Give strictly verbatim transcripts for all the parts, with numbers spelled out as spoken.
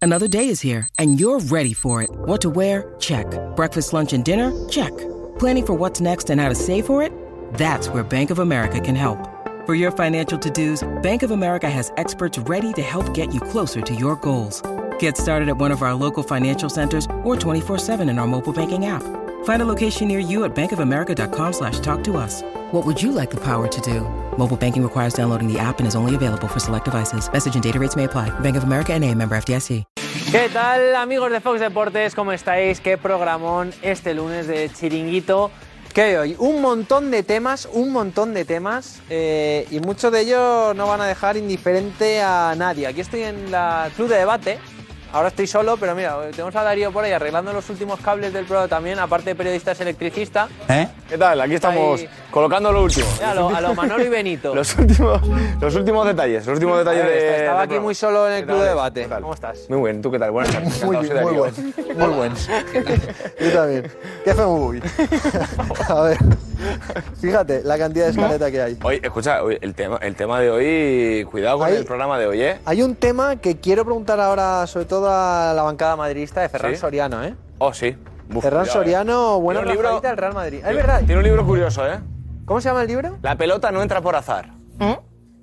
Another day is here, and you're ready for it. What to wear? Check. Breakfast, lunch, and dinner? Check. Planning for what's next and how to save for it? That's where Bank of America can help. For your financial to-dos, Bank of America has experts ready to help get you closer to your goals. Get started at one of our local financial centers or twenty-four seven in our mobile banking app. Find a location near you at bankofamerica.com slash talk to us. What would you like the power to do? Mobile banking requires downloading the app and is only available for select devices. Message and data rates may apply. Bank of America N A, member F D I C. ¿Qué tal, amigos de Fox Deportes? ¿Cómo estáis? Qué programón este lunes de Chiringuito. ¿Qué hay hoy? Un montón de temas, un montón de temas eh, y muchos de ellos no van a dejar indiferente a nadie. Aquí estoy en la Club de Debate. Ahora estoy solo, pero mira, tenemos a Darío por ahí arreglando los últimos cables del programa también, aparte de periodista, es electricista. ¿Eh? ¿Qué tal? Aquí estamos ahí colocando lo último. A lo, a lo Manolo y Benito. los, últimos, los últimos detalles, los últimos detalles ver, de... Estaba de aquí muy solo en el Club de Debate. ¿Cómo estás? Muy bien, ¿tú qué tal? Buenas tardes. Muy, bien, muy buen, muy buen. Yo también. ¿Qué hacemos hoy? A ver, fíjate la cantidad de escaleta que hay. Oye, escucha, oye, el, tema, el tema de hoy, cuidado con hay, el programa de hoy, ¿eh? Hay un tema que quiero preguntar ahora, sobre todo a la bancada madridista de Ferran ¿Sí? Soriano, ¿eh? Oh, sí. Uf, Ferran cuidado, Soriano, eh. buena libro del Real Madrid. Es verdad. Tiene un libro curioso, ¿eh? ¿Cómo se llama el libro? La pelota no entra por azar. ¿Eh?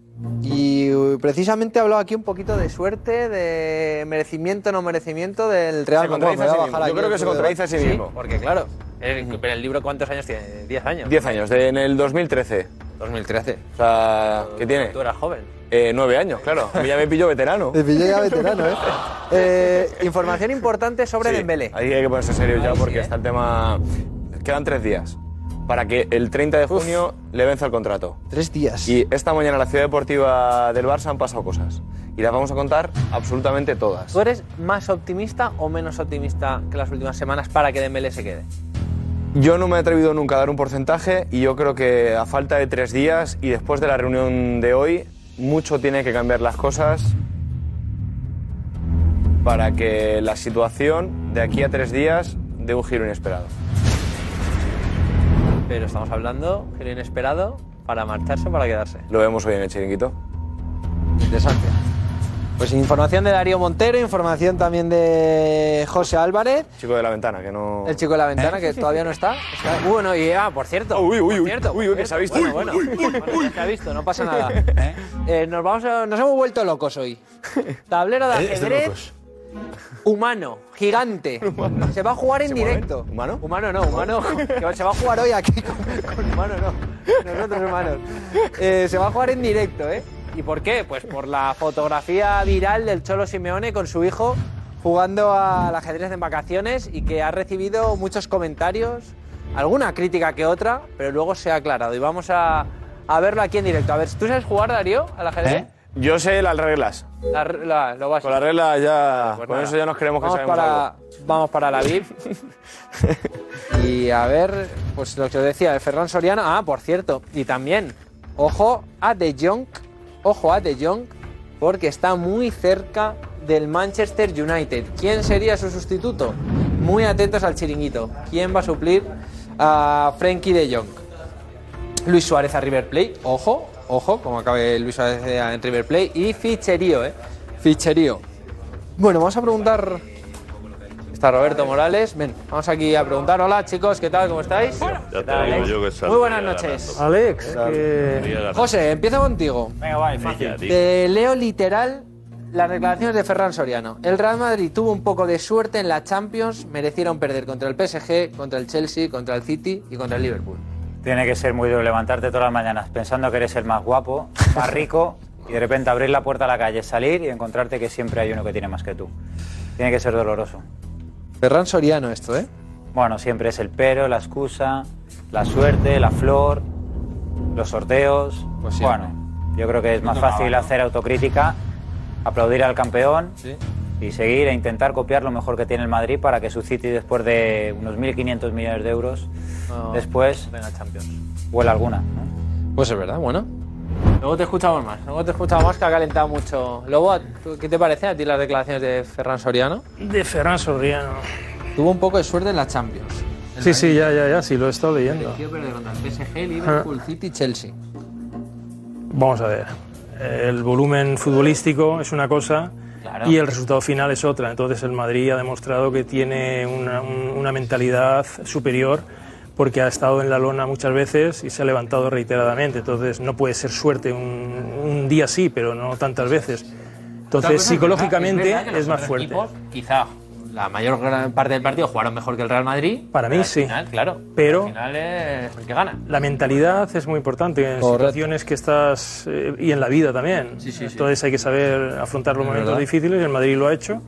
Y precisamente hablaba aquí un poquito de suerte, de merecimiento, no merecimiento del Real Madrid. Sí Yo creo que se contradice a sí mismo. Sí, porque claro, el, pero el libro ¿cuántos años tiene? ¿diez años? diez años, de, en el dos mil trece. dos mil trece. O sea, ¿qué tiene? Tú eras joven. Eh, nueve años, claro. A mí ya me pilló veterano. Me pilló ya veterano, ¿eh? eh información importante sobre sí, Dembélé. Ahí hay que ponerse serio ya Ahí porque sí, ¿eh? está el tema... Quedan tres días para que el treinta de junio Uf. le venza el contrato. Tres días. Y esta mañana en la Ciudad Deportiva del Barça han pasado cosas. Y las vamos a contar absolutamente todas. ¿Tú eres más optimista o menos optimista que las últimas semanas para que Dembélé se quede? Yo no me he atrevido nunca a dar un porcentaje y yo creo que a falta de tres días y después de la reunión de hoy, mucho tiene que cambiar las cosas para que la situación de aquí a tres días dé un giro inesperado. Pero estamos hablando, giro inesperado, para marcharse o para quedarse. Lo vemos hoy en el Chiringuito. Interesante. Pues información de Darío Montero, información también de José Álvarez. El chico de la ventana, que no... El chico de la ventana, ¿Eh? que todavía no está. está... Bueno, y ah, por cierto. Oh, uy, uy, por cierto, uy, uy, que se ha visto. Bueno, bueno, uy, uy, bueno, uy. ya se ha visto, no pasa nada. ¿Eh? Eh, nos, vamos a, nos hemos vuelto locos hoy. Tablero de ajedrez humano, gigante. Humano. Se va a jugar en directo. ¿Humano? Humano no, humano. Se va a jugar hoy aquí con, con humano no. Nosotros humanos. Eh, se va a jugar en directo, ¿eh? ¿Y por qué? Pues por la fotografía viral del Cholo Simeone con su hijo jugando al ajedrez en vacaciones y que ha recibido muchos comentarios, alguna crítica que otra, pero luego se ha aclarado. Y vamos a, a verlo aquí en directo. A ver, ¿tú sabes jugar, Darío, al ajedrez? ¿Eh? Yo sé las reglas. La, la, lo básico. Con las reglas ya... Pues con nada. eso ya nos creemos que vamos sabemos para, algo. Vamos para la V I P. Y a ver, pues lo que os decía, el Ferran Soriano... Ah, por cierto, y también, ojo a De Jong... Ojo a De Jong, porque está muy cerca del Manchester United. ¿Quién sería su sustituto? Muy atentos al Chiringuito. ¿Quién va a suplir a Frenkie De Jong? Luis Suárez a River Plate. Ojo, ojo, como acabe Luis Suárez en River Plate. Y ficherío, ¿eh? Ficherío. Bueno, vamos a preguntar... Está Roberto Morales. Ven, vamos aquí a preguntar. Hola, chicos, ¿qué tal? ¿Cómo estáis? Ya te digo yo que Muy buenas noches. Alex, que... José, empiezo contigo. Venga, va, fácil. Te leo literal las declaraciones de Ferran Soriano. El Real Madrid tuvo un poco de suerte en la Champions. Merecieron perder contra el P S G, contra el Chelsea, contra el City y contra el Liverpool. Tiene que ser muy duro levantarte todas las mañanas pensando que eres el más guapo, más rico, y de repente abrir la puerta a la calle, salir y encontrarte que siempre hay uno que tiene más que tú. Tiene que ser doloroso. Ferran Soriano esto, ¿eh? Bueno, siempre es el pero, la excusa, la suerte, la flor, los sorteos. Pues bueno, yo creo que es más fácil hacer autocrítica, aplaudir al campeón, ¿sí?, y seguir e intentar copiar lo mejor que tiene el Madrid para que su City, después de unos mil quinientos millones de euros, no, después venga Champions, huela alguna, ¿no? Pues es verdad, bueno. Luego te escuchamos más, luego te escuchamos más, que ha calentado mucho. Lobo, ¿qué te parece a ti las declaraciones de Ferran Soriano? De Ferran Soriano. Tuvo un poco de suerte en la Champions. El sí, sí, ya, ya, ya, sí, lo he estado leyendo. Quiero perder contra el P S G, Liverpool, City, Chelsea. Vamos a ver. El volumen futbolístico es una cosa y el resultado final es otra. Entonces el Madrid ha demostrado que tiene una, un, una mentalidad superior porque ha estado en la lona muchas veces y se ha levantado reiteradamente. Entonces no puede ser suerte un, un día sí, pero no tantas veces. Entonces psicológicamente es, es más fuerte. Equipos, quizá la mayor gran parte del partido jugaron mejor que el Real Madrid. Para mí sí. Final, claro. Pero al final es el que gana. La mentalidad es muy importante en Correcto. situaciones que estás eh, y en la vida también. Sí, sí, Entonces sí. hay que saber afrontar los es momentos verdad. difíciles. El Madrid lo ha hecho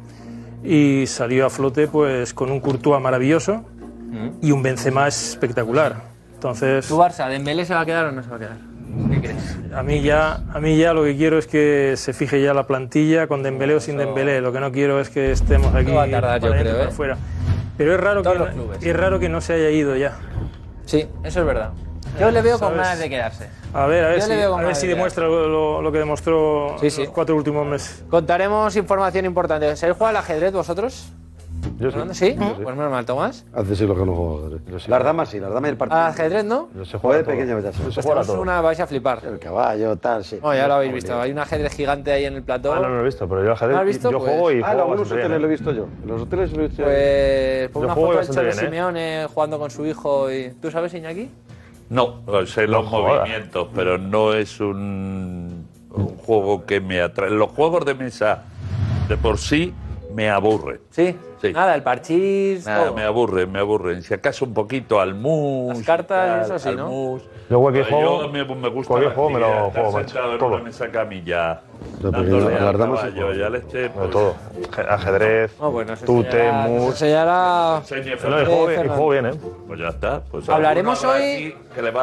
y salió a flote pues con un Courtois maravilloso mm. y un Benzema espectacular. Entonces. ¿Tu Barça, Dembélé se va a quedar o no se va a quedar? ¿Qué crees? A mí ya, a mí ya lo que quiero es que se fije ya la plantilla con Dembélé o sin Eso... Dembélé. Lo que no quiero es que estemos aquí no va a tardar, para yo creo, para ¿eh? fuera. Pero es raro que no, es raro que no se haya ido ya. Sí, eso es verdad. Yo le veo ¿sabes? con ganas de quedarse. A ver, a ver Yo si, a ver si de demuestra lo, lo, lo que demostró sí, sí. los cuatro últimos meses. Contaremos información importante. ¿Sabéis jugar al ajedrez vosotros? Yo sí. ¿Sí? Yo sí. Pues menos mal, Tomás. Hace siglos que no juego al ajedrez. Sí. Las damas sí, las damas y el partido. Al ajedrez, ¿no? Yo se juega de pequeño ya se pues tenemos una, vais a flipar. El caballo, tal, sí. Oh, ya lo habéis visto. Hay un ajedrez gigante ahí en el plató. Ah, no, no lo he visto, pero yo ajedrez. ¿No lo has visto? Yo pues... juego y ah, juego. Ah, en los hoteles lo he visto yo. En los hoteles lo he visto yo. Pues por una foto del Cholo bien, Simeone ¿eh? jugando con su hijo. Y... ¿Tú sabes, Iñaki? No, sé los movimientos, pero no es un, un juego que me atrae. Los juegos de mesa de por sí me aburren. ¿Sí? Sí. Nada, el parchís. Nada, todo. me aburren, me aburren. Si acaso un poquito al mus. Las cartas, tal, eso sí, ¿no? Mus. Yo cualquier juego. Yo me, me gusta. Cualquier juego me lo juego, macho. Sentado en una mesa camilla. No, las damas sí. Ya le eché. Pues, todo. Ajedrez, oh, bueno, tute, mus. Eso ya era. No, y juego, bien, juego bien, ¿eh? Pues ya está. Pues hablaremos hoy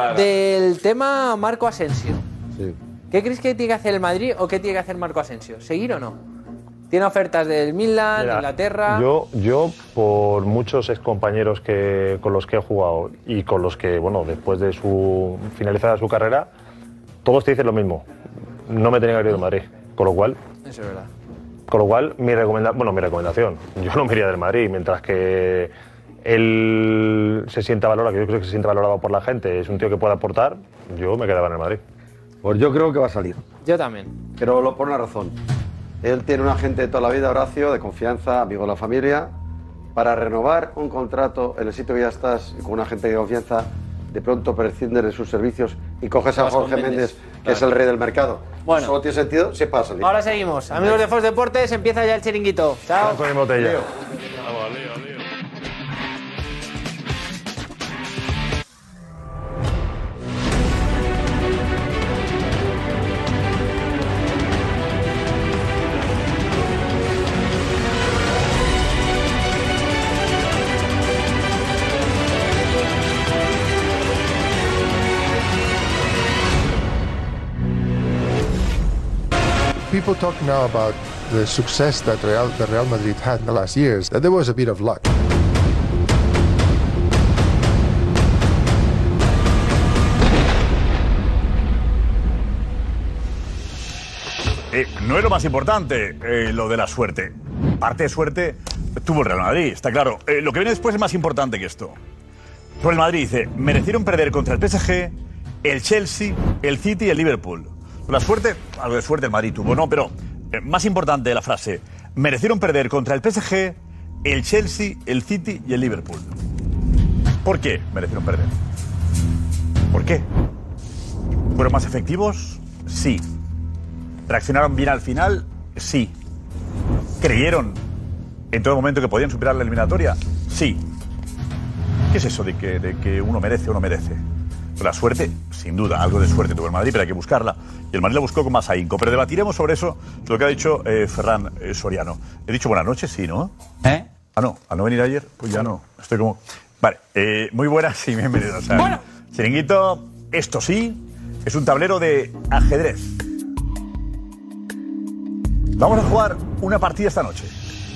del tema Marco Asensio. Sí. ¿Qué crees que tiene que hacer el Madrid o qué tiene que hacer Marco Asensio? ¿Seguir o no? Tiene ofertas del Milan, Mira, de Inglaterra. Yo, yo, por muchos excompañeros que, con los que he jugado y con los que, bueno, después de su finalizada su carrera, todos te dicen lo mismo. No me tenía que ir del Madrid. Con lo cual. Eso es verdad. Con lo cual, mi recomenda, bueno, mi recomendación. Yo no me iría del Madrid, mientras que él se sienta valorado, que yo creo que se siente valorado por la gente, es un tío que puede aportar, yo me quedaba en el Madrid. Pues yo creo que va a salir. Yo también. Pero lo, por una razón. Él tiene un agente de toda la vida, Horacio, de confianza, amigo de la familia. Para renovar un contrato en el sitio que ya estás, con un agente de confianza, de pronto prescindes de sus servicios y coges a Jorge Méndez, que claro. es el rey del mercado. Bueno. Solo tiene sentido si es para salir. Ahora seguimos. Amigos de Fox Deportes, empieza ya el chiringuito. Chao. Con mi botella. Leo, Leo, Leo. People talk now about the success that Real, the Real Madrid had in the last years, that there was a bit of luck. Eh, no es lo más importante, eh, lo de la suerte. Parte de suerte tuvo el Real Madrid, está claro. Eh, lo que viene después es más importante que esto. Sobre el Madrid dice, merecieron perder contra el P S G, el Chelsea, el City y el Liverpool. La suerte, algo de suerte el Madrid tuvo, ¿no? Pero eh, más importante la frase, merecieron perder contra el P S G, el Chelsea, el City y el Liverpool. ¿Por qué merecieron perder? ¿Por qué? ¿Fueron más efectivos? Sí. ¿Reaccionaron bien al final? Sí. ¿Creyeron en todo momento que podían superar la eliminatoria? Sí. ¿Qué es eso de que, de que uno merece o no merece? La suerte, sin duda, algo de suerte tuvo el Madrid, pero hay que buscarla. Y el Madrid la buscó con más ahínco. Pero debatiremos sobre eso, lo que ha dicho eh, Ferran eh, Soriano. He dicho buenas noches, sí, ¿no? ¿Eh? Ah, no, al no venir ayer, pues ya no. Estoy como... Vale, eh, muy buenas y bienvenidos. O sea, bueno. Chiringuito, esto sí, es un tablero de ajedrez. Vamos a jugar una partida esta noche.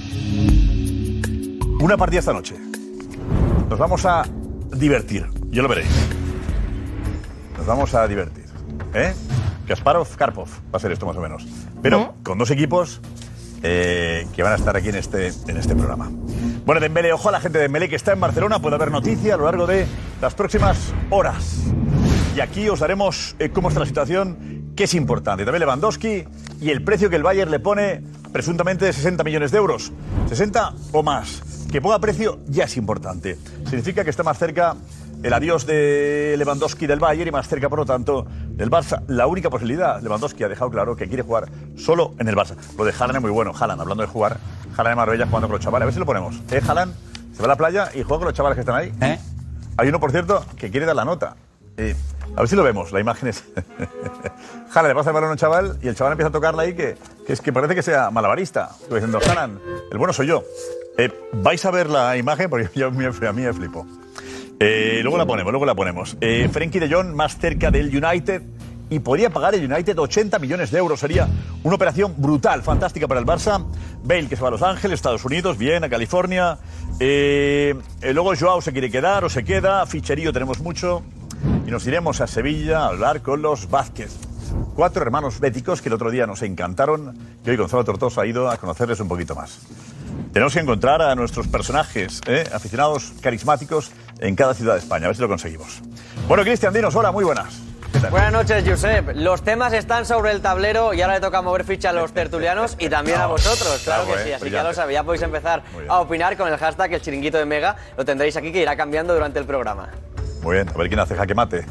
Una partida esta noche. Nos vamos a divertir, ya lo veréis. Nos vamos a divertir. ¿Eh? Kasparov, Karpov, va a ser esto más o menos. Pero ¿eh? con dos equipos eh, que van a estar aquí en este, en este programa. Bueno, Dembélé, ojo a la gente de Dembélé que está en Barcelona. Puede haber noticia a lo largo de las próximas horas. Y aquí os daremos eh, cómo está la situación, que es importante. También Lewandowski y el precio que el Bayern le pone presuntamente de sesenta millones de euros. sesenta o más. Que ponga precio ya es importante. Significa que está más cerca el adiós de Lewandowski del Bayern y más cerca, por lo tanto, del Barça. La única posibilidad, Lewandowski ha dejado claro que quiere jugar solo en el Barça. Lo de Haaland es muy bueno. Haaland, hablando de jugar, Haaland en Marbella jugando con los chavales. A ver si lo ponemos. ¿Eh, Haaland? Se va a la playa y juega con los chavales que están ahí. ¿Eh? Hay uno, por cierto, que quiere dar la nota. Eh, a ver si lo vemos. La imagen es... Haaland le pasa el balón a un chaval y el chaval empieza a tocarla ahí que, que es que parece que sea malabarista. Estoy diciendo, Haaland, el bueno soy yo. Eh, vais a ver la imagen porque yo, a mí me flipo. Eh, luego la ponemos, luego la ponemos. Eh, Frenkie de Jong más cerca del United y podría pagar el United ochenta millones de euros. Sería una operación brutal, fantástica para el Barça. Bale que se va a Los Ángeles, Estados Unidos, bien, a California. Eh, eh, luego Joao se quiere quedar o se queda. Ficherío tenemos mucho. Y nos iremos a Sevilla a hablar con los Vázquez. Cuatro hermanos béticos que el otro día nos encantaron y hoy Gonzalo Tortosa ha ido a conocerles un poquito más. Tenemos que encontrar a nuestros personajes, ¿eh? aficionados carismáticos en cada ciudad de España. A ver si lo conseguimos. Bueno, Cristian, dinos, hola, muy buenas. Buenas noches, Josep. Los temas están sobre el tablero y ahora le toca mover ficha a los tertulianos y también a vosotros, claro que sí. Así que ya lo sabéis, ya podéis empezar a opinar con el hashtag El Chiringuito de Mega. Lo tendréis aquí que irá cambiando durante el programa. Muy bien, a ver quién hace jaque mate.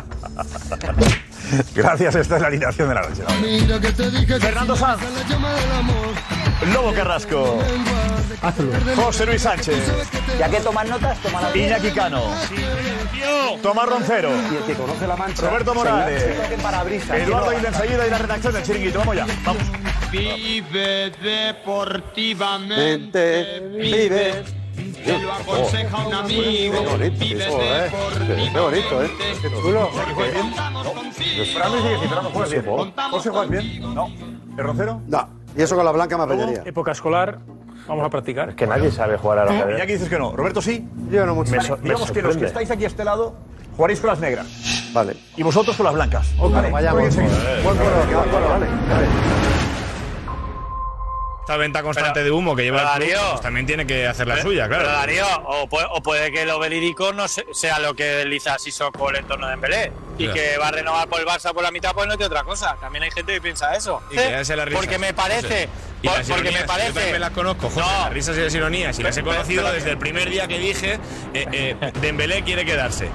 Gracias, esta es la alineación de la noche. Fernando Sanz, Lobo Carrasco, José Luis Sánchez. Ya que toman notas, toma la Iñaki Cano, Tomás Roncero, Y el que conoce la mancha. Roberto Morales, Parabrisas. Eduardo Isla enseguida y la redacción del Chiringuito. Vamos ya, vamos. Vive deportivamente, Vive. te lo aconseja un amigo. Vive deportivamente. Qué bonito, ¿eh? Qué chulo. Fernando sigue cifrando, juegas bien. José, ¿juegas bien? No. ¿El Roncero? No. Y eso con la blanca me aprendería. Época escolar, vamos a practicar. Es que nadie sabe jugar a la ajedrez. Iñaki dices que no. ¿Roberto sí? Yo no mucho. Me Vale, so- me digamos que los que sorprende. estáis aquí a este lado jugaréis con las negras. Vale. Y vosotros con las blancas. Vale, vayamos. Buen color, buen color, vale. Esta venta constante de humo que lleva el club, pues también tiene que hacer la suya, claro. Pero Darío, o puede, o puede que lo verídico no se- sea lo que desliza Sissoko en torno de Dembélé y Ya. que va a renovar por el Barça por la mitad, pues no es de otra cosa. También hay gente que piensa eso. Y que ya se la risa. Porque me parece, Y por- las porque ironías, me parece. yo también las conozco, José, No. las risas y las ironías, y las he Pero- conocido pero- desde el primer día que dije eh, eh, Dembélé quiere quedarse.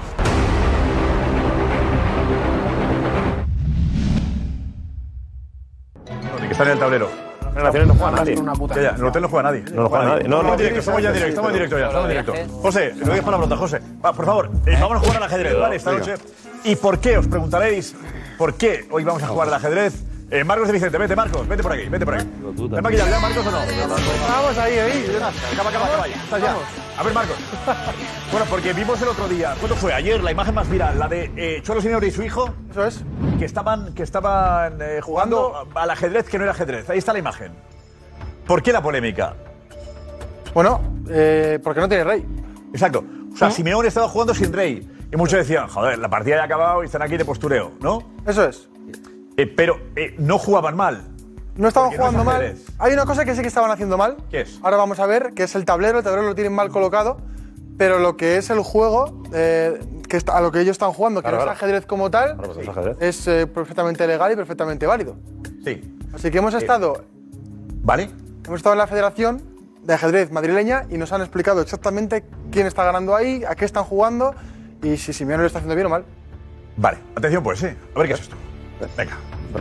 Que está en el tablero. En las naciones no juega nadie. Ya, ya, en el hotel no juega nadie. No lo juega nadie. No, no, en directo, estamos ya en directo, estamos en directo ya, estamos en directo. José, le doy para la pelota, José. Va, por favor, eh, vamos a jugar al ajedrez, ¿vale? Esta noche. ¿Y por qué? Os preguntaréis, ¿por qué hoy vamos a jugar al ajedrez? Eh, Marcos de Vicente, vete, Marcos, vete por aquí, vete por aquí. ¿Ven maquillado ya, Marcos, o no? Vamos ahí, ahí. Acaba, acaba, acaba. Estás ya. A ver, Marcos. Bueno, porque vimos el otro día, ¿cuándo fue? Ayer, la imagen más viral, la de eh, Cholo Simeone y su hijo. Eso es. Que estaban, que estaban eh, jugando al ajedrez que no era ajedrez. Ahí está la imagen. ¿Por qué la polémica? Bueno, eh, porque no tiene rey. Exacto. O sea, Simeone estaba jugando sin rey. Y muchos decían, joder, la partida ya ha acabado y están aquí de postureo, ¿no? Eso es. Eh, pero eh, no jugaban mal. No estaban Porque no es jugando mal. ajedrez. Hay una cosa que sí que estaban haciendo mal. ¿Qué es? Ahora vamos a ver, que es el tablero. El tablero lo tienen mal colocado. Pero lo que es el juego, eh, que está, a lo que ellos están jugando, que Claro, no claro. es ajedrez como tal, Claro, pues es ajedrez. es eh, perfectamente legal y perfectamente válido. Sí. Así que hemos estado, ¿Vale? hemos estado en la Federación de Ajedrez madrileña y nos han explicado exactamente quién está ganando ahí, a qué están jugando y si Simeone lo está haciendo bien o mal. Vale. Atención, pues, sí. A ver qué es esto. Venga.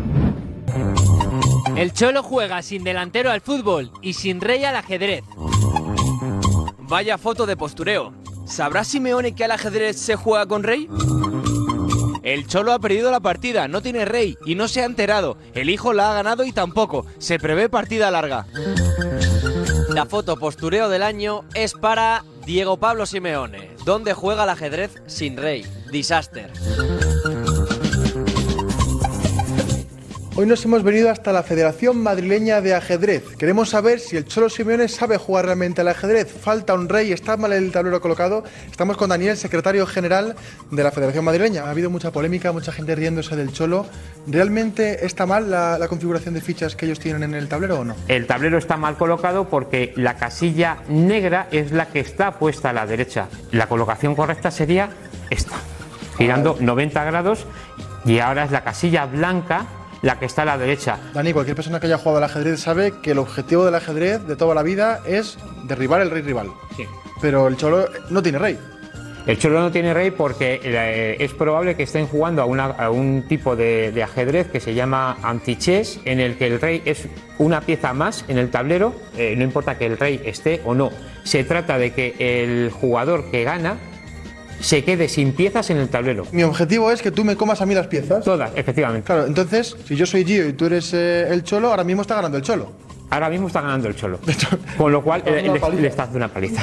El Cholo juega sin delantero al fútbol y sin rey al ajedrez. Vaya foto de postureo. ¿Sabrá Simeone que al ajedrez se juega con rey? El Cholo ha perdido la partida, no tiene rey y no se ha enterado. El hijo la ha ganado y tampoco. Se prevé partida larga. La foto postureo del año es para Diego Pablo Simeone, donde juega al ajedrez sin rey. Disaster. Hoy nos hemos venido hasta la Federación Madrileña de Ajedrez. Queremos saber si el Cholo Simeone sabe jugar realmente al ajedrez. Falta un rey, está mal el tablero colocado. Estamos con Daniel, secretario general de la Federación Madrileña. Ha habido mucha polémica, mucha gente riéndose del Cholo. ¿Realmente está mal la, la configuración de fichas que ellos tienen en el tablero o no? El tablero está mal colocado porque la casilla negra es la que está puesta a la derecha. La colocación correcta sería esta, girando noventa grados, y ahora es la casilla blanca la que está a la derecha. Dani, cualquier persona que haya jugado al ajedrez sabe que el objetivo del ajedrez de toda la vida es derribar el rey rival. Sí. Pero el Cholo no tiene rey. El Cholo no tiene rey porque eh, es probable que estén jugando a, una, a un tipo de, de ajedrez que se llama anti-chess, en el que el rey es una pieza más en el tablero, eh, no importa que el rey esté o no. Se trata de que el jugador que gana se quede sin piezas en el tablero. Mi objetivo es que tú me comas a mí las piezas. Todas, efectivamente. Claro, entonces, si yo soy Gio y tú eres eh, el Cholo, ahora mismo está ganando el Cholo. Ahora mismo está ganando el Cholo. Con lo cual, eh, le, le está haciendo una paliza.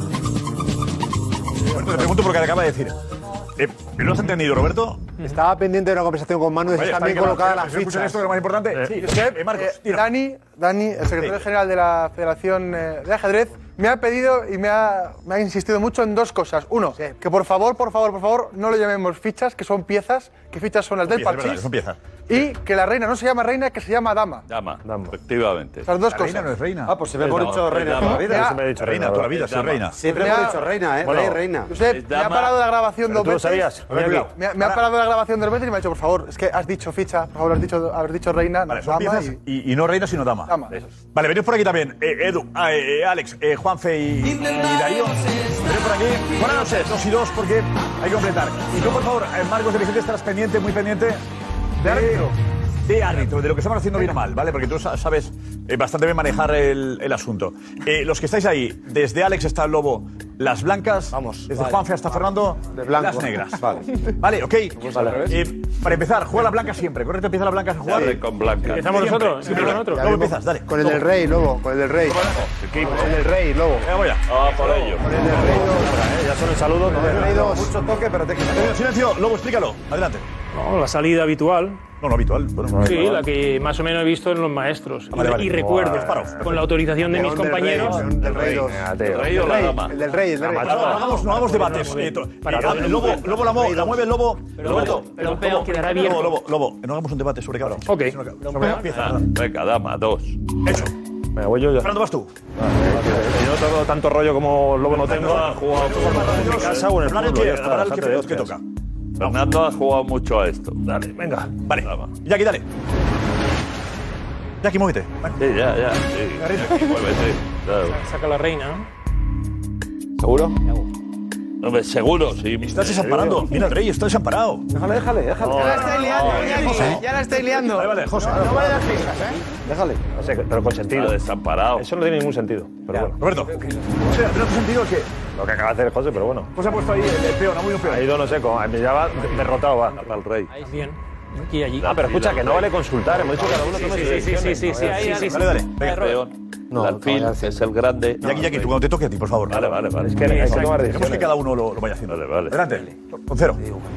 Roberto, te pregunto porque acaba de decir. Eh, ¿Lo has entendido, Roberto? Estaba pendiente de una conversación con Manu y están bien colocadas las fichas. fichas. Esto es lo más importante. Eh, Sí, Josep, eh, Marcos, eh, Dani, Dani, el secretario Sí. general de la Federación eh, de Ajedrez, me ha pedido y me ha, me ha insistido mucho en dos cosas. Uno, que por favor, por favor, por favor, no lo llamemos fichas, que son piezas, que fichas son las del Piezas, es verdad, parchís. son piezas. Y que la reina no se llama reina, que se llama dama. Dama, efectivamente. Esas dos La cosas. reina no es reina. Ah, pues se me hemos dicho reina toda la vida. Yo siempre he dicho reina toda la vida, soy reina. Siempre Me hemos ha- dicho reina, ¿eh? Bueno, Rey, reina. Josep, me ha parado la grabación dos ¿Tú lo veces. sabías? A ver, Mira cuidado. Me, ha- me ha parado la grabación dos veces y me ha dicho, por favor, es que has dicho ficha, por favor, has dicho, has dicho reina, Vale, no, son dama piezas y- y, y no reina, sino dama. Dama. Vale, venid por aquí también. Eh, Edu, ah, eh, Alex, eh, Juanfe y, y Darío. Venid por aquí. Buenas noches. Dos y dos porque hay que completar. Y tú, por favor, eh, Marcos de Vicente, estarás pendiente, muy pendiente de árbitro. De árbitro, de lo que estamos haciendo bien o mal, ¿vale? Porque tú sa- sabes eh, bastante bien manejar el, el asunto. Eh, los que estáis ahí, desde Alex hasta el Lobo, las blancas. Vamos. Desde vale. Juanfe hasta Fernando, De blanco. las negras. Vale. Vale, ok. Vale. Eh, para empezar, juega la blanca siempre, ¿correcto? Empieza la blanca a jugar. Dale con Blanca. ¿Empezamos Siempre, nosotros? siempre ¿Empezamos blanca. nosotros? Luego empiezas, dale. Con el del rey, Lobo, con el del rey. Con el del rey, Lobo. Venga, voy ya. Vamos por ello. Con el del rey, Lobo. Ya son el saludo. Con el del rey, dos. Mucho toque, pero te Silencio, silencio. Lobo, explícalo. Adelante. No, la salida habitual. No, lo habitual. Bueno, Sí, la que más o menos he visto en los maestros. Ah, vale, Y- vale. Y recuerdo, Disparo. con la autorización de mis León del Rey, compañeros. León del Rey, dos. ¿El rey o la dama? El del rey, el del rey. No, no hagamos, no hagamos debates. Eh, to- eh, el lobo, lobo la, mo- la mueve el lobo. Roberto, pero lobo, pero quedará bien. Lobo, lobo, lobo, no hagamos un debate sobre cada Ok. Sobre empieza. Ah, venga, dama, dos. Eso. Me voy yo ya. Fernando, vas tú. Yo no tengo tanto rollo como Lobo no tengo. ha jugado En mi casa o en el Fernando, pueblo. ¿qué? Ya está, Para el déjate que- de que hostias. toca. Fernando ha jugado mucho a esto. Dale, venga. Vale. Dama. Jackie, dale. Jackie, muévete. Sí, ya, ya. Sí. Muévete. Claro. Saca la reina, ¿no? ¿Seguro? Hombre, seguro, sí. Estás desamparando. Mira el rey, está desamparado. Déjale, déjale, déjale. Ya la estáis liando, Jackie, ya la estáis liando. Vale, vale, José. No vale dar fijas, ¿eh? Déjale. No sé, pero con sentido. Está desamparado. Eso no tiene ningún sentido. Pero bueno. Roberto. O sea, ¿pero tu sentido qué? Lo que acaba de hacer José, pero bueno. Pues ha puesto ahí el, el peón, ha muy un peón. Ha ido, no sé, con, ya va derrotado va. Al rey. Bien. Aquí y allí. Ah, pero escucha, que no vale consultar. Hemos dicho que cada uno tome Sí, sus sí, sí, decisiones. sí, sí, No, sí, ya. sí, sí, Dale, dale. Venga. Peón. No, el alfil, no, que es el grande. Jackie, Jackie, tú cuando te toque a ti, por favor. Vale, vale, vale. Es que hay que tomar Queremos que decisiones. cada uno lo, lo vaya haciendo. Vale, vale. Adelante. Con cero.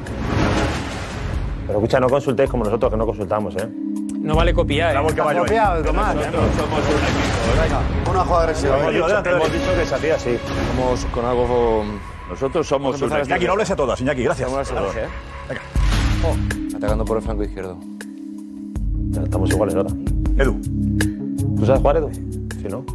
Pero escucha, no consultéis como nosotros que no consultamos, ¿eh? No vale copiar. Bravo ¿eh? el caballo. ahí. Copiado, Tomás. Nosotros somos un equipo. Venga. Una jugada agresiva. Hemos dicho, Hemos adelante, dicho que se hacía así. Vamos con algo. Nosotros somos un Jackie, no equipo. hables a todas, Iñaki, gracias. Vamos a Vamos. ¿eh? Venga. Atacando por el flanco izquierdo. Ya estamos iguales ahora. Edu. ¿Tú sabes jugar, Edu? Si no.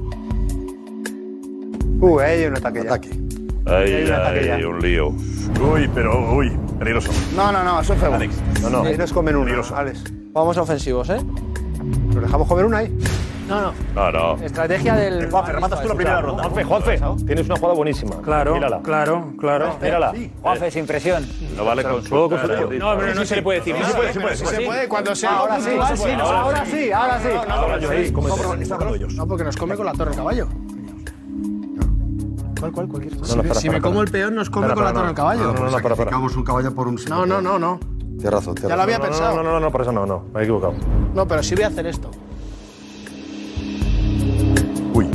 Uh, ahí hay un ataque ya. Ataque. Ahí Hay un ataque hay ya. un lío. Uy, pero, uy, peligroso. No, no, no, eso es feo. Alex. No, no. Ahí nos comen uno, Peligroso. Alex. Vamos ofensivos, ¿eh? ¿Nos dejamos comer una ahí? No, no. No, no. Estrategia del. Juanfe, rematas tú la primera ronda. Juanfe, Juanfe, tienes una jugada buenísima. Claro, Mírala. claro, claro. Mírala. Juanfe, sin presión. No vale consultar. No, pero no se le puede decir. Sí, sí puede, sí puede. Sí, Se puede, cuando sea Ahora algo sí, puntual, se puede. sí, no, ahora sí, ahora sí. Ahora yo ahí, ¿cómo están hablando ellos? No, porque nos come con la torre el caballo. ¿Cuál, cuál? Cualquier cosa. No, no, espera, si me espera, como espera. el peón, nos come Espera, con la espera, torre el caballo. No, no, no, espera, espera. Sacrificamos un caballo por un No, no, no, no. Tienes razón, tienes Ya lo había No, no, pensado. No, no, no, no, por eso no, no. Me he equivocado. No, pero sí voy a hacer esto. Uy.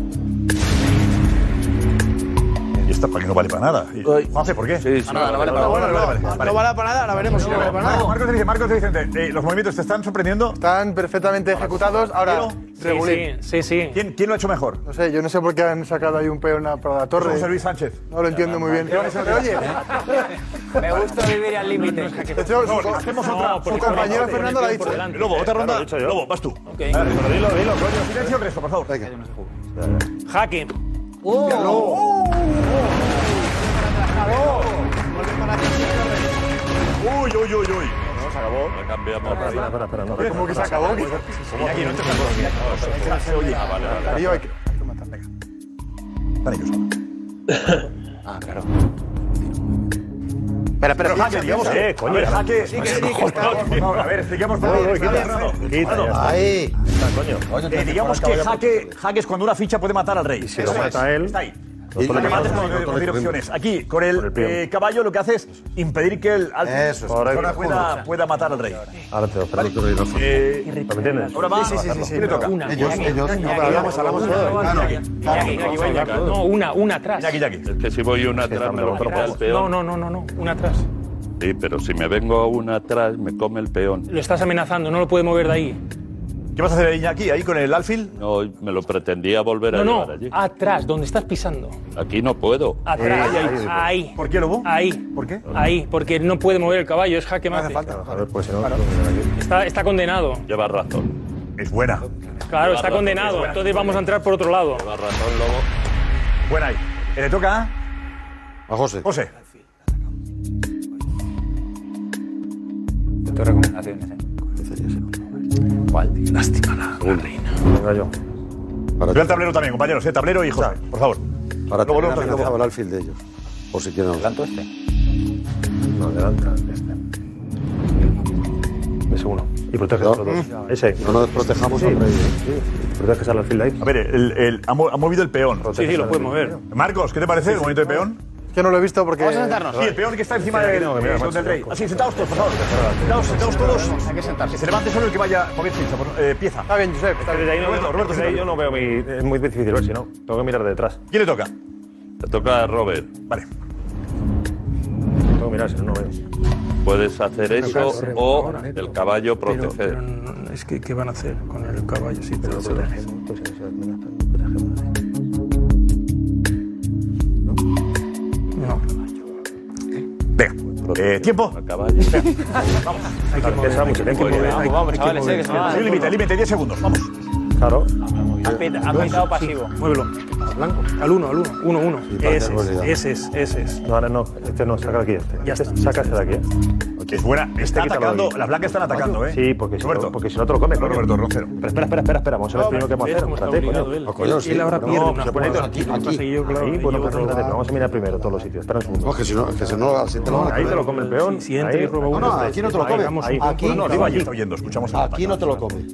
Y esta para que no vale para nada. Y- Juanfe, ¿por qué? Sí, sí. Nada, no vale para Vale, nada. vale, vale, vale. No vale para nada, ahora veremos si no vale para nada. Marcos de Vicente, Marcos de Vicente, eh, ¿los movimientos te están sorprendiendo? Están perfectamente ejecutados. Ahora, Sí, regulín. sí, sí, sí. ¿Quién, ¿Quién lo ha hecho mejor? No sé, yo no sé por qué han sacado ahí un peón para la torre. José Luis Sánchez. No lo entiendo muy bien. Pero oye, Me gusta vivir al límite. de hecho, su, co- Hacemos su otra. compañero Fernando lo ha dicho. Lobo, otra ronda. Claro, lo he dicho yo. Lobo, vas tú. Ok. Pero dilo, dilo, coño. Silencio el resto, por favor. Jaque. Uy, uy, uy, uy. se acabó. La cambiamos. Espera, espera, espera, espera, no. ¿Cómo que se acabó? Iñaki, no te sacó. Oye, Ah, vale, vale. Darío, hay que hay que matar, venga. Están ellos ahora. Ah, claro. Espera, espera, Jaque, digamos que. Eh, coño, jaque. Sí, que sí, que está. A ver, expliquemos por Voy, voy, qué. quita. Quita, ya está. Ahí. Coño. Eh, digamos que jaque, jaque es cuando una ficha puede matar al rey. Si lo mata él. Está ahí. Y- Jaque mata es y- cuando no tiene opciones. Aquí, con el, Con el peón. eh, caballo, lo que hace es impedir que el alfil Eso es. ahora pueda, pueda matar al rey. Ahora te lo espera. Eh, ¿Me entiendes? ahora va. Sí, sí, sí, sí, sí. ¿Quién le toca? Una. Ellos, ellos. Hablamos, hablamos todos. No, una, una atrás. Iñaki, Iñaki. Es que si voy una atrás me lo quita el No, peón. no, no, no, no, una atrás. Sí, pero si me vengo una atrás me come el peón. Lo estás amenazando, no lo puede mover de ahí. ¿Qué vas a hacer, Iñaki, ahí con el alfil? No, me lo pretendía volver a No, no, llevar allí. atrás, donde estás pisando. Aquí no puedo. Atrás, Eh, ahí, ahí. ¿Por qué, Lobo? Ahí. ¿Por qué? Ahí, porque no puede mover el caballo, es jaque mate. A ver, pues si no. Está, está condenado. Llevas razón. Es buena. Claro, está condenado. Entonces vamos a entrar por otro lado. Llevas razón, Lobo. Buena ahí. ¿Le toca A José. José? Tus recomendaciones, ¿eh? Lástima la, la reina. Venga yo. Para, Yo al tablero también, compañeros. ¿eh? Tablero y José, por favor. para Luego, tener luego, amenazado luego. el alfil de ellos. Por si quieren hablar. ¿Tanto este? No, adelanta. Este. Ese uno. Y protege a No. los dos. Ese. No nos desprotejamos Sí, al rey. sí. Proteges al alfil de ahí. A ver, el, el- ha, mo- ha movido el peón. Sí, sí, lo puede mover. Marcos, ¿qué te parece el movimiento de peón? Que no lo he visto porque. Vamos a sentarnos. Sí, el peón que está encima Sí, del, no, que mira, eh, macho, del rey. loco. Así, sentaos todos, por favor. Sentaos, sentaos todos. Hay que sentarse. Que se levante solo el que vaya a mover ficha, por- eh, pieza. Está bien, Josep. Está bien. Desde ahí no, Roberto, Roberto, desde ahí sí. yo no veo mi. Es muy difícil ver si no. Tengo que mirar detrás. ¿Quién le toca? Te toca a Robert. Vale. Tengo que mirar si no, no veo. Puedes hacer eso o el caballo Pero, proteger. pero no, es que, ¿qué van a hacer con el caballo? Sí, pero se lo- No. Venga. Eh, ¿Tiempo? El caballo. Vamos. Hay que mover mucho. Hay que mover. Vamos, vamos, chavales, eh, que se va. Hay un límite, límite, diez segundos. Vamos. Claro. Ha pitado pasivo. Muévelo. Blanco. Al uno, al uno. Uno, uno. para Ese tener es, velocidad. ese es, ese es. No, ahora no. Este no. Saca de aquí este. Ya Este, está. Saca este de aquí. ¿eh? Es buena. Está quítalo atacando. de aquí. Las blancas están atacando, ¿eh? Sí, porque si, Roberto. no, porque si no te lo comes. No, coño. Roberto, Roncero. Pero espera, espera, espera, espera. Vamos a ver primero qué vamos a hacer. cómo está Espérate, obligado coño. él. No, coño, sí. Él ahora pero pierde no, una se pone jugada. aquí, Lo que aquí. pasa es que yo, claro, Ahí, yo bueno, llevo pues toda- espérate, vamos a mirar primero todos los sitios. Espera un segundo. No, que si no, que si no, así te lo van a Ahí te comer. lo come el peón. Si entra Ahí. y roba No, uno. no, aquí no te lo Ahí, come. vamos, Ahí. Aquí, No, digo allí. Está oyendo, escuchamos el aquí no te lo come.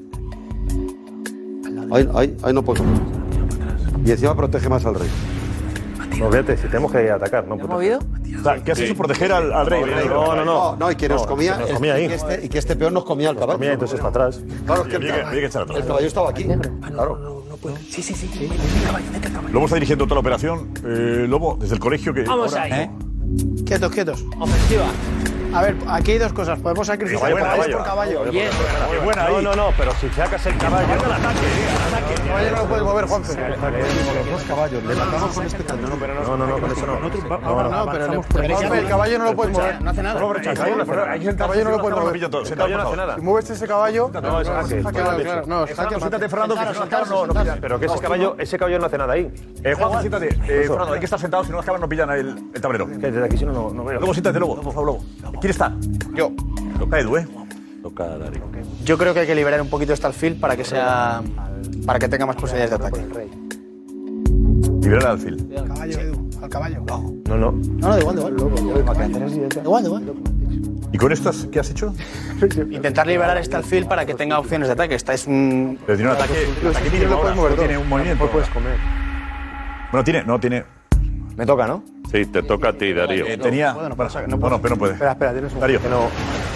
Ahí, ahí, ahí no puedes comer. Y encima protege más al rey. No, fíjate, si tenemos que atacar, no ¿Has proteger. movido? O sea, ¿qué has hecho? Proteger al, al rey. No, no, no. No, y que nos No, comía, que nos el- comía ahí. y, que este, y que este peón nos comía el Nos caballo. comía, entonces para atrás. Claro, es que el, Había que- había que echar atrás. el caballo estaba aquí. Ah, no, Claro. no, no, no puedo. Sí, sí, sí. Mete el caballo, mete el caballo. Lobo está dirigiendo toda la operación. Eh, Lobo, desde el colegio que. Vamos ahora- ahí. ¿Eh? Quietos, quietos. Ofensiva. A ver, aquí hay dos cosas. Podemos sacrificar Caballo por caballos caballo. por caballo. Bien. Qué buena ahí. No, no, no, pero si sacas el caballo. Al ataque, eh, al ataque. El caballo no lo puedes mover, Juanfe. Los dos caballos. Le matamos con este cañón. No, no, no, con eso no. Nosotros va- No, ahora no, pero avanzamos le- por pero ahí. Juanfe, el caballo no lo puedes mover. No hace nada. No, pero chaval, hay que sentarse. El caballo no lo puedes mover. Pillo todo. El Sentaos, caballo no por hace favor. nada. Si mueves ese caballo. No, es jaque. Claro, claro. No, es jaque. Siéntate, Fernando, que si no las cabras no, no pillan. Pero que ese caballo, ese caballo no hace nada ahí. Eh, Juan, siéntate. Eh, Fernando, hay que estar sentado, si no las cabras no pillan el, el tablero. Que desde aquí si no, no, no veo. Luego siéntate, Lobo. Por favor, Lobo. ¿Quién está? Yo. Toca Edu, ¿eh? Toca a Darío. Yo creo que hay que liberar un poquito este alfil para que sea. para que tenga más posibilidades de ataque. Liberar al alfil. Al caballo, Edu. Al caballo. No, no. No, no, da igual, da igual. Da igual, da igual. ¿Y con estas qué has hecho? Intentar liberar este alfil para que tenga opciones de ataque. Esta es un. Pero tiene un ataque. Un ataque mínimo ahora, solo tiene un movimiento. No puedes comer. Bueno, tiene, no, tiene. Me toca, ¿no? Sí, te toca a ti, Darío. Eh, tenía. puedo, no bueno, puedo, no, no puedo. pero no puede. Espera, espera, tienes un. Darío. Que no.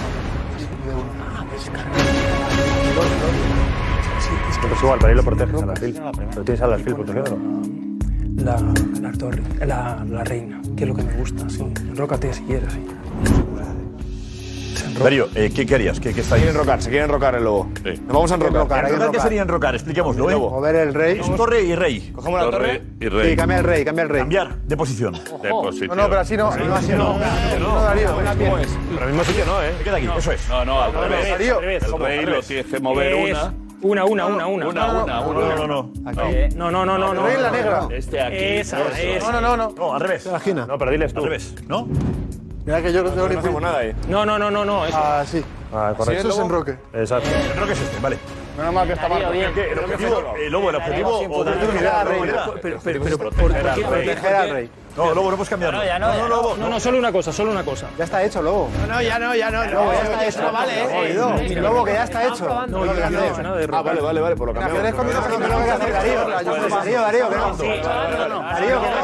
Pero es igual, para ahí lo proteges al alfil. Pero tienes al alfil protegiéndolo. La, la torre, la, la reina, que es lo que me gusta, sí. Enrócate si quieres, sí. Darío, eh, ¿qué, ¿qué harías? ¿Qué, qué está ahí? Quieren enrocar, se quieren enrocar el lobo. Sí. Nos vamos a enrocar. ¿Enrocar qué sería enrocar? Expliquémoslo, ¿eh? Mover el rey. Es torre y rey. Cogemos la Torre torre. y rey. Sí, cambia el rey, cambia el rey. Cambiar de posición. De posición. No, no, pero así no. No, así no. No, Darío. ¿Cómo es? Pero al mismo sitio no, ¿eh? Se queda aquí, eso es. No, no, al revés. Darío. El rey lo tienes que mover Es una. Una, una, una, una. Una, una, No, una. no, no. No, no, no, no. El rey en la negra. Este aquí. Esa, eso. esa. No, no, no, no. No, al revés. Al Imagina. No, pero diles tú. revés, ¿no? Mira que yo no tengo ni No hacemos nada ahí. No, no, no, no, no. Eso. Ah, sí. Ah, correcto. Eso es enroque. Exacto. Enroque es este, vale. Menos mal que está Darío, mal. bien. ¿Qué? ¿El objetivo? ¿El Lobo, el objetivo? ¿O de Proteger al rey. Pero, pero, pero, ¿por qué proteger al rey? No, Lobo, no puedes cambiarlo. No, ya no, no, Lobo. No, no, solo una cosa, solo una cosa. Ya está hecho, Lobo. No, ya no, ya no. Lobo, ya está hecho. No vale, ¿eh? Lobo, que ya está hecho. No, yo no he hecho nada de Ah, vale, vale, vale, por lo cambiamos. Ajedrez conmigo no lo que hacer Darío. Darío, Darío, que no. Darío, que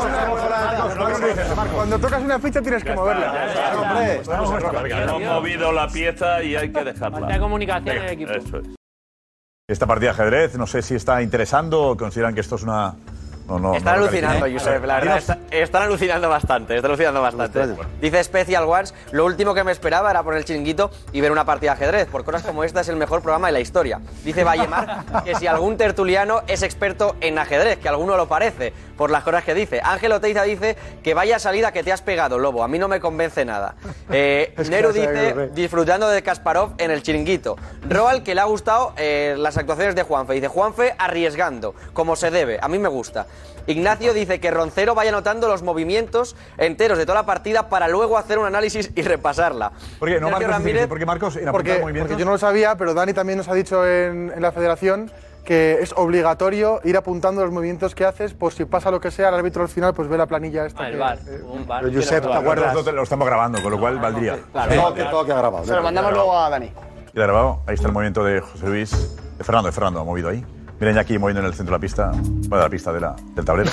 no. Cuando tocas una ficha tienes que moverla. Hemos movido la pieza y hay que dejarla. Falta comunicación en el equipo. Eso es. Esta partida de ajedrez, no sé si está interesando o consideran que esto es una... No, no, Están no alucinando, califica. Josep, la verdad. Dinos- está- están alucinando bastante, están alucinando bastante. Dice Special Ones, lo último que me esperaba era poner el chiringuito y ver una partida de ajedrez. Por cosas como esta es el mejor programa de la historia. Dice Vallemar que si algún tertuliano es experto en ajedrez, que alguno lo parece, por las cosas que dice. Ángel Oteiza dice que vaya salida que te has pegado, Lobo. A mí no me convence nada. Eh, Es que Neru no sé qué dice, ocurre. disfrutando de Kasparov en el chiringuito. Roal, que le ha gustado eh, las actuaciones de Juanfe. Dice, Juanfe arriesgando, como se debe. A mí me gusta. Ignacio dice que Roncero vaya anotando los movimientos enteros de toda la partida para luego hacer un análisis y repasarla. ¿Por qué? No, Sergio Marcos, Ramírez, ¿por qué Marcos? En Porque, apuntar movimientos. porque yo no lo sabía, pero Dani también nos ha dicho en, en la federación que es obligatorio ir apuntando los movimientos que haces por si pasa lo que sea, el árbitro al final pues ve la planilla esta. Ah, el que- bar, eh, un bar. Pero Josep, ¿te acuerdas? Nosotros lo estamos grabando, con lo cual valdría. Todo que todo queda grabado. Se lo mandamos luego a Dani. Queda grabado. Ahí está el movimiento de José Luis. De Fernando, de Fernando ha movido ahí. Miren ya aquí moviendo en el centro de la pista. Bueno, de la pista de la, del tablero.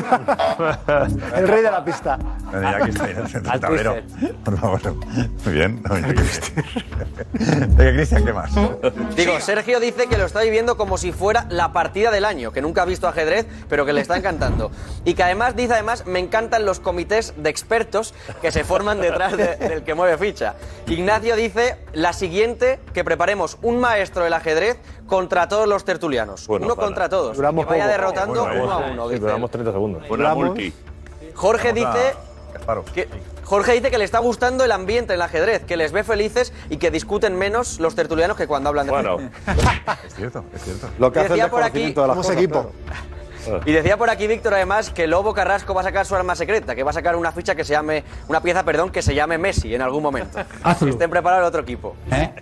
El rey de la pista. Miren ya aquí está en el centro del tablero. Por favor. Muy bien. No, mira que- Venga, Cristian, ¿qué más? digo, Sergio dice que lo está viviendo como si fuera la partida del año, que nunca ha visto ajedrez, pero que le está encantando. Y que además dice, además, me encantan los comités de expertos que se forman detrás de- del que mueve ficha. Ignacio dice, la siguiente, que preparemos un maestro del ajedrez contra todos los tertulianos. Bueno, uno para. contra todos. Duramos que vaya poco. derrotando Bueno, uno a eh. uno. Sí, dice duramos él. treinta segundos. Una multi. Jorge Vamos a- dice... Gasparo. Que Jorge dice que le está gustando el ambiente en el ajedrez, que les ve felices y que discuten menos los tertulianos que cuando hablan de Bueno, Es cierto, es cierto. Lo que hace el Decía por aquí, desconocimiento de las Somos cosas, equipo. claro. Y decía por aquí Víctor además que Lobo Carrasco va a sacar su arma secreta, que va a sacar una ficha que se llame, una pieza, perdón, que se llame Messi en algún momento. Que estén preparados el otro equipo.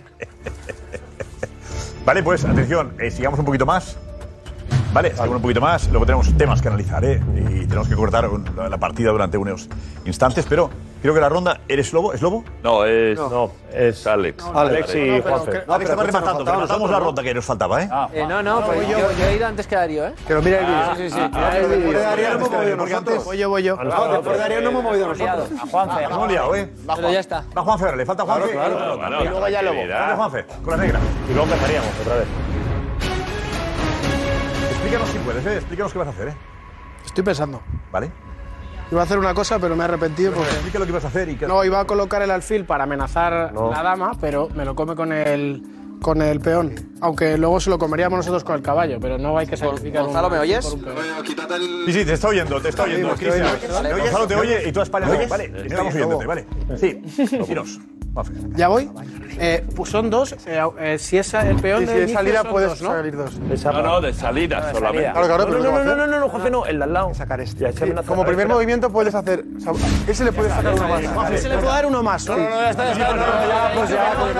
Vale, pues atención, eh, sigamos un poquito más. Vale, sigamos un poquito más. Luego tenemos temas que analizar, ¿eh? Y tenemos que cortar un- la, la partida durante unos instantes. Pero creo que la ronda. ¿Eres Lobo? ¿Es Lobo? no, es, No, es Alex. Alex y No, pero Juanfe. que- No, Alex, estamos rematando. Rematamos la ronda que nos faltaba, ¿eh? Eh, no, no, pues yo, yo he ido antes que Darío, ¿eh? Que lo mire el vídeo. Sí, sí, sí. Después de Darío no hemos movido nosotros. Voy yo, voy yo. No, después de Darío no hemos movido nosotros. A Juanfe. Nos hemos liado, ¿eh? Pero ya está. Va Juanfe, ahora le falta Juanfe. Claro, claro. Bueno, Y luego ya Lobo. actividad. Falta Juanfe, con la negra. Y luego empezaríamos otra vez. Explícanos si puedes, ¿eh? Explícanos qué vas a hacer, ¿eh? Estoy pensando. ¿Vale? Iba a hacer una cosa, pero me he arrepentido porque... Explica lo que ibas a hacer y qué. No, iba a colocar el alfil para amenazar No. la dama, pero me lo come con el, con el peón. Aunque luego se lo comeríamos nosotros con el caballo, pero no hay que sacrificar Gonzalo, un ¿me oyes? por un peón. Sí, sí, te está oyendo, te está oyendo, Cristian. Gonzalo te oye y tú a España no. Vale, estamos oyéndote, vale. Sí, dinos. Juanfe. ¿Ya voy? Eh, pues son dos. eh, eh, si es el peón Y de si es inicio salida, son puedes dos, ¿no? salir dos. No, no, de salida solamente. Claro, claro, No, pero no, ¿qué no, va a no, hacer? no, no, no, Juanfe, no, el de al lado. Sacar este. Ya, Sí, como primer movimiento puedes hacer... O sea, ese le puedes sacar uno más. Ese le puedo dar uno más. No, no, ya está, ya está. Ya, pues ya, pues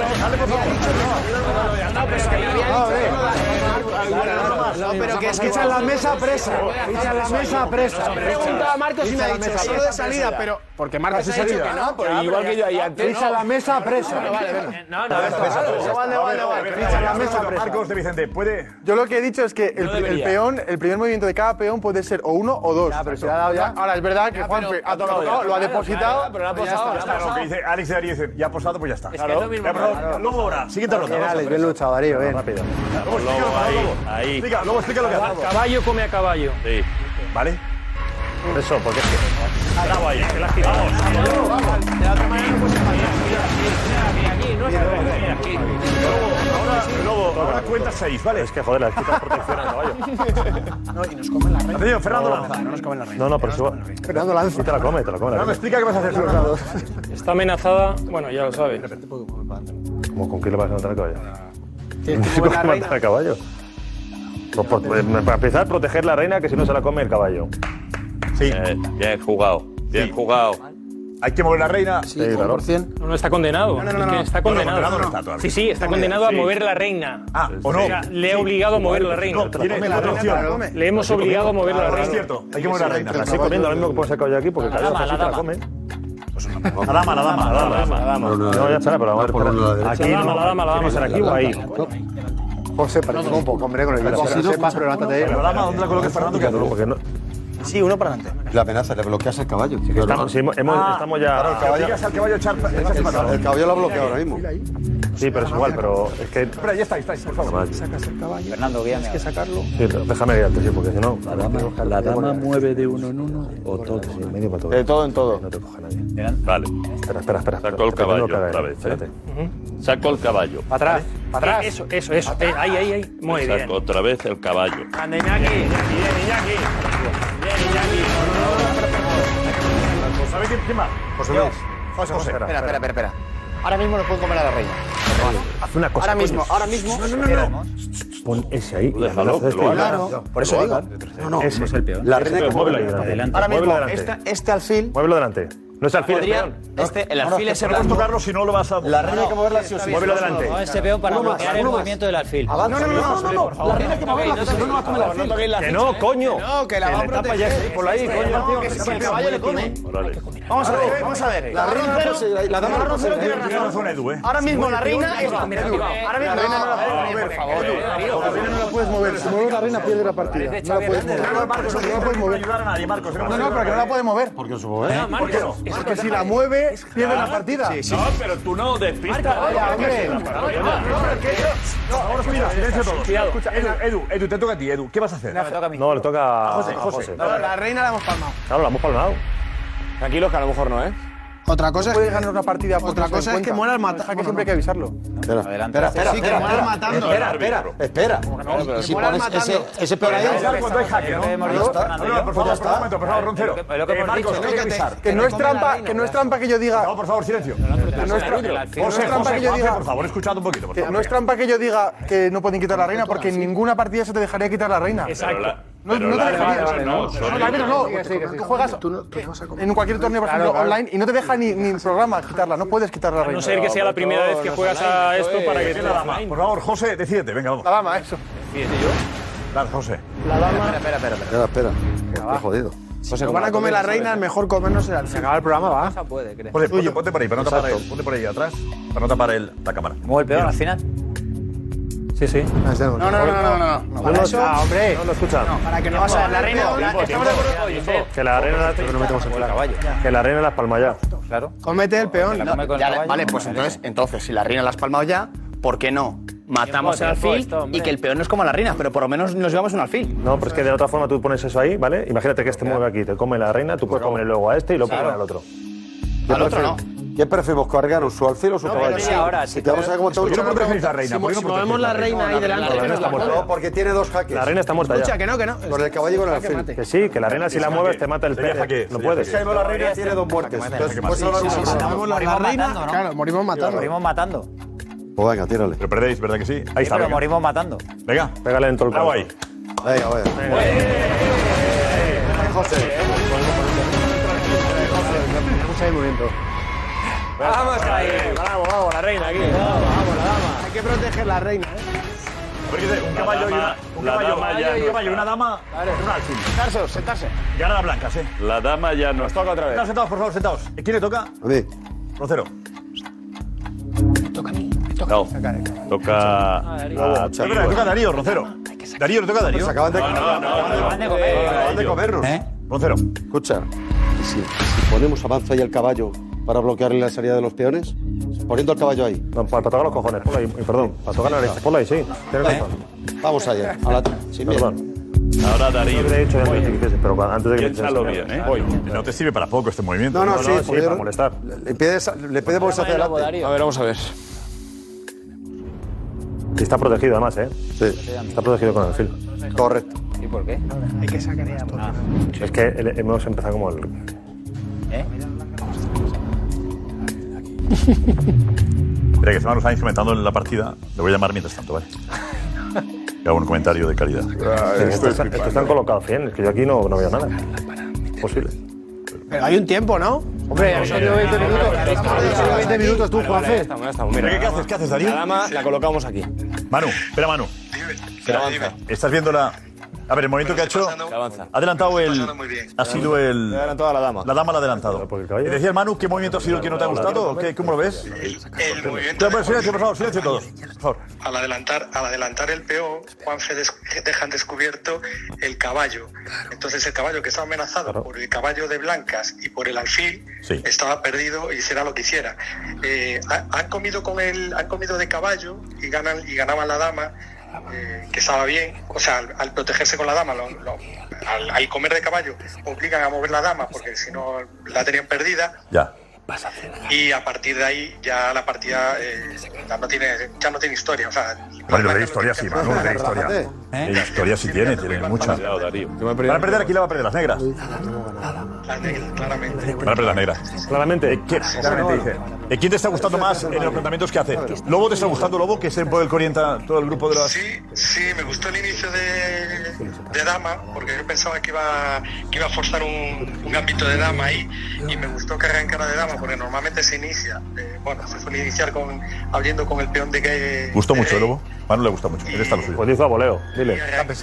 No, pero que es que echan la mesa presa. Echan la mesa presa. Pregunta a Marcos y me ha dicho solo de salida, pero... Porque Marcos ha dicho que no. Pero igual que yo ahí antes. Echan la mesa presa. Vale, vale. No, no, Echan la mesa presa. Marcos de Vicente, ¿puede? Yo lo que he dicho es que el, el peón, el primer movimiento de cada peón puede ser o uno o dos. pero se le ha dado ya. Ahora es verdad que Juanfe ha tocado, lo ha depositado, pero no ha ya posado, está. Claro, lo que dice Alex de Darío dice, ya ha posado, pues ya está. Es que es lo mismo. Ya ha posado. Luego ahora, siguiente ronda. Bien, vamos a Alex, ver. bien luchado, Darío, bien. Rápido. Luego, Lobo, explícalo, ahí, Lobo. ahí. Explica, luego explica lo que hace. Caballo come a caballo. Sí. ¿Vale? Por eso, porque es que. Bravo ahí, que la quitamos. Luego, ahora cuenta seis, ¿vale? Es que, joder, le quitas protección al caballo. No, y nos comen la reina. Atención, Fernando Lanza. No nos comen la reina. No, no, pero eso. Fernando Lanza. Sí, te la come, te la come. La Ahora me come. explica qué vas a hacer, Fernando. Está amenazada, bueno, ya lo sabes. ¿Cómo, ¿Con qué le vas a matar al caballo? Tienes que ¿Cómo comer la matar al caballo? Pues por- para empezar, proteger la reina que si no se la come el caballo. Sí. Eh, bien jugado, bien jugado. ¿Hay que mover la reina? Sí, cien por cien. No, no está condenado. No, no, no, Es que no. está No, condenado. no, condenado no está todavía. Sí, sí, está No, condenado a sí. mover la reina. Ah, ¿o no? sea, le he Sí. obligado a mover la No, reina. tiene la opción. Le hemos obligado a mover la Ah, reina. es cierto, hay que mover la reina. La estoy comiendo, lo mismo que puede ser caballo aquí, porque el caballo dama, así la te la dama. come. La dama, la dama, la dama. La dama. No, ya está, pero vamos a ver. Aquí, La dama, la dama, la dama. ¿Tiene que ser aquí o ahí? José, parece un poco, hombre, con el Pero Si no sepas, pero levántate ahí. La dama, ¿dónde la coloques, Fernando? ¿Qué hace? Porque no. Sí, uno para adelante. La amenaza, le bloqueas el caballo. Que estamos, sí, hemos- hemos- Ah, estamos ya. Claro, el caballo. Digas al caballo echar, echarse para atrás. El caballo lo ha bloqueado ahora mismo. Sí, pero es igual, pero es que. Espera, ya está, ya está, por favor. Sacas el caballo. Fernando, guíame. Tienes que sacarlo. Sí, déjame guiarte, sí, porque si no. La dama, la dama mueve de uno en uno o todo. Medio para todo. De todo en todo. No te coja nadie. Vale. Espera, espera, espera. Saco el que tengo caballo que hacer, otra vez. Espérate. ¿eh? Saco el caballo. Para atrás, para atrás. Eso, eso, eso. Eh, ahí, ahí, ahí. Muy bien. Saco otra vez el caballo. Ande, Iñaki. Bien, Iñaki. Bien, Iñaki. ¿Sabéis quién, quién va? José Luis. José, José. Espera, espera, espera, espera. Ahora mismo nos pueden comer a la reina. Haz una cosa. Ahora mismo, coño. ahora mismo. No, no, no, no. Pon ese ahí. y Déjalo, amenaza que este lo y- haga. Claro, por eso digo. No, no. Ese es el peón. La reina que Muévelo ahí mueve. delante. Ahora Muévelo mismo, delante. este, este alfil. Muévelo delante. No es alfil, es Podría, peón. este, el alfil es el No puedes blanco. tocarlo si no lo vas a. La reina hay que moverla sí o sí. Muévelo delante. No, ese peón para Uno más, bloquear el uno más. movimiento del alfil. Avanza, no, no, no, no, no. La reina hay que moverla, que si no, no va a comer el alfil. Que no, coño. No, que la va a proteger. Por ahí, coño. Que si el caballo le come. Órale. Vamos a ver, vamos a ver. La reina no puede seguir, la dama no puede seguir. Tiene razón, Edu, ¿eh? Ahora mismo la reina está. Ahora mismo la reina no la puede mover, por favor. La reina no la puedes mover. Si mueves la reina, pierde la partida. No la puedes mover. No, Marcos, no puedes mover. ayudar a nadie, Marcos. No, no, pero que no la puede mover. ¿Por qué se mueve? ¿Por qué no? Porque si la mueve, pierde la partida. No, pero tú no, despista. Vaya, hombre. Ahora mira, silencio todos. Escucha, Edu, Edu, Edu, te toca a ti, Edu. ¿Qué vas a hacer? No, le toca a José, a José. José. No, la reina la hemos palmado. Claro, la hemos palmado. Tranquilos, que a lo mejor no, ¿eh? Otra cosa es Puedes que ganar una partida. por Otra no se cosa es que encuentra. mueras matando. Que siempre hay que avisarlo. Espera, Adelante. espera, espera, Sí, que espera, mueras espera, matando. espera, espera, espera. Y si mueras pones matando. ese, ese peor ahí, Cuando hay jaque, ¿no? Hemos Ya dicho, está. Fernando, No, no, por favor, por favor, un momento, por favor, Roncero. Lo que- lo que Eh, hemos Marcos, dicho, hay que que te- avisar. Que no es trampa, que no es trampa que yo diga. No, por favor, silencio. Que no es trampa, El que alfil. no es José, trampa José, que yo José, diga. por favor, escuchad un poquito, por Que favor. no es trampa que yo diga que no pueden quitar la reina, porque en ninguna partida se te dejaría quitar la reina. Pero la- No, pero no te la- dejaría. no, no, No, la reina no. Tú juegas en cualquier torneo, por ejemplo, online, y no te deja ni, ni en programa quitarla. No puedes quitar la A reina. no ser que sea la primera vez que juegas a esto para que te La dama. Por favor, José, decídete, venga, vamos. La dama, eso. Dale, José. La dama. Espera, espera, espera. Espera, espera. Estoy jodido. Si nos van a comer la reina, es mejor comernos el alfil. Se acaba el programa, va. Esa puede, creo. José, ponte, ponte por ahí, para no tapar el, ponte por ahí atrás, para no tapar el, la cámara. ¿Mueve el peón al final? Sí, sí. No, no, no, no, no, no. No, Para no, eso, ah, hombre. No lo escuchan. para que no vas a ver la reina. Estamos de acuerdo. Que la reina. Que no metemos el caballo. Que la reina las palma ya. Claro. Cómete el peón. La come con el Ya, caballo. vale, pues entonces, entonces, si la reina la has palmado ya, ¿por qué no? Matamos el Tiempo, alfil esto, hombre. y que el peón no es como la reina, pero por lo menos nos llevamos un alfil. No, pero es que de otra forma tú pones eso ahí, ¿vale? Imagínate que este mueve aquí, te come la reina, tú puedes comer luego a este y luego comer al otro. Al otro no. ¿Qué preferimos, cargar su alfil o su caballo? sí, ahora, sí. Y te vamos a ver cómo te ¿Por qué no gusta. preferís la reina? Si, ¿Por qué no si protegéis movemos la reina ahí delante, La reina está muerta. No, porque tiene dos jaques. La reina está muerta escucha, ya. que no, que no. Con el caballo y con el alfil. Que sí, que la reina si la mueves te mata el Sería pez. jaque, No sería puedes. jaque. Si la reina tiene dos muertes. Entonces, pues ahora Si vamos a movemos la, la reina, claro, morimos matando. Morimos matando. Pues venga, tírale. Pero perdéis, ¿verdad que sí? Ahí está. Pero Venga, morimos matando. Venga, pégale en todo el bravo campo. ahí. Venga, venga. José. Tenemos ahí movimiento. Vamos ahí. Vamos, vamos, la reina aquí. Vamos, vamos, la dama. Hay que proteger la reina, ¿eh? A ver, ¿qué dice? Un caballo y una, un la caballo, dama ya un no caballo y está. una dama, un alfil. Sentarse, sentarse. Gana las blancas, ¿eh? La dama ya no está. Toca otra vez. Sentados, sentados, por favor, sentados. ¿Quién le toca? A mí. Rocero. No, toca. a No, ti. espera, le toca a Darío, Rocero. Darío, le toca a Darío. Se acaban de, No, no, no, acaban no. de, acaban de Ellos. comernos. Rocero. Escucha, si, si ponemos avanza ahí el caballo para bloquearle la salida de los peones, poniendo el caballo ahí. No, para tocar los cojones, ponlo ahí, perdón, para tocar la nariz, ponlo ahí, sí. Tienes razón. Vamos allá, a la, sin miedo. Perdón. Ahora Yo Darío. hubiera dicho antes de que hiciese, pero antes de que Piénsalo bien, ¿eh? Voy. No te sirve para poco este movimiento. No, no, No, sí, no, sí, porque para yo- molestar. Le pide, le pide moverse hacia adelante. A ver, vamos a ver. Y está protegido además, ¿eh? Sí, Está protegido con el fil. correcto. ¿Y por qué? Hay que sacar esto. Es que el- hemos empezado como el. ¿Eh? Mira, que se van los años comentando en la partida. Le voy a llamar mientras tanto, ¿vale? Que haga un comentario de calidad. Estos, estos están colocados bien, es que yo aquí no, no veo nada. Posible. Pero hay un tiempo, ¿no? Hombre, han salido veinte minutos. veinte minutos tú, Juanfe. Mira, ¿qué haces? ¿Qué haces, Darío? La dama la colocamos aquí. Manu, espera, Manu. Espera, estás viendo la... A ver, el movimiento que ha hecho... Avanza. Ha adelantado el... Ha sido el... Ha adelantado a la dama. La dama la ha adelantado. ¿Y decías, Manu, qué movimiento ha sido el que no te ha gustado? ¿O qué, ¿Cómo lo ves? El movimiento... Pues, silencio, por favor, silencio todos. Por favor. Al adelantar, al adelantar el peón, Juanfe des, dejan descubierto el caballo. Entonces el caballo que estaba amenazado claro. por el caballo de blancas y por el alfil sí. estaba perdido y será lo que hiciera. Eh, han comido con el, han comido de caballo y ganan y ganaban la dama. Eh, que estaba bien, o sea, al, al protegerse con la dama, lo, lo, al, al comer de caballo, obligan a mover la dama porque si no la tenían perdida. Ya. Y a partir de ahí ya la partida eh, ya, no tiene, ya no tiene historia. O sea, bueno, de historia sí, Manu, de historia. ¿Eh? De historia sí tiene, tiene mucha. Van a perder aquí, la va a perder las negras. Las negras, claramente. Van a perder las negras. Claramente. Eh, ¿qué, claramente dice. Eh, ¿Quién te está gustando más en los planteamientos que hace? ¿Lobo te está gustando, Lobo, que es el poder que orienta todo el grupo de las...? Sí, sí, me gustó el inicio de, de Dama, porque yo pensaba que iba, que iba a forzar un, un ámbito de Dama ahí, y me gustó que arrancara de Dama, porque normalmente se inicia, eh, bueno, se suele iniciar con, abriendo con el peón de que... ¿Gustó de mucho, Lobo? Manu le gusta mucho, él está lo suyo. Pues lo hizo a voleo, dile.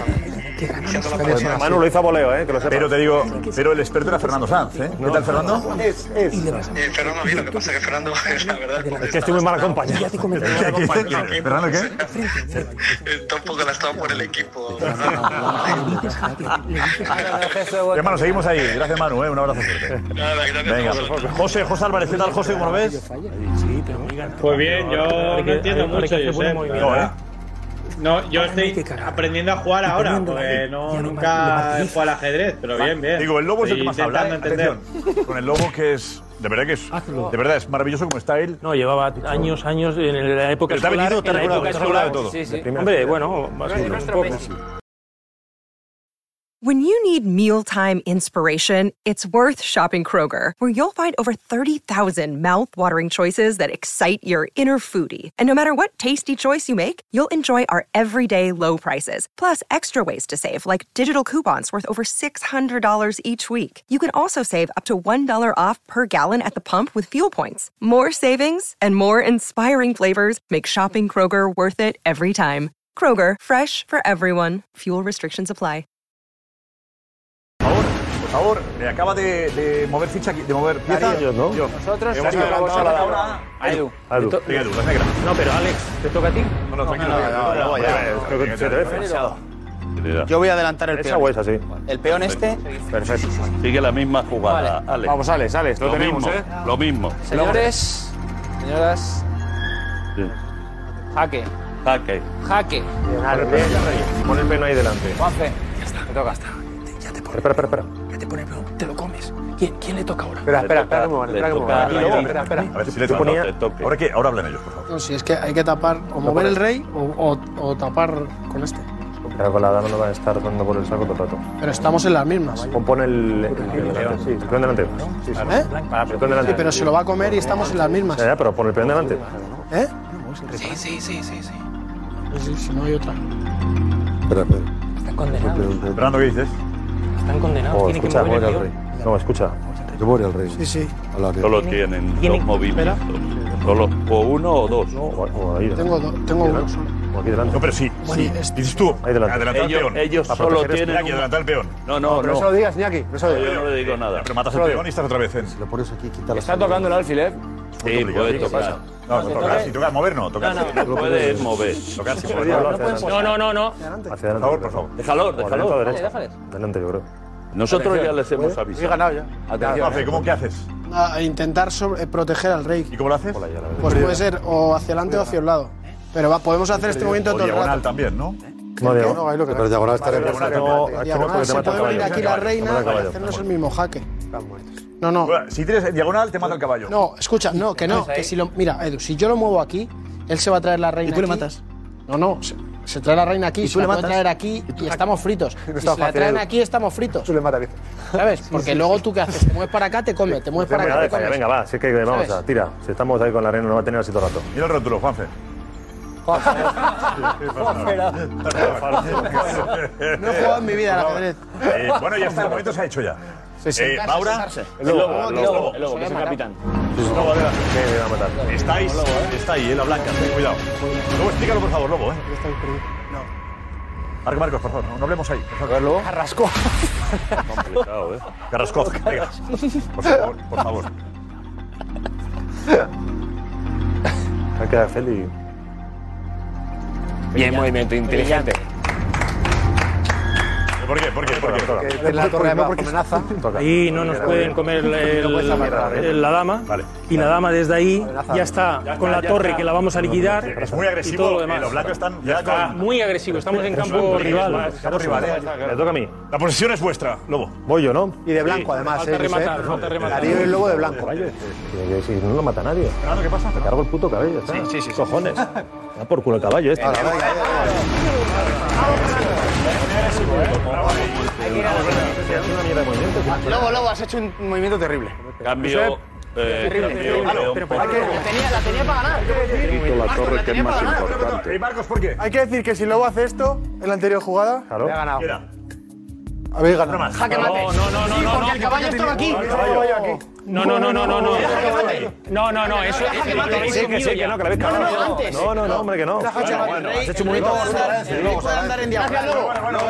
Manu lo hizo a voleo, eh, que lo sepas. Pero te digo, pero el experto era Fernando Sanz, ¿eh? ¿Qué tal, Fernando? Es, es. Eh, Fernando, bien, lo que pasa es que Fernando, la verdad... Es que estoy muy mal acompañado. ¿Fernando qué? Está un poco lastrado por el equipo. Hermano, seguimos ahí. Gracias, Manu, ¿eh? Un abrazo fuerte. Nada, gracias. Venga, José, José Álvarez, ¿qué tal, José? ¿Cómo lo ves? Pues bien, yo no entiendo mucho, Josep. No, ¿eh? No, yo estoy aprendiendo a jugar ahora, porque no, nunca he jugado al ajedrez, pero bien, bien. Digo, el Lobo es el que más Estoy habla, ¿eh? intentando entender. Con el Lobo que es... De verdad que es... De verdad, es maravilloso como está él. No, llevaba años, años en la época escolar. Te ha venido, te ha recordado, te ha recordado de todo. Sí, sí. Hombre, bueno, más o menos un poco. When you need mealtime inspiration, it's worth shopping Kroger, where you'll find over thirty thousand mouth-watering choices that excite your inner foodie. And no matter what tasty choice you make, you'll enjoy our everyday low prices, plus extra ways to save, like digital coupons worth over six hundred dollars each week. You can also save up to one dollar off per gallon at the pump with fuel points. More savings and more inspiring flavors make shopping Kroger worth it every time. Kroger, fresh for everyone. Fuel restrictions apply. Por favor, me acaba de, de mover ficha, de mover pieza. Yo, ¿no? Yo. Nosotros hemos adelantado la ahora a Edu. A Edu, Venga, Edu, las negras. No, pero Alex, ¿te toca a ti? No, no, tranquilo. No, no, ya. Creo que siete veces. Yo voy a adelantar el ¿Esa peón. o es así? El peón este. Perfecto. Sigue la misma jugada, Vale. Alex. Vamos, Alex, Alex, lo, Lo tenemos, mismo, ¿eh? lo mismo. Señores, señoras, Sí. jaque, Jaque. jaque. Pon el pelo ahí delante. Juanfe, te toca. Espera, espera, espera. Ya te pone peón, te lo comes. ¿Quién, quién le toca ahora? Espera, espera, Le espera toca- que me van, le espera que me toca van. a Luego, Edu. espera, espera. A ver si le Cuando ponía... te toque. Ahora que ahora hablan ellos, por favor. No, si es que hay que tapar o mover el rey o, o, o tapar con este. Pero con la dama no va a estar dando por el saco todo el rato. Pero estamos en las mismas. Pon, pon el, el, el delante. Sí, el peón delante. Sí, sí. ¿Eh? El peón delante. Sí, pero se lo va a comer y estamos en las mismas. Ya, ya, pero pon el peón delante. ¿Eh? Sí, sí, sí, sí, sí. Sí, si no hay otra. Espera, espera. Están condenados. Fernando, ¿qué dices? Están condenados. Oh, Tienen que escucha, mover el muere al guión. rey. No, escucha. Yo voy al rey. Sí, sí. A la Solo tienen tiene- dos movimientos. Solo o uno o dos. No, o, o ahí. Tengo, do- tengo uno solo. O aquí delante. No, pero sí. Bueno, sí. este- Dices tú, Ahí delante. adelantar el Ellos, peón. ellos Para solo proteger tienen. Aquí, adelantar el peón. No, no, Pero no. eso lo digas, Iñaki. Eso lo Yo digas. no le digo nada. Pero matas el peón y estás otra vez en... Lo pones aquí, quita la Está tocando el alfil, ¿eh? Sí, puede tocar. No, no, tocar, si tocar, mover no, tocar. No puede mover. Tocar, sí, Podría mover. hablar hacia No, no, no, no. Hacia Por adelante. favor, por favor. Déjalo, O adelante o déjalo. derecha. déjale. Adelante, yo creo. Nosotros ya les hemos He avisado. ganado ya. Atención. Juanfe, ¿cómo que haces? A intentar sobre- eh, proteger al rey. ¿Y cómo lo haces? Pues puede ser o hacia adelante o hacia un lado. Pero va, podemos hacer este movimiento O todo el diagonal rato. también, ¿no? No, Diego. No, ahí lo que Pero diagonal estaré Vale, perfecto. diagonal. No, esto no, Diagonal, porque te se mata el puede venir caballo. aquí la Te mata reina el para caballo. hacernos el mismo jaque. No, no. Bueno, si tienes en diagonal, te mata el caballo. No, escucha, no, que no. Que si lo, mira, Edu, si yo lo muevo aquí, él se va a traer la reina ¿Y tú le aquí. matas? No, no, se, se trae la reina aquí, ¿Y se tú le la puede matas? traer aquí y, estamos fritos. Si está se la fácil, traen Edu. aquí, estamos fritos. Tú le matas, ¿viste? ¿Sabes? Porque luego tú qué haces, te mueves para acá, te come, te mueves para Venga, acá, dale te para allá, comes. venga, va, si es que vamos ¿Sabes? a, tira. Si estamos ahí con la reina, no va a tener así todo el rato. Mira el rótulo, Juanfe. No he jugado en mi vida al ajedrez. Eh, bueno, ya está, el momento se ha hecho ya. Sí, sí. Eh, Maura. El lobo, el lobo, el lobo, que es el capitán. Lobo, adelante. Me va a matar. Estáis, está ahí, eh, la blanca, ten cuidado. Lobo, explícalo, por favor, Lobo, eh. Marcos, Marcos, por favor, no, no hablemos ahí. Por favor, Lobo. Carrasco. Complicado, eh. Carrasco, venga. Por favor, por favor. Hay que dar Feli. Bien, movimiento inteligente. ¿Por qué? ¿Por qué? ¿Por qué? Porque la torre amenaza. Ahí no nos pueden comer el- el- la dama. Vale. Y la dama desde ahí ya está con la torre que la vamos a liquidar. Es muy y agresivo. todo lo eh, demás. Los blancos están ya Está con... muy agresivo. Estamos en campo rival. Campo rival, eh. Me toca a mí. La posesión es vuestra, Lobo. Voy yo, ¿no? Y de blanco, Sí, además. falta eh, rematar, Josep. falta rematar. Darío y el lobo de blanco. Caballo, que si no lo mata nadie. Fernando, ¿qué pasa? Me cargo el puto caballo. Sí, sí, sí. Cojones. Da por culo el caballo este. Lobo, Lobo, has hecho un movimiento terrible. Cambio. eh, cambio, Pero la tenía, la tenía para ganar. La torre que es más Eh, Marcos, ¿por qué? Hay que decir que si Lobo hace esto en la anterior jugada, Claro. había ganado. ¿Qué era? Habéis ganado. Jaque mate. No, no, no, no, Sí, no, porque no, el caballo estaba aquí. El caballo aquí. No, no, no, no, no, no. Era jaque mate. No, no, no, eso es que lo habéis Sí, que comido sí, que ya. no, que la habéis No, no, cagado. no, antes. No, no, no, hombre, que no. Era jaque mate. Bueno, El has hecho rey un movimiento. puede andar- el rey puede andar en diagonal. Lobo.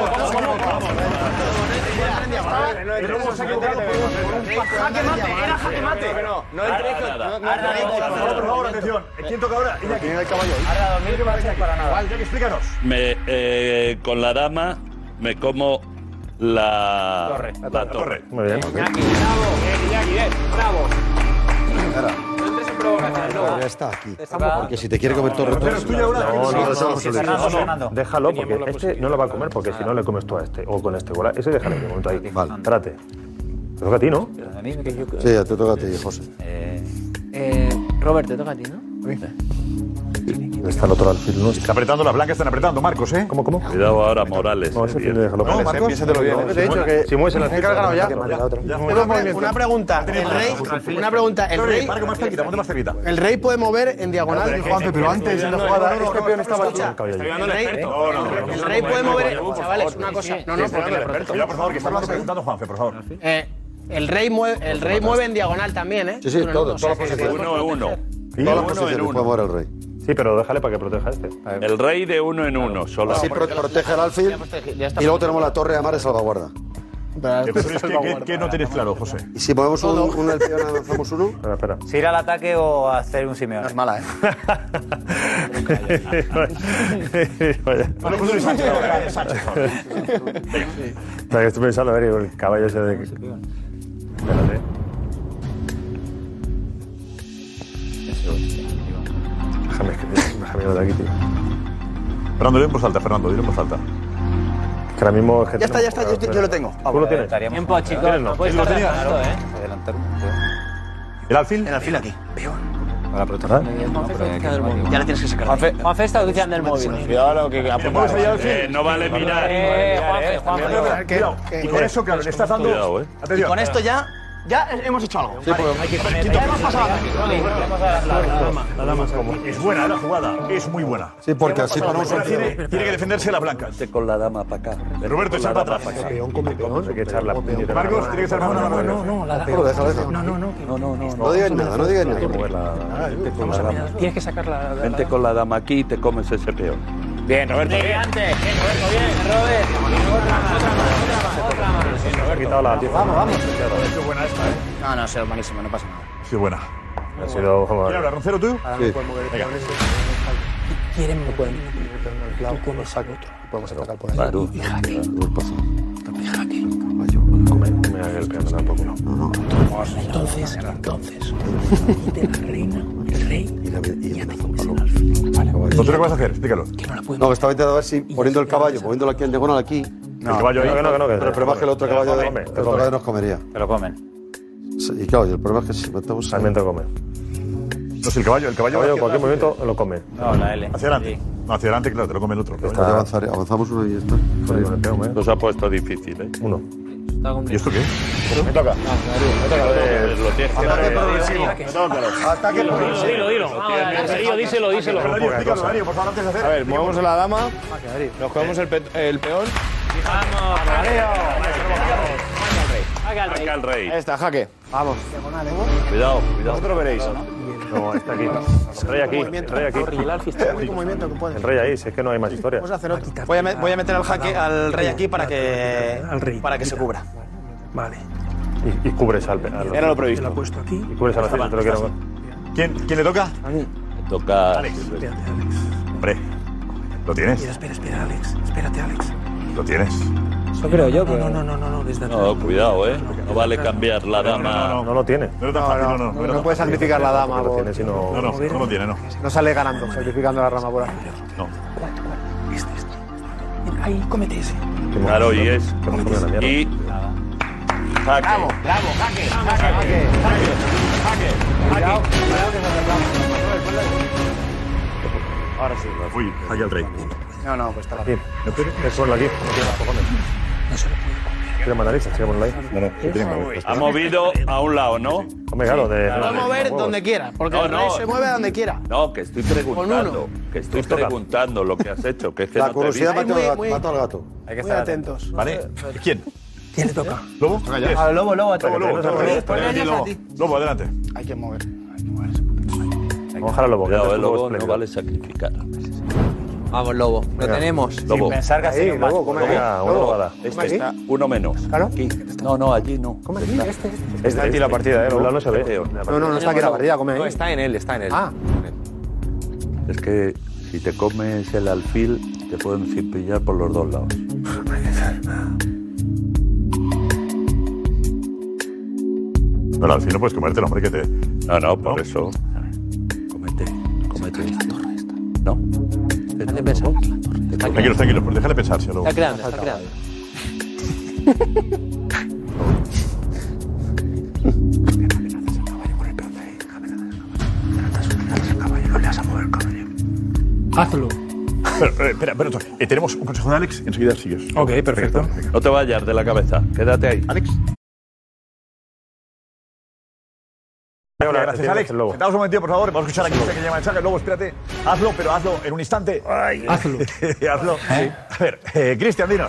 El Lobo se ha equivocado por un Jaque mate, era jaque mate. No, no el rey. no- no el rey. Por favor, atención. ¿Quién toca ahora? Iñaki. Tiene el caballo ahí. Ahora dormir que parece para nada. Iñaki, explícanos. Me, eh, con la dama me como la Torre. La La torre. torre. Muy bien. Iñaki, bravo, bien, Iñaki, bien, bravo. No entres en provocación, no. Ya está aquí. Porque si te quiere comer torre, Pero es tuya ahora. No, no, no, no, no, sí, no, Fernando, no, Fernando. déjalo, porque Teníamos la este no lo va a comer, porque si no le comes tú a este, o con este. Con la- ese déjale un momento ahí. Vale. Espérate. Te toca a ti, ¿no? A mí me que yo. Sí, ya te toca a ti, José. Eh, Eh, Robert, te toca a ti, ¿no? Está el otro alfil, ¿no? Está apretando, las blancas están apretando, Marcos, ¿eh? ¿Cómo, cómo? Cuidado ahora, Morales. No, ese eh, alfil bien. déjalo. No, Marcos, piénsatelo bien. no, Te he dicho que Si mueves el me he alfil, cargado ya. que mate la otra. Una, una pregunta. El rey. Una pregunta. El rey. Marcos, más cerquita, ponte más cerquita. El rey puede mover en diagonal. Juanfe, pero antes en la jugada este peón estaba aquí. El rey, No, no, no. el rey puede mover. Chavales, una cosa. No, no, porque le- Ya, por favor, que está hablando preguntando Juanfe, por favor. Eh, el rey mueve, el rey mueve en diagonal también, ¿eh? Sí, sí, Uno en todo, uno, o sea todas las que- posiciones. Uno en uno. Todas las Uno en posiciones uno. puede mover el rey. Sí, pero déjale para que proteja a este. El rey de uno en uno, solo. Así pro- protege el alfil y luego tenemos la torre de mar de salvaguarda. ¿Qué, qué- qué no tenéis claro, José? Y si movemos un, un el peón, avanzamos uno. Espera, espera. si ir al ataque o hacer un Simeone. No es mala, ¿eh? Vaya. Bueno, pues Luis Sánchez, ahora, Sánchez. Espera, que estoy pensando, a ver, el caballo ese de... Espérate. Déjame, déjame ir de aquí, tío. Fernando, dilo en voz alta, Fernando, dilo en voz alta. Que ahora mismo... Ya está, ya está, yo, yo lo tengo. ¿Tú lo tienes? Tiempo, chicos. ¿Tienes, no? No puedes ¿Lo estar tenías? ganando, ¿eh? Adelantar un ¿El alfil? El alfil aquí. para proteger. Ya le tienes que sacar. Juanfe, Juanfe está utilizando el móvil. Cuidado lo que ¿Te mueves ahí al alfil? Eh, no vale mirar. Eh, Juanfe, Juanfe. Cuidado. Y con eso, claro, le estás dando... Cuidado, eh. Y Atención. con esto ya, ya hemos hecho algo. Sí, pues, Ya hemos pasado. La dama. Es buena la jugada, es muy buena. sí, porque así ponemos un Ahora tiene, tiene que defenderse las blancas. Vete con la dama para acá. Vete Roberto, con echa la para dama atrás. acá. Peón come peón. Hay que echar la puñetera. Marcos, tiene que ser más No, no, no, la Déjalo, déjalo, déjalo. No, no, no. No, no, no. No digáis nada, no digáis nada. Vete con la dama. Tienes que sacar la. Vente con la dama aquí y te comes ese peón. Bien, Roberto. Bien, Antes, bien, Roberto, bien, Robert. Otra más, otra más, otra más, otra más. He quitado la pieza. Vamos, vamos. Es buena esta, ¿eh? No, no, es buenísimo, no pasa nada. Sí, buena. Ha sido... vamos a ¿Quién ver. habla, Roncero, tú? Sí. Venga. Quieren mover. Tú comes saco. Podemos atacar por ahí. Claro. Pues pasa. Come, come el peón tampoco. No, no. Entonces, entonces. De la reina, el rey. Y la, y la, ¿Tú qué vas a hacer? Explícalo. No, que estaba intentando ver si poniendo el caballo, poniéndolo aquí en diagonal aquí. El caballo ahí. No, que no, que no. que- Pero el problema es que el otro caballo, Come, el te otro come. caballo nos comería. Te lo comen. Sí, y claro, y el problema es que si metemos. También te come. No, si el caballo, el caballo... El caballo, va cualquier hacia movimiento lo come. No, la L. Hacia adelante. No, hacia adelante, claro, te lo come el otro. Pues ya avanzaré- avanzamos uno y ya está. Jodido, el peón, ¿eh? Nos ha puesto difícil, ¿eh? Uno. ¿Y esto qué? Me toca. Pues lo tienes que Ataque hacer. progresivo. Ataque Dilo, progresivo. dilo, dilo. Darío, díselo, díselo. Darío, explícalo, Darío, por favor, antes de hacer... A ver, movemos a la dama. Nos cogemos el, pe- el peón. Vamos, Darío. Jaque al rey. Jaque al rey. Ahí está, jaque. Vamos. Cuidado, cuidado. Vosotros veréis. No, está aquí. El rey aquí. El rey aquí. El único movimiento que puedes. El rey ahí, si es que no hay más historia. Vamos a hacer otro. Voy a, me- voy a meter al jaque al rey aquí para que, para que se cubra. Vale. Y, y cubres al. al Era lo previsto. Lo he puesto aquí. Y cubres al Alfil, te lo quiero. ¿Quién, ¿Quién le toca? A mí. Me toca. Alex. Espérate, Alex. Hombre, lo tienes. Espera, espera, espera, Alex. Espérate, Alex. Lo tienes. Eso creo yo, pero. No, no, no, no, no, desde atrás. No, cuidado, ¿eh? No vale cambiar la No, dama. no, no, No lo tiene. No es tan fácil, no, no. No, era no tan puedes fácil. sacrificar la dama. No lo por- tiene, sino. No, no, no lo tiene, no. No sale ganando, sacrificando la rama por ahí. No. Este, este. Mira, ahí, cómete ese. Claro, y es. Que nos come la mierda. Y. Jaque. Bravo, jaque, jaque, jaque. Ahora sí. Uy, jaque al rey. No, no, pues está Aquí. Es ponlo aquí. No tiene más cojones. No se lo puede comer. ¿Quieres mandar esa? Sí, ponlo ahí. No, no, sí tiene que ver. Ha movido a un lado, ¿no? Hombre, claro, de. Lo puede mover donde quiera, porque No, el rey no. se mueve a donde quiera. No, que estoy preguntando. Que estoy Nos toca. preguntando lo que has hecho. Que es que La no te he curiosidad visto. mata al gato. muy- mata al gato. Hay que Muy estar atentos. ¿Vale? ¿Quién? ¿Quién le toca? ¿Lobo? Yes. A Lobo, Lobo, a ti. Lobo, Lobo, Lobo, Lobo, Ponle Lobo. a ti. Lobo, adelante. Hay que mover. Vamos a dejar a Lobo. Cuidado, que eh, es un Lobo, juego no espléndido. vale sacrificar. Vamos, Lobo. Lo Venga. tenemos. Lobo. Sin pensar que ha sido Ahí, más. Lobo, come Venga, aquí. una Lobo. bobada. Este está uno menos. Claro. Aquí. No, no, allí no. Come aquí, este, este. Es de ti la partida, eh. No, Lobo. no se ve. Peor. No, no, no está aquí la partida, come No, ahí. está en él, está en él. Ah. Es que si te comes el alfil, te pueden cimpillar por los dos lados. Pero al fin no puedes comértelo, hombre, que te. No, no, por ¿No? eso. Cómete, cómete esta. No. Hazle pensar. Tranquilo, tranquilo, pues déjale pensar, si a Lobo. Está creando, está creando. Hazlo. Pero, eh, espera, espera, eh, tenemos un consejo de Alex, enseguida sigues. Ok, perfecto. No te vayas de la cabeza. Quédate ahí. Alex. Gracias, Alex. Sentaos un momentito, por favor. Vamos a escuchar aquí que lleva mensaje. Luego, espérate. Hazlo, pero hazlo en un instante. Hazlo. hazlo. A ver, eh, Cristian, dinos.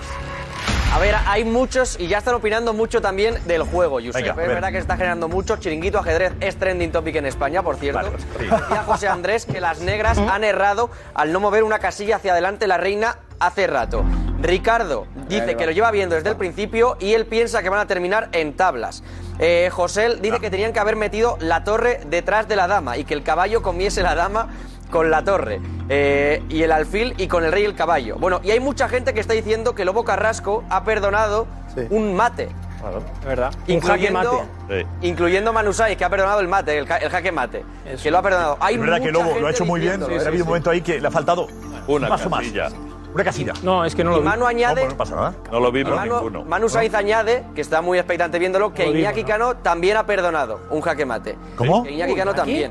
A ver, hay muchos y ya están opinando mucho también del juego, Josep. Venga, a Es ver. verdad que está generando mucho. Chiringuito ajedrez es trending topic en España, por cierto. Vale, sí. Decía José Andrés que las negras han errado al no mover una casilla hacia adelante la reina hace rato. Ricardo dice que lo lleva viendo desde el principio y él piensa que van a terminar en tablas. Eh, José dice que tenían que haber metido la torre detrás de la dama y que el caballo comiese la dama con la torre eh, y el alfil y con el rey y el caballo. Bueno, y hay mucha gente que está diciendo que Lobo Carrasco ha perdonado un mate. Es verdad. Incluyendo, Sí. incluyendo Manusay, que ha perdonado el mate, el, ja- el jaque mate. Que lo ha perdonado. Hay Es verdad que mucha Lobo lo gente ha hecho muy bien. diciéndolo, Ha ¿eh? habido un momento ahí que le ha faltado Una un paso más. casilla. Una casilla. No, es que no Y lo vi. Manu añade, No, pues no pasa nada. No lo vimos Manu, ninguno. Manu Saiz añade, que está muy expectante viéndolo, que Lo vimos, Iñaki ¿no? Cano también ha perdonado un jaque mate. ¿Cómo? Que Iñaki Cano también.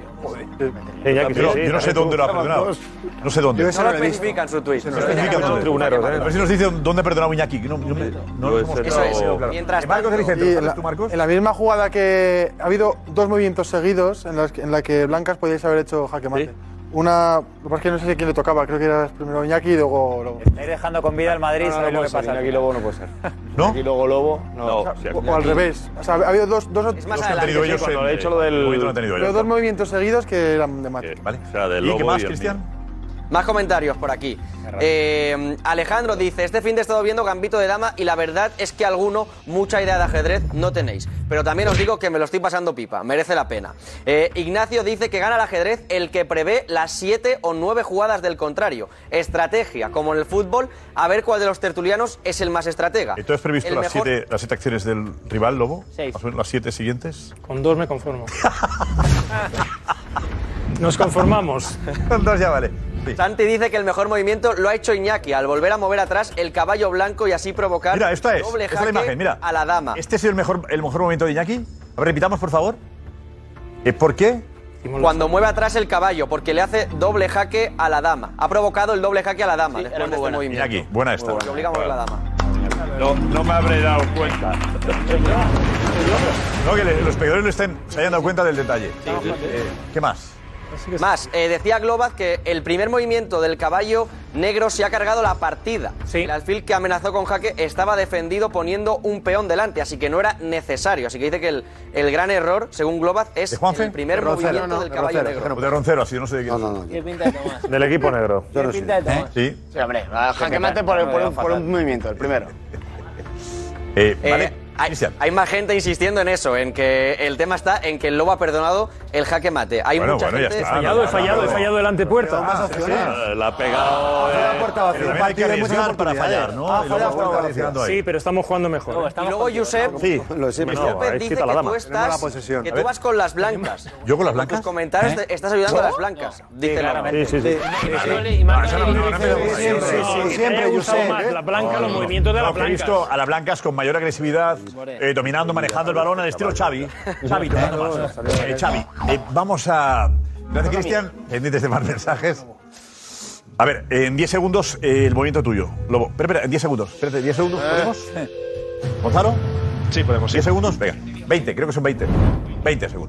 Eh, Iñaki, sí, Yo, sí, yo no sé también dónde tú. lo ha perdonado. No sé dónde. Debe No ser No lo lo he visto. especifica en su tweet. Pero dice que ha especifica perdonado en un tribuneros, jaque ¿eh? A mate. ver si nos dice dónde ha perdonado Iñaki. No, no, me- no lo Puede hemos ser Eso es. quedado claro. Mientras Eh, Marcos tanto- Elicente, Y ¿sabes la- tú, Marcos? en la misma jugada que ha habido dos movimientos seguidos en, las que- en la que Blancas podíais haber hecho jaque mate. Una, lo que pasa es que no sé si quién le tocaba, creo que era primero Iñaki y luego Lobo. Estáis dejando con vida al Madrid, No, no, sabéis no lo que puede ser. pasa. Iñaki Lobo no puede ser. ¿No? Iñaki luego Lobo. No. No, O, si o aquí- al revés. O sea, ha habido dos, dos, Es más Los que han adelante. tenido ellos cuando en- he hecho lo del- en el momento no han tenido pero ellos. dos movimientos seguidos que eran de mate. Vale. O sea, del ¿Y qué Lobo más, y el Cristian? Más comentarios por aquí. Eh, Alejandro dice, este fin de he estado viendo Gambito de Dama y la verdad es que alguno mucha idea de ajedrez no tenéis. Pero también os digo que me lo estoy pasando pipa, merece la pena. Eh, Ignacio dice que gana el ajedrez el que prevé las siete o nueve jugadas del contrario. Estrategia, como en el fútbol, a ver cuál de los tertulianos es el más estratega. ¿Y tú has previsto El las mejor- siete, las siete acciones del rival, Lobo? Seis. Más o menos las siete siguientes. Con dos me conformo. Nos conformamos. Con dos ya vale. Sí. Santi dice que el mejor movimiento lo ha hecho Iñaki al volver a mover atrás el caballo blanco y así provocar Mira, esta es. doble Esta es la jaque imagen, mira. a la dama. Este es el mejor, el mejor momento de Iñaki. A ver, repitamos, por favor. Eh, ¿Por qué? Cuando mueve atrás el caballo, porque le hace doble jaque a la dama. Ha provocado el doble jaque a la dama después de este movimiento. Iñaki, buena esta. Le obliga a mover la dama. No, no me habré dado cuenta. No, que le- los espectadores no estén, se hayan dado cuenta del detalle. Eh, ¿Qué más? Más, eh, decía Globaz que el primer movimiento del caballo negro se ha cargado la partida. El alfil que amenazó con jaque estaba defendido poniendo un peón delante, así que no era necesario. Así que dice que el, el gran error, según Globaz, es el primer De Roncero, movimiento no, del de caballo Roncero, negro. De Roncero, así, no sé de quién. No, no, no. ¿Qué pinta de Tomás? Del equipo negro. ¿Qué pinta de Tomás? Sí. Sí, hombre, jaque mate por, por, un, por un movimiento, el primero. Eh, Eh, vale. hay, hay más gente insistiendo en eso, en que el tema está en que el Lobo ha perdonado el jaque mate. Hay Bueno, mucha bueno, ya gente. está, He fallado, he fallado, he fallado el antepuerta. Ah, La ha pegado. También hay que arriesgar para fallar, ¿no? Ah, Y luego estaba arriesgando ahí. Sí, pero estamos jugando mejor. Y luego Josep, Sí, lo sé, Josep no, ahí dice quita la que dama. tú Tenemos la estás, posesión. que A tú ver. vas con las blancas. ¿Yo con las En blancas? tus comentarios ¿Eh? te- estás ayudando a las blancas. Dice la Sí, sí, sí. Siempre, Josep. La blanca, los movimientos de las He blancas. visto a las blancas con mayor agresividad, eh, dominando, manejando el balón al estilo Xavi. Xavi, tocando más. Eh, Xavi, eh, vamos a... Gracias, Cristian. Pendientes de más mensajes. A ver, en diez segundos eh, el movimiento tuyo, Lobo. Espera, espera, en diez segundos. Espérate, diez segundos, ¿podemos? ¿Gonzalo? Sí, podemos. diez segundos, venga. veinte, creo que son veinte. veinte segundos.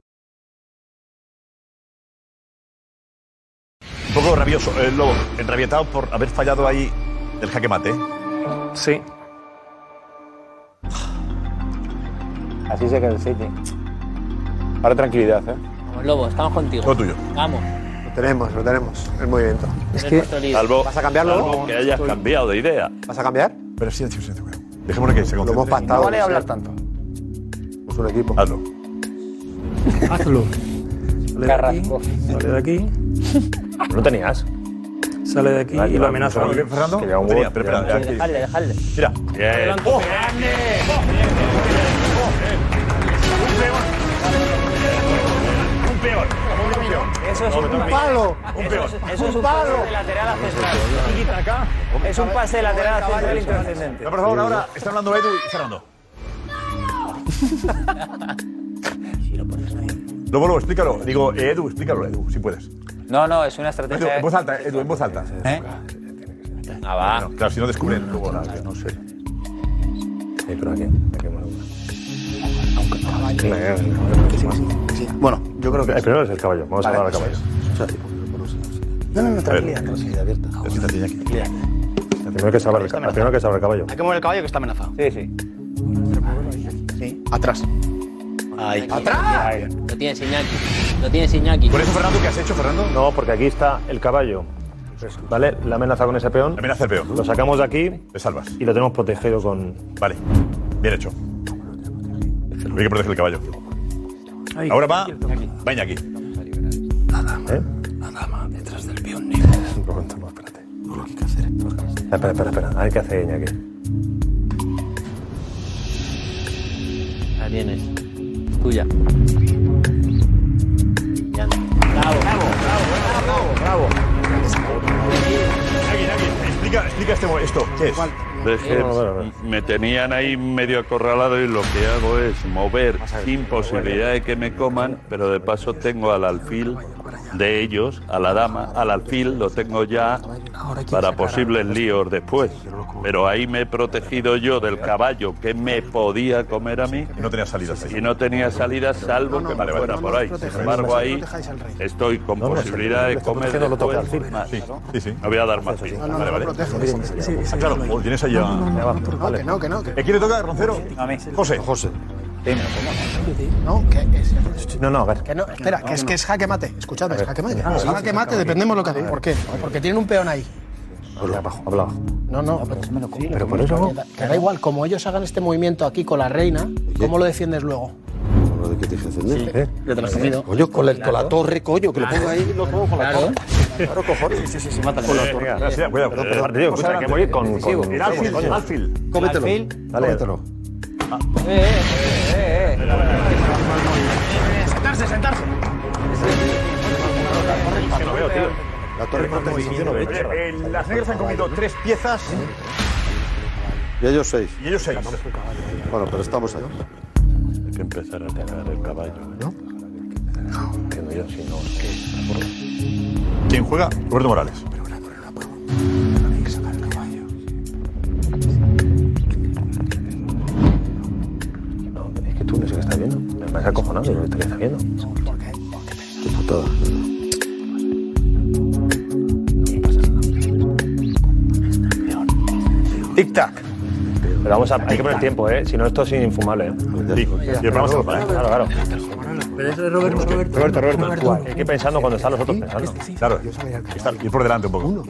Un poco rabioso, eh, Lobo, enrabietado por haber fallado ahí el jaque mate. ¿eh? Sí. Así se queda el City. Ahora tranquilidad, ¿eh? Vamos, Lobo, estamos contigo. Todo tuyo. Vamos. Lo tenemos, lo tenemos, el movimiento. Es que... Salvo, ¿Vas a cambiarlo? salvo que hayas cambiado de idea. ¿Vas a cambiar? Pero silencio, silencio, cuidado. Dejémosle que se Lo concentre. hemos pactado. No vale Josep. hablar tanto. Es un equipo. Hazlo. Hazlo. Sale de aquí. Sale de aquí. ¿No tenías? Sale de aquí y lo amenaza. ¿Muy bien, Fernando? Que lleva un Tenía, gol, pero lleva espera, un aquí. Dejadle, dejadle. Mira. Bien. ¡Oh! Un peor. Un peor. Eso es un un palo. Un peor. Eso es un pase de lateral a central. Es un pase de lateral a central intrascendente. No, por favor, ahora está hablando Edu y Fernando. Luego, luego, explícalo. Digo, eh, Edu, explícalo, Edu, si puedes. No, no, es una Edu, estrategia. en voz alta, Edu, en voz alta. ¿Eh? Ah, va. Bueno, claro, si no descubren luego la... No sé. Sí, pero aquí. Aquí hemos Bueno, yo creo que... El primero es el caballo. Vamos a hablar al caballo. No, no, no, tranquilidad, A ver. tranquilidad, abierta. Tranquilidad, aquí. Tranquilidad. El primero que sabe el caballo. El primero que sabe el caballo. Hay que mover el caballo que está amenazado. Sí, sí. Sí. Atrás. Ahí. ¡Atrás! Lo tienes Iñaki. Lo tienes Iñaki. ¿Por eso, Fernando, qué has hecho, Fernando? No, porque aquí está el caballo. ¿Vale? La amenaza con ese peón. La amenaza el peón. Lo sacamos de aquí. Te salvas. Y lo tenemos protegido con. Vale. Bien hecho. Hay que proteger el caballo. Ahora va. Va Iñaki. ¿Eh? La dama detrás del peón negro. Un momento, no, espérate. No, lo que hay que hacer. Espera, espera, espera. A ver qué hace Iñaki. Ahí vienes. Tuya. Bravo, bravo, bravo, bravo. Iñaki, Iñaki, explica, explica este, esto. ¿Qué es? Es que me tenían ahí medio acorralado y lo que hago es mover sin posibilidad de que me coman, pero de paso tengo al alfil de ellos, a la dama, al alfil lo tengo ya para posibles líos después. Pero ahí me he protegido yo del caballo que me podía comer a mí. Y no tenía salidas ahí. Y no tenía salidas salvo que me fuera por ahí. Sin embargo, ahí estoy con posibilidad de comer después más. Sí, sí, sí. No voy a dar más pistas. Vale, vale. Ah, claro, oh, tienes ahí ya... No, que no, que no. ¿Eh, ¿Quién le toca, Roncero? A mí. José. José. No, que es. No, no, a ver. Que no, espera, que es que es jaque mate. Escuchadme, es jaque mate. Es jaque mate, dependemos lo que hacen. ¿Por qué? Porque tienen un peón ahí. Habla abajo, habla abajo. No, no, pero, Pero por eso no. que da igual, como ellos hagan este movimiento aquí con la reina, ¿cómo lo defiendes luego? ¿Lo de qué te dije defender? ¿Eh? Yo te lo he defendido. Coño, con la, con la torre, coño, que lo pongo ahí y lo pongo con la Claro. torre. Claro, cojones. Sí, sí, sí, sí, mátale. Con la torre. Gracias, cuidado. Perdón, perdón, tío, escucha, que voy con. con El alfil, el alfil. Cómetelo. Dale. Cómetelo. Eh, eh, eh, eh. Sentarse, sentarse. Que lo veo, tío. La torre protección no ve. Eh, Las negras han comido tres piezas Y ellos seis. y ellos seis. Bueno, pero estamos ahí. Hay que empezar a pegar el caballo. ¿No? Entiendo yo, si no, es que. ¿Quién juega? Roberto Morales. No, es que tú no sé qué estás viendo. Me has acojonado de lo que estás viendo. Qué putada. Tic-tac. Pero vamos a, hay que poner tiempo, ¿eh? Si no, esto es infumable, ¿eh? Sí, y vamos a comparar. Claro, claro. Pero eso es Roberto, Roberto. Roberto, Roberto. Hay que ir pensando cuando están los otros pensando. Claro, está, ir por delante un poco. Uno.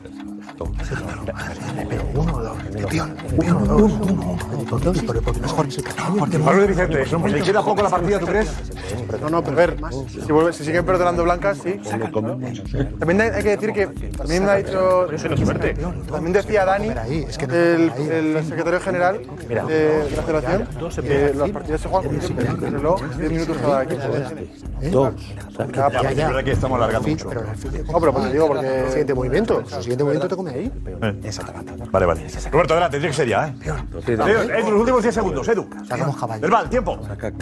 Pero uno o dos. Tío, uno o dos. Uno o dos. Porque mejor es el campeón. Pablo Vicente, ¿le queda poco la partida, tú crees? No, no, pero a ver, si, vuelve, si siguen perdonando blancas, sí. También hay que decir que también me ha dicho. También decía Dani, el, el secretario general de la federación, que las partidas se juegan con reloj, diez minutos cada equipo. Dos. Es verdad que estamos alargando mucho. No, pero pues te digo porque. El siguiente movimiento. El siguiente movimiento te come ahí. Exactamente. Vale, vale. Roberto, adelante, tiene que ser ya, ¿eh? En los últimos diez segundos, Edu. Verbal, tiempo.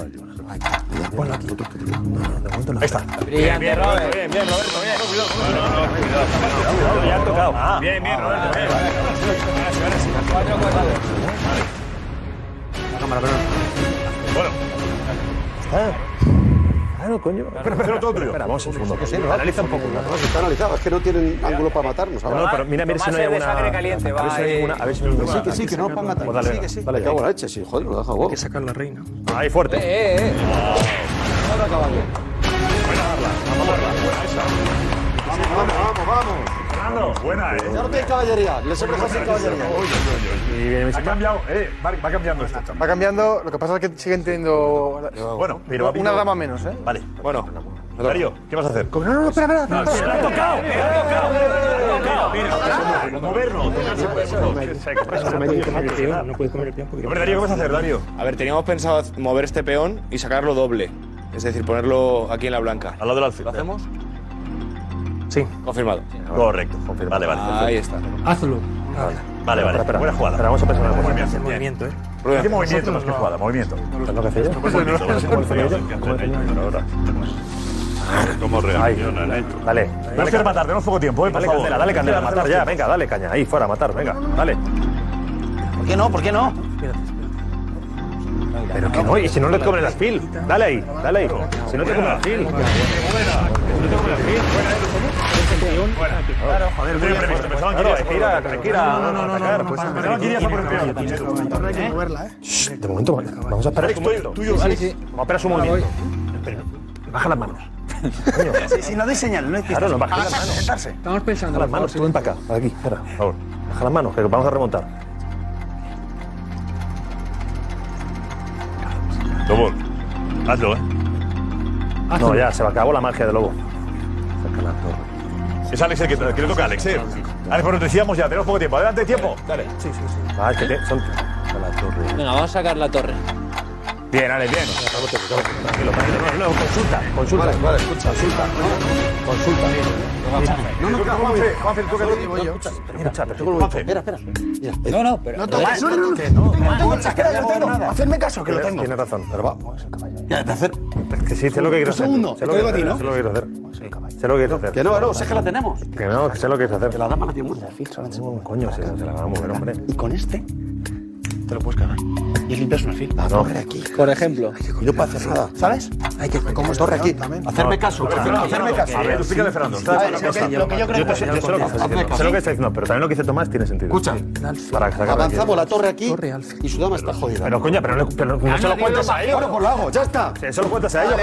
Ahí está. Bien, bien, Robert. Bien, bien, Roberto, bien. No, no, cuidado. Ya han tocado. Bien, bien, Roberto. Bien. Cuatro cuadrados. La cámara, perdón. Bueno. Claro, coño. Espera, espera, todo tuyo. Espera, vamos un segundo. Sí, Analiza un poco. No, está analizado, es que no tienen ángulo para matarnos. No, pero mira, mira si no hay alguna. A ver si no hay ninguna. A ver si no hay ninguna. Sí, que sí, que no para matar. Pues dale, Sí, que sí. dale, Me cago en la leche, sí, joder, lo deja huevo. Hay que sacar la reina. Ahí, fuerte. Eh, eh, eh. Otro caballo. Vamos, vamos, vamos. Fernando, buena, ¿eh? Ya no tenéis caballería, les he dejado sin caballería. Ha cambiado, eh, va, va cambiando esto. Va cambiando, lo que pasa es que siguen teniendo. Bueno, pero una dama menos, ¿eh? Vale, bueno. Darío, ¿qué vas a hacer? No, no, no, espera, espera. No, se lo ha tocado, se lo ha tocado. Mira, movernos. No puedes comer el peón porque... Hombre, Darío, ¿qué vas a hacer, Darío? A ver, teníamos pensado mover este peón y sacarlo doble. Es decir, ponerlo aquí en la blanca. Al lado del alfil. ¿Lo hacemos? Sí. Confirmado. Correcto. Vale, vale. Ahí está. Hazlo. Vale, vale. Espera, Buena jugada. Espera, vamos a pensar en el Movimiento, movimiento, ¿eh? ¿Qué movimiento más que jugada? Movimiento. ¿Sabes lo que hace ella? ¿Cómo reaccionan esto? Dale. Tenemos que matar, tenemos poco tiempo, eh, por Dale favor. candela, dale candela, matar ya, venga, dale caña, ahí fuera, matar, venga, dale. ¿Por qué no? ¿Por qué no? Pero que no, y si no le comen el alfil, dale ahí, dale ahí. Si no te comen el alfil. Si no te comen el alfil. Claro, joder, muy previsto. Pensaban que Claro, hay irías que ir a, hay que ir a atacar. Pensaban que irías a por el peón. No hay que moverla, ¿eh? De momento, vamos a esperar un momento. Tuyo, Vamos a esperar su movimiento. Baja las manos. Sí, sí, no doy señal, no hay que Claro, no bajes las sentarse, manos. sentarse. Estamos pensando. Baja las manos, tú ven para acá, para aquí, espera, por favor. Baja las manos, que vamos a remontar. Lobo, hazlo, ¿eh? No, ya, se me acabó la magia de Lobo. Es Alex el que, que le toca a Alex, ¿eh? Alex, pues nos decíamos ya, tenemos poco tiempo. Adelante, tiempo. Dale. Sí, sí, sí. Ah, es que te, son... Venga, vamos a sacar la torre. Bien, Alex, bien. Tranquilo, tranquilo. No, no, consulta, consulta. Vale, vale, escucha. Consulta. Consulta. No, no, no, Juanfe, Juanfe, tú que lo digo yo. Escucha, pero Juanfe. Espera, espera. Mira, No, no, pero... no toques, no, no, no. No tengo chasquera, yo lo tengo. Hacerme caso, que lo tengo. tienes razón. Pero vamos. Ya, de hacer... Que sí, sé lo que quieres hacer. Un segundo, Sé lo te que digo a ti, quieres ¿no? hacer, sé lo que quieres hacer. Sé lo que quieres hacer. Que no, no, sé que la tenemos. Que no, que sé lo que quieres hacer. Que la dama la tiene muerta. No, coño, se, se la van a mover, hombre. Y con este te lo puedes cagar. Y limpias un alfil. La torre aquí. Por ejemplo. Y no puede hacer nada. ¿Sabes? Hay que como torre aquí. Hacerme caso. Hacerme caso. A ver, tú explícale, Fernando. A ver, lo que yo creo que... Yo sé lo que sé lo que está diciendo, pero también lo que dice Tomás tiene sentido. Escucha, Para sacar avanzamos la torre aquí y su dama está jodida. Pero coña, pero no, pero no se lo cuentas a ellos. Ahora pues lo hago, ya está. Si eso lo cuentas a ellos.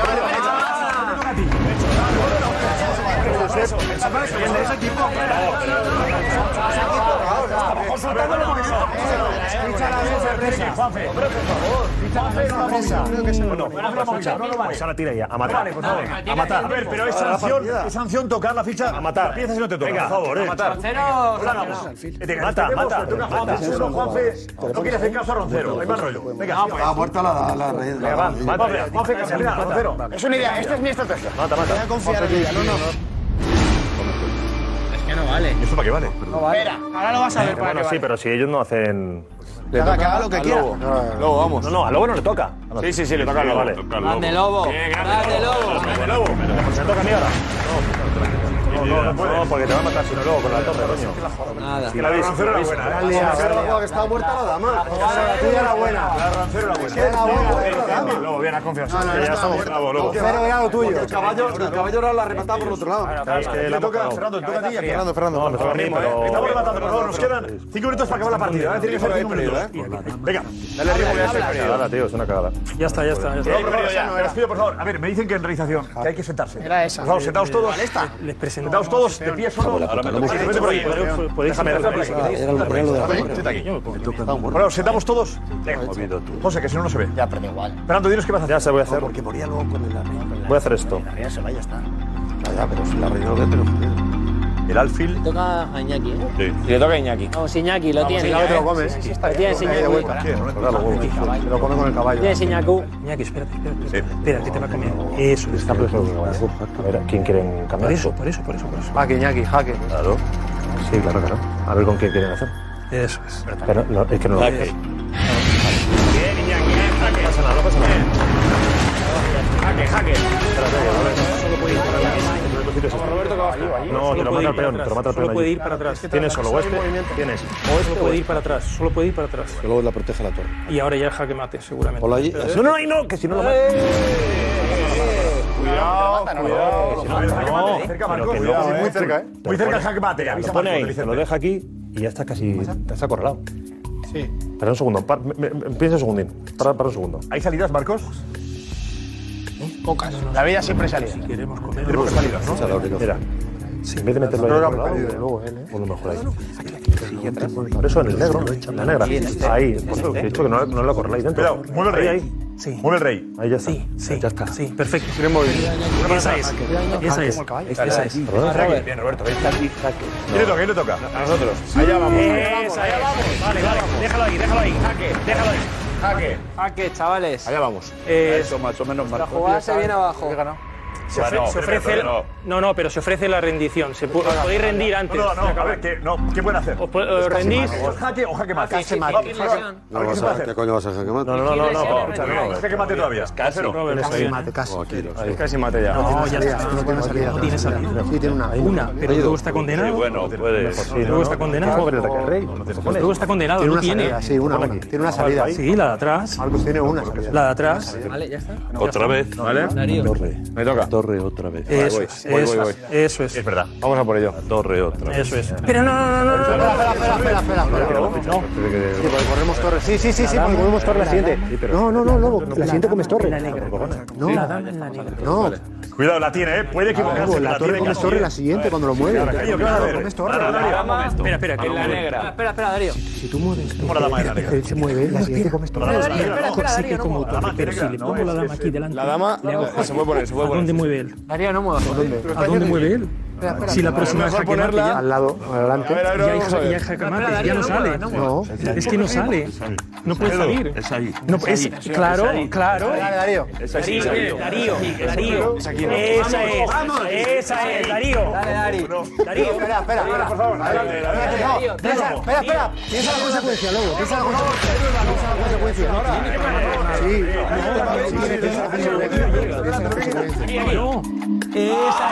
Ahora tira ya, a matar. A matar. A ver, pero es sanción, es sanción tocar la ficha. A matar. Empieza si no te toca, Venga, por favor, eh. a matar. Mata, mata. Mata. Uno, Juanfe, no quiere hacer caso a Roncero. Hay más rollo. Venga. Ha muerto la la raíz. Venga, va, mata. Juanfe, Casalina, Roncero. Es una idea, esta es mi estrategia. Mata, mata. Voy a confiar en ella, no, no. Es que no vale. ¿Y esto para qué vale? Espera, ahora lo vas a ver para Bueno, qué sí, vale. pero si ellos no hacen... Que haga, que haga lo que quiera. Luego vamos. No, no, a Lobo no le toca. Sí, sí, sí, le toca a Lobo. Vale. Grande Lobo. Grande Lobo. Grande Lobo. Pues se toca a mí ahora. no, no, no, porque te va a matar si no luego con la torre, coño. Nada. Es que la Rancero era buena. La que estaba muerta la dama. La tuya era buena. La Rancero era buena. Era buena. Luego, bien, a confianza. Ya estamos bravos, luego. Pero era lo tuyo. El caballo, el caballo era la rematada por el otro lado. Claro, es que la toca. Fernando, toca a ti. Fernando, Fernando. No, nosotros mismos, ¿eh? Estamos rematando, por favor. Nos quedan cinco minutos para acabar la partida. ¿eh? Tiene que ser cinco minutos. Venga. Dale ritmo, voy a ser cagada, tío, es una cagada. Ya está, ya está. Ya está. Les pido, por favor. A ver, me dicen que en realización que hay que sentarse. Era esa. Por favor, sentaos todos. Les presento. Sentaos todos de pie solo. Ahora me toca. Vete por ahí. Déjame, déjame. Sienta aquí. Bueno, sentamos todos. José, que si no, no se ve. Ya, pero da igual. Fernando, dinos qué vas a hacer. Ya se voy a hacer. Porque moría luego con el arreglo. Voy a hacer esto. La reina se va y ya está. Ya, pero si la arreglo de pero el alfil. Le toca a Iñaki, ¿eh? Sí. Y le toca a Iñaki. Vamos, Iñaki, lo tiene. Iñaki te lo comes. Lo tienes, Iñaki. Te lo come con el caballo. Tienes, Iñaki. Iñaki, espérate, espérate. Espera, que te va a comer. Eso. Está preso el caballo. A ver, ¿quién quieren cambiar? Por eso, por eso, por eso, por eso. Jaque, Iñaki, jaque. Claro. Sí, claro, claro. A ver con quién quieren hacer. Eso es. Pero no, es que no lo Bien, Iñaki, jaque. pasa nada, no pasa nada. Jaque, jaque. Espérate, a ver. Solo puede ir para atrás. Roberto que va allí. No, te lo mata el peón, te lo mata el peón. Solo puede ir para atrás. Tienes solo oeste, tienes Solo puede ir para atrás, solo puede ir para atrás. Que luego la protege la torre. Y ahora ya jaque mate, seguramente. Hola allí. No, no, no, que si no lo mata. Cuidado, cuidado. No, cerca, pero Marcos. que luego- Cuidado, Muy cerca, ¿eh? Muy cerca el jaque mate. Lo Avisa pone Marcos, ahí, te Vicente. lo deja aquí y ya está casi, te has acorralado. Sí. Espera un segundo, par- me- me- piensa un segundín, para, para un segundo. ¿Hay salidas, Marcos? Pocas. La vida siempre es salida. Queremos comer. Tenemos salidas, ¿no? Mira, en vez de meterlo ahí, al lado, luego él, ¿eh? Ponlo mejor ahí. Por eso en el negro, en la negra. Ahí, por eso que he dicho que no, no lo acorraláis dentro. Cuidado, mueve el Ahí, rey. ahí. Sí. Mueve el rey. Ahí ya está. Sí, sí, Ya está. sí, perfecto. Quieren mover. Esa es. Esa es. Esa es. Jaque. Bien, Roberto. ¿Quién le toca? ¿Quién le toca? A nosotros. Allá vamos. Esa, allá vamos. Vale, vale. Déjalo ahí, déjalo ahí. Jaque, déjalo ahí. Jaque. Jaque, chavales. Allá vamos. Eh, Eso más o menos La Marcos. jugada se viene abajo. Se, ofre- Bueno, se ofrece el- no. no, no, pero se ofrece la rendición. Se pu- os podéis rendir antes. No, no, de no, a acabar. ver, ¿qué, no, ¿qué pueden hacer? Os, po- os rendís. ¿O jaque o jaque mate? Sí, sí, No, sí, por sí, favor. sí. A No ver, ¿qué vas se puede a, ¿Qué hacer? coño vas a hacer? ¿Qué mate? No, no, no, no, no, escucha, no. ¿Es jaque mate todavía? Casi. Robert, Casi mate, casi. Oh, aquí, los- Ahí, casi mate ya. No, ya salida, está. no tiene salida. No tiene salida. Sí, tiene una. Una, pero luego está Sí, condenado. bueno, puede. Luego está condenado. ¿Cómo quiere atacar el rey? Luego está condenado. Tiene No una tiene. salida, sí, una, una. Tiene una salida. Sí, la de atrás. Marcos tiene una salida. La de atrás. Vale, ya está. Otra vez. ¿Vale? Darío. Torre. Me toca. Torre otra vez. Eso voy, es. voy, Eso voy, es. Eso es. Es verdad. Vamos a por ello. Torre otra vez. Eso es. Pero no, no, no, no, no. Espera, espera, espera, espera, espera. No. Sí, porque corremos torre. Sí, sí, sí, sí, porque corremos torre la siguiente. No, no, no, luego. La siguiente comes torre. No, no. Cuidado, la tiene, ¿eh? Puede equivocarse. Luego, pero la torre tiene comes que torre hacer. la siguiente cuando lo mueves. Darío, ¿qué vas a hacer? Comes torre. Espera, espera, que la negra. Espera, espera, Darío. Si tú mueves, Como la dama de la negra. se mueve, la siguiente comes torre. Darío, espera, espera, Sí que Darío, no como muevas. torre, pero si le pongo la dama aquí delante. La dama le hago eh, se puede poner, se puede ¿A dónde poner. mueve él? Darío, no muevas. ¿A dónde mueve él? Si la próxima es Mejor jaque mate ponerla ya. Al lado, adelante. A ver, a ver, Ya hay vamos a ja- ya hay ver. jaque mate, ya no sale. No. Es que no sale. No puede salir. Es ahí. No, es, claro, claro. Dale, Darío. Darío, Darío, Darío. Esa es, esa es, Darío. Dale, Darío. Darío. Espera, espera, espera. Por favor, adelante, adelante. No, piensa, espera, espera. Piensa la consecuencia luego. Piensa la consecuencia. Piensa la consecuencia. Sí. Piensa la consecuencia. Piensa la consecuencia. No. Esa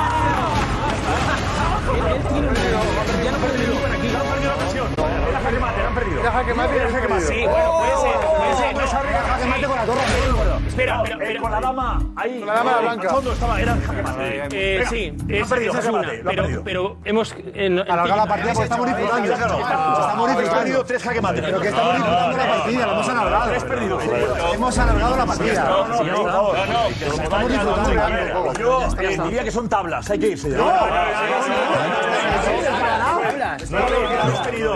Era jaque mate, han perdido. Era jaque mate y era jaque mate. Sí, bueno, puede ser, puede ser. No sabría Jaque mate con la torre. Espera, pero, pero Con la dama ahí. Con la dama blanca. Al fondo estaba, era jaque mate. Eh, Venga, sí, lo han esa, perdido, esa es jaque una. mate, lo han Pero, perdido. pero hemos. En, en- Alargar la partida porque estamos disfrutando. Déjalo. Estamos Hemos perdido disfrutando. tres jaque mate. Pero que estamos disfrutando la partida, la hemos alargado. Tres perdidos. Hemos alargado la partida. No, no, por favor. Estamos disfrutando. Yo eh, diría que son tablas, hay que irse ya. No, no, hemos tenido.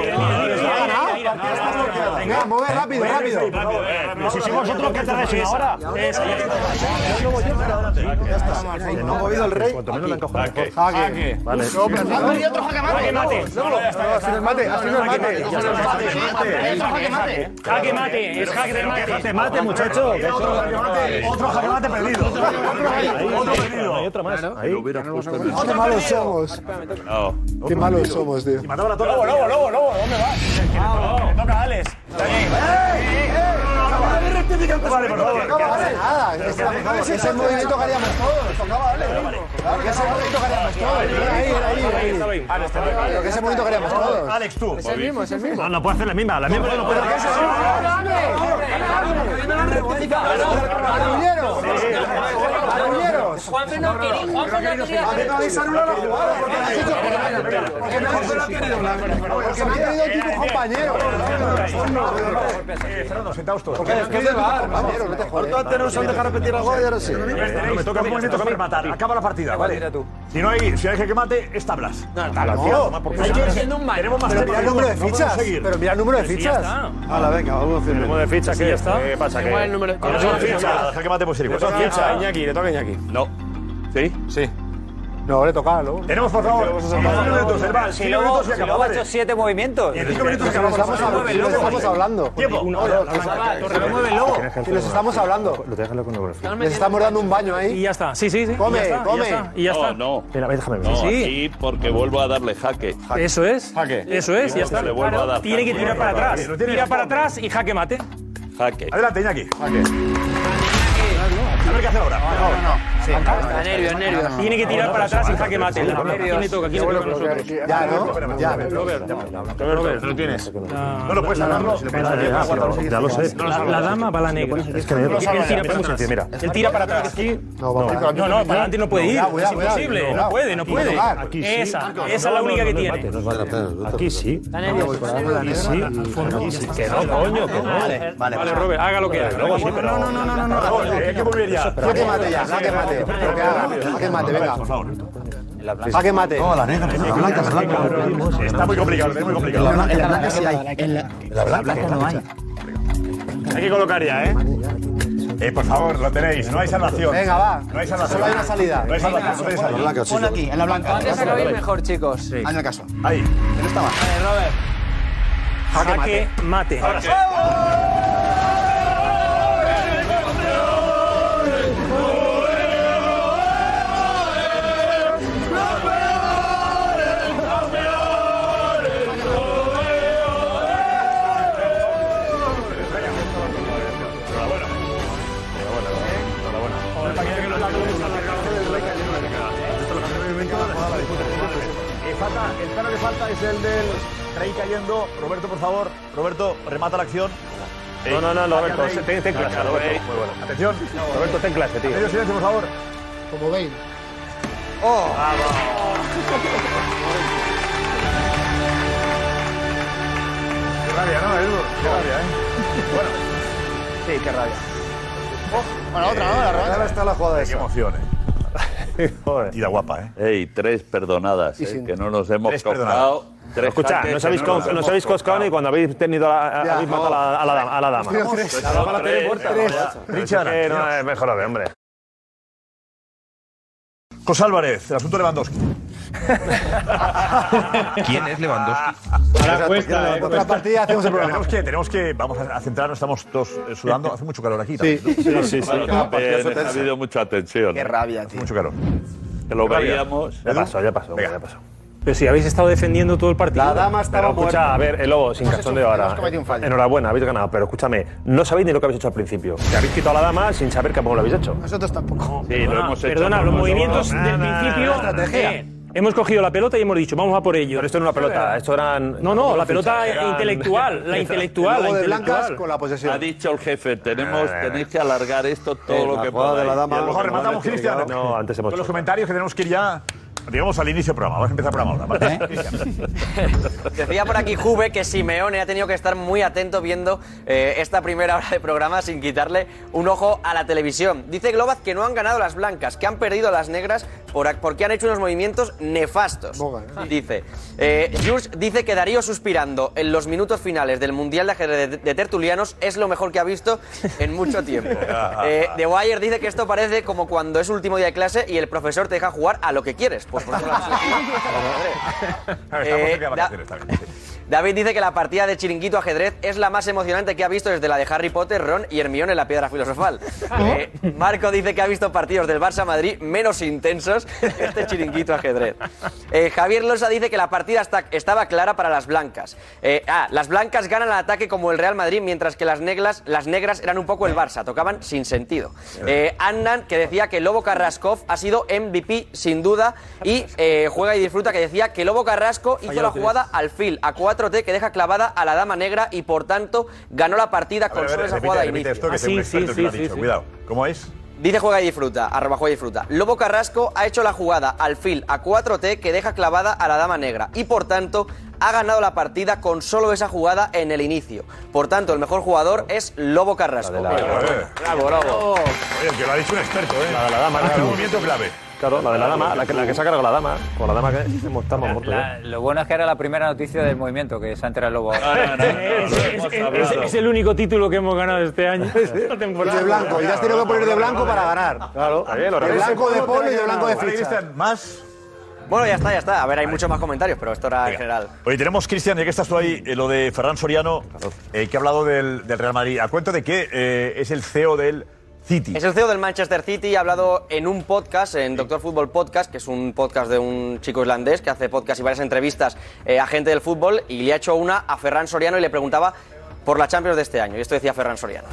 Venga, mueve rápido, rápido. Pero si somos nosotros, ¿qué te decís ahora? No ha movido el rey. Cuanto menos la encajo mejor. Jaque. Vale. No, pero Ha perdido otro jaque mate. Jaque mate. ha sido el mate, ha sido el mate. Otro jaque mate. Jaque mate, es jaque de mate. Jaque mate, muchacho. Otro jaque mate, otro jaque mate perdido. Otro perdido. Hay otra más. Ahí. Lo hubiera puesto en el- Qué malos somos. No. Qué malos somos, tío. Y mataba la torre. Lobo, lobo, lobo, lobo. ¿Dónde vas? Toca a Alex. certificante. Vale, por favor. No vale nada. Ese es el movimiento que haríamos todos. No vale. Porque ese movimiento que haríamos todos. Era ahí, era ahí, era ahí. Porque ese movimiento que haríamos todos. Alex, tú. Es el mismo, es el mismo. No, no puede hacer la misma. La misma no puede hacer. ¡Marulleros! ¡Marulleros! Juanfe no quería. Juanfe no quería. A mí me habéis anulado la jugada porque me has dicho que me han querido equipos compañeros. Fernando, sentaos todos. Porque es que de bar, compañeros, vete a joder. Antes no se han dejado repetir la jugada y ahora sí. No me toca a mí, me toca rematar. Acaba la partida, ¿vale? Si no hay, si hay que mate, es tablas. No, tablas. Tenemos más tiempo. Mira el número de fichas. Pero mira el número de fichas. Hala, venga, vamos a hacer. El número de fichas, ¿qué pasa? Igual el número. No son fichas. Deja que mate pues Le toca a Iñaki, le toca a Iñaki. No. ¿Sí? Sí. No, le toca, ¿no? Tenemos, por favor, cinco minutos, el bar. Si Cinco luego minutos y si luego ha acabamos. hecho siete movimientos. En cinco minutos Que nos acabamos. estamos, estamos hablando. Tiempo. Que los estamos hablando. Lo déjalo con el Les estamos dando un baño ahí. Y ya está. Sí, sí, sí. Come, Y ya está, come. Y ya está. Y ya está. No, no. Mira, déjame ver. No, Sí. aquí porque vuelvo a darle jaque. Eso es. Jaque. Eso es, ya está. Le vuelvo a dar Tiene que jaque. tirar para atrás. No tiene Tira para forma. atrás y jaque mate. Jaque. Adelante, Iñaki. A ver qué hace ahora. Está nervio, es nervio. Tiene que tirar para atrás y jaque mate. ¿Quién le toca? ¿Quién le toca a nosotros? Ya, ¿no? Ya. Robert, lo tienes. No lo puedes hablarlo. Ya lo sé. La, la dama va a la negra. Es que me Él tira para atrás. Mira. Él tira para atrás. No, vamos. No, no, para adelante no puede ir. Cuidado, Es cuidado, imposible. cuidado. No puede, no puede. Aquí sí. Esa, esa es la única que tiene. Aquí sí. Está nervioso. Aquí sí. Aquí sí. Que no, coño, que no. Vale, vale. Vale, Robert, haga lo que haga. Luego sí, pero. No, no, no, no, no. Hay que volver ya. Jaque mate ya, jaque mate. Lo que haga. Jaque mate, venga. Por favor. Jaque mate. No, la negra, la blanca, la blanca. Está muy complicado, es muy complicado. En la blanca sí hay. En la blanca no hay. Hay que colocar ya, ¿eh? Eh, por favor, lo tenéis. No hay salvación. Venga, va. No hay salvación. Solo hay una salida. No hay salvación, no tenéis La salida. blanca sí. Pon aquí, en la blanca. Antes acabéis mejor, chicos. Hazme caso. Ahí. ¿Quién está mal? Vale, Robert. Jaque mate. Ahora sí. Falta, el plano que falta es el del Rey cayendo. Roberto, por favor. Roberto, remata la acción. No, no, no, Roberto. Ten, ten clase, Roberto. Muy bueno. Atención. Roberto, ten clase, tío. Medio silencio, por favor. Como veis. ¡Oh! Qué rabia, ¿no, Edu? Qué rabia, ¿eh? Bueno. Sí, qué rabia. Bueno, otra, ¿no? La Ahora revancha. está la jugada Qué esa. emoción, ¿eh? Tira guapa, ¿eh? Ey, tres perdonadas, ¿eh? Que no nos hemos Tres costado. Tres Escucha, jaques no os habéis, que con- nos no os hemos habéis coscado ni cuando habéis tenido la, Ya, habéis matado a la, a la dama. A la dama. Tiro tres. La dama la tenéis Tres, muerta. tres. Pero Richard, es que no es mejor, hombre. José Álvarez, el asunto Lewandowski. ¿Quién es Lewandowski? Ahora cuesta, eh, Otra partida hacemos el programa. Tenemos que, tenemos que, vamos a centrarnos, estamos todos eh, sudando, hace mucho calor aquí. Sí, también, ¿no? Sí, sí, sí. Bueno, también ha habido mucha tensión. Qué ¿eh? rabia, Hace tío. mucho calor. Que lo Rabia. veíamos. Ya pasó, ya pasó. Venga. Ya pasó. Pero si habéis estado defendiendo todo el partido. La dama estaba Pero escucha, muerta. a ver, el lobo, sin cachondeo ahora. hemos cometido un fallo. Enhorabuena, habéis ganado, pero escúchame, no sabéis ni lo que habéis hecho al principio. Que habéis quitado a la dama sin saber cómo lo habéis hecho. Nosotros tampoco. Sí, lo hemos hecho. Perdona, los nosotros. movimientos del principio. eh, Hemos cogido la pelota y hemos dicho, vamos a por ello. Pero esto no era una pelota, esto eran. No, no, la pelota Eran- intelectual, la intelectual, la Luego de blancas intelectual. con la Ha posesión. dicho el jefe, tenemos, Eh, tenéis que alargar esto todo Eh, lo la que jugada de podáis. la dama- Y A lo mejor rematamos, Cristian. No, antes hemos Con los hecho. comentarios que tenemos que ir ya, digamos, al inicio del programa. Vamos a empezar el programa ahora, ¿vale? Cristian. Decía por aquí Juve que Simeone ha tenido que estar muy atento viendo eh, esta primera hora de programa sin quitarle un ojo a la televisión. Dice Globaz que no han ganado las blancas, que han perdido las negras por, porque han hecho unos movimientos nefastos. Boga, Dice. Eh, Jules dice que Darío suspirando en los minutos finales del Mundial de Ajedrez de, de Tertulianos es lo mejor que ha visto en mucho tiempo. Eh, The Wire dice que esto parece como cuando es último día de clase y el profesor te deja jugar a lo que quieres. Pues por ejemplo, A ver, estamos Eh, cerca de da- vacaciones también. sí. David dice que la partida de Chiringuito Ajedrez es la más emocionante que ha visto desde la de Harry Potter, Ron y Hermione en la Piedra Filosofal. Eh, Marco dice que ha visto partidos del Barça-Madrid menos intensos que este Chiringuito Ajedrez. Eh, Javier Losa dice que la partida está, estaba clara para las blancas. Eh, ah, las blancas ganan al ataque como el Real Madrid, mientras que las negras, las negras eran un poco el Barça, tocaban sin sentido. Eh, Annan, que decía que Lobo Carrasco ha sido M V P sin duda, y eh, Juega y Disfruta, que decía que Lobo Carrasco hizo la jugada al fil, a cuatro T, que deja clavada a la dama negra y por tanto ganó la partida con solo esa jugada de inicio. Esto, que ah, sí, sí, sí, sí, sí. Cuidado, ¿cómo es? Dice Juega y Disfruta, arroba Juega y Disfruta. Lobo Carrasco ha hecho la jugada al fil a cuatro T que deja clavada a la dama negra y por tanto ha ganado la partida con solo esa jugada en el inicio. Por tanto, el mejor jugador es Lobo Carrasco. La de la... Bravo, bravo. Oye, que lo ha dicho un experto, ¿eh? La de la dama. Es un movimiento clave. Claro, la de la dama, la que, la que se ha cargado la dama. Con la dama que estamos muertos. La, lo bueno es que era la primera noticia del movimiento, que se ha enterado el Lobo. No, no, no, no, es, es, es, es el único título que hemos ganado este año. El de blanco, y has tenido que poner de blanco para ganar. Claro. De blanco de polo y de blanco de ficha. Más. Bueno, ya está, ya está. A ver, hay muchos más comentarios, pero esto era en general. Oye, tenemos, Cristian, ya que estás tú ahí, eh, lo de Ferran Soriano, eh, que ha hablado del, del Real Madrid. ¿A cuento de que eh, es el C E O del City? Es el C E O del Manchester City. Ha hablado en un podcast, en Doctor Fútbol Podcast, que es un podcast de un chico islandés que hace podcast y varias entrevistas eh, a gente del fútbol, y le ha hecho una a Ferran Soriano y le preguntaba por la Champions de este año. Y esto decía Ferran Soriano.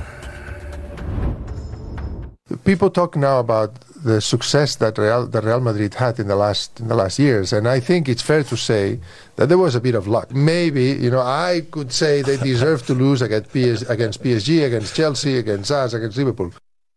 People talk now about the success that Real, the Real Madrid had in the last in the last years, and I think it's fair to say that there was a bit of luck. Maybe, you know, I could say they deserved to lose against P S, against P S G, against Chelsea, against us, against Liverpool.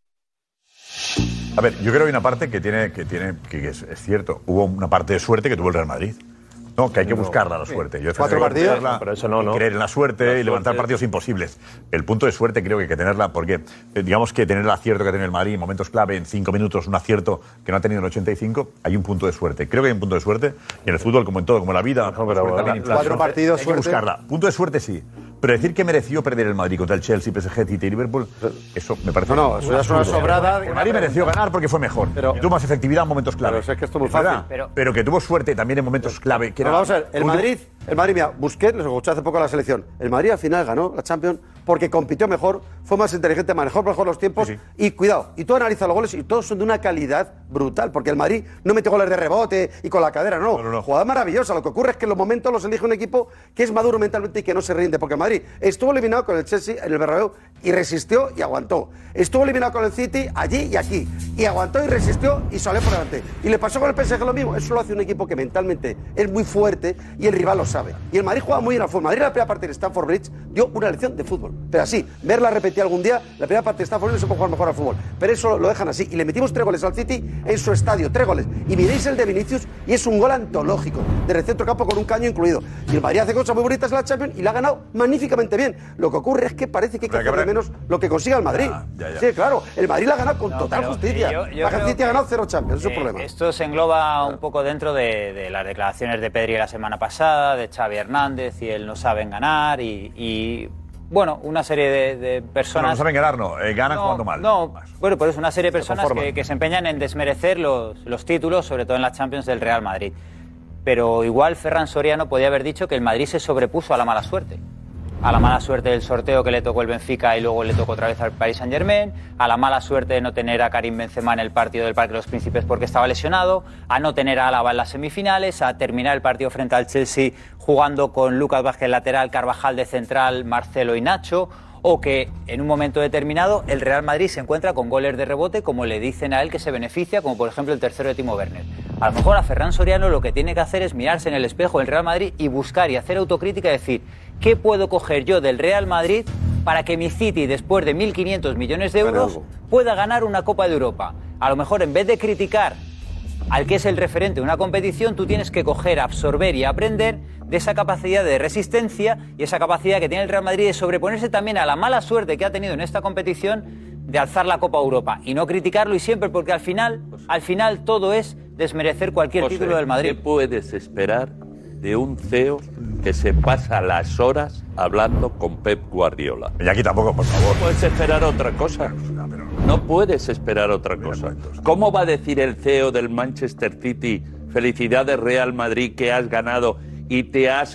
A ver, yo creo que hay una parte que tiene que tiene que es, es cierto. Hubo una parte de suerte que tuvo el Real Madrid. No, que hay que no, buscarla la suerte. Yo Cuatro partidos, no, pero eso no, no. Creer en la suerte la y levantar suerte. Partidos imposibles. El punto de suerte creo que hay que tenerla porque, eh, digamos que tener el acierto que tiene el Madrid en momentos clave, en cinco minutos, un acierto que no ha tenido en ochenta y cinco, hay un punto de suerte. Creo que hay un punto de suerte y en el fútbol, como en todo, como en la vida, no, pero la, la, cuatro partidos, hay que buscarla. Punto de suerte sí. Pero decir que mereció perder el Madrid contra el Chelsea, P S G, City y Liverpool, eso me parece... No, no, eso ya es una sobrada. El Madrid mereció ganar porque fue mejor. Pero, y tuvo más efectividad en momentos clave. Pero es que esto es muy fácil. Pero, pero que tuvo suerte también en momentos clave. Que no, era, vamos a ver, el Madrid, el Madrid, mira, Busquets, les escuché hace poco la selección. El Madrid al final ganó la Champions porque compitió mejor, fue más inteligente, manejó mejor los tiempos. Sí, sí. Y cuidado, y tú analizas los goles y todos son de una calidad brutal, porque el Madrid no mete goles de rebote y con la cadera, no. no, no, no. Jugada maravillosa. Lo que ocurre es que en los momentos los elige un equipo que es maduro mentalmente y que no se rinde, porque el Madrid estuvo eliminado con el Chelsea en el Bernabéu y resistió y aguantó. Estuvo eliminado con el City allí y aquí y aguantó y resistió y salió por delante. Y le pasó con el P S G lo mismo. Eso lo hace un equipo que mentalmente es muy fuerte y el rival lo sabe. Y el Madrid juega muy bien al fútbol. Madrid la primera parte en Stamford Bridge dio una lección de fútbol. Pero así, verla repetir algún día, la primera parte de Stamford Bridge no se puede jugar mejor al fútbol. Pero eso lo dejan así. Y le metimos tres goles al City en su estadio, tres goles. Y miréis el de Vinicius y es un gol antológico, desde el centro campo con un caño incluido. Y el Madrid hace cosas muy bonitas en la Champions y la ha ganado magníficamente bien. Lo que ocurre es que parece que hay que hacer de menos lo que consiga el Madrid. Ah, ya, ya. Sí, claro, el Madrid la ha ganado con no, total pero, justicia. Yo, yo la City ha ganado cero Champions, eso es el problema. Esto se engloba un poco dentro de, de las declaraciones de Pedri la semana pasada, de Xavi Hernández, y él no saben ganar, y, y bueno, una serie de, de personas... No, no saben ganar, no, eh, ganan no, jugando mal. No, bueno, pues es una serie de personas que, que se empeñan en desmerecer los, los títulos, sobre todo en las Champions del Real Madrid. Pero igual Ferran Soriano podía haber dicho que el Madrid se sobrepuso a la mala suerte. A la mala suerte del sorteo que le tocó el Benfica y luego le tocó otra vez al Paris Saint-Germain, a la mala suerte de no tener a Karim Benzema en el partido del Parque de los Príncipes porque estaba lesionado, a no tener a Álava en las semifinales, a terminar el partido frente al Chelsea jugando con Lucas Vázquez lateral, Carvajal de central, Marcelo y Nacho, o que en un momento determinado el Real Madrid se encuentra con goles de rebote como le dicen a él que se beneficia, como por ejemplo el tercero de Timo Werner. A lo mejor a Ferran Soriano lo que tiene que hacer es mirarse en el espejo del Real Madrid y buscar y hacer autocrítica y decir ¿qué puedo coger yo del Real Madrid para que mi City, después de mil quinientos millones de euros, pueda ganar una Copa de Europa? A lo mejor en vez de criticar al que es el referente de una competición, tú tienes que coger, absorber y aprender de esa capacidad de resistencia y esa capacidad que tiene el Real Madrid de sobreponerse también a la mala suerte que ha tenido en esta competición de alzar la Copa Europa y no criticarlo y siempre, porque al final, al final todo es desmerecer cualquier José, título del Madrid. ¿Qué puedes esperar de un C E O que se pasa las horas hablando con Pep Guardiola? Y aquí tampoco, por favor. No puedes esperar otra cosa. No puedes esperar otra cosa. ¿Cómo va a decir el C E O del Manchester City, felicidades Real Madrid, que has ganado y te has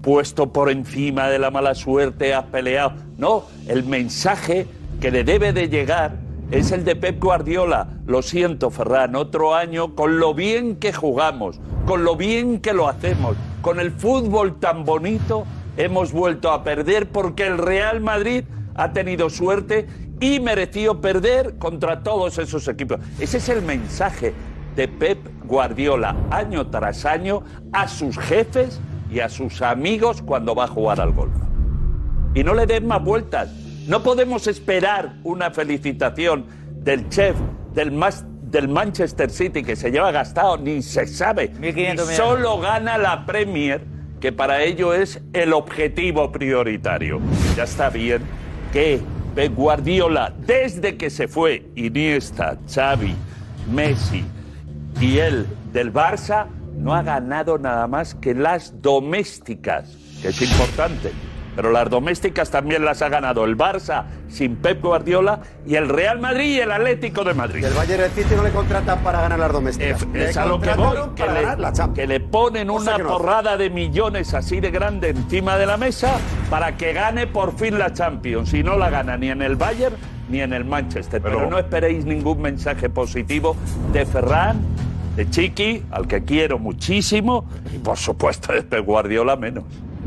puesto por encima de la mala suerte, has peleado. No, el mensaje que le debe de llegar es el de Pep Guardiola. Lo siento, Ferran, otro año con lo bien que jugamos, con lo bien que lo hacemos, con el fútbol tan bonito, hemos vuelto a perder porque el Real Madrid ha tenido suerte y mereció perder contra todos esos equipos. Ese es el mensaje de Pep Guardiola año tras año a sus jefes y a sus amigos cuando va a jugar al golf. Y no le den más vueltas. No podemos esperar una felicitación del chef del, mas, del Manchester City que se lleva gastado, ni se sabe. Y solo gana la Premier, que para ello es el objetivo prioritario. Ya está bien que Pep Guardiola, desde que se fue Iniesta, Xavi, Messi y él del Barça, no ha ganado nada más que las domésticas, que es importante. Pero las domésticas también las ha ganado el Barça sin Pep Guardiola y el Real Madrid y el Atlético de Madrid. Y el Bayern City no le contratan para ganar las domésticas. Es, es a lo que voy, que le, que le ponen una porrada de millones así de grande encima de la mesa para que gane por fin la Champions. Y no la gana ni en el Bayern ni en el Manchester. Pero, Pero no esperéis ningún mensaje positivo de Ferran, de Chiqui, al que quiero muchísimo, y por supuesto de Pep Guardiola menos.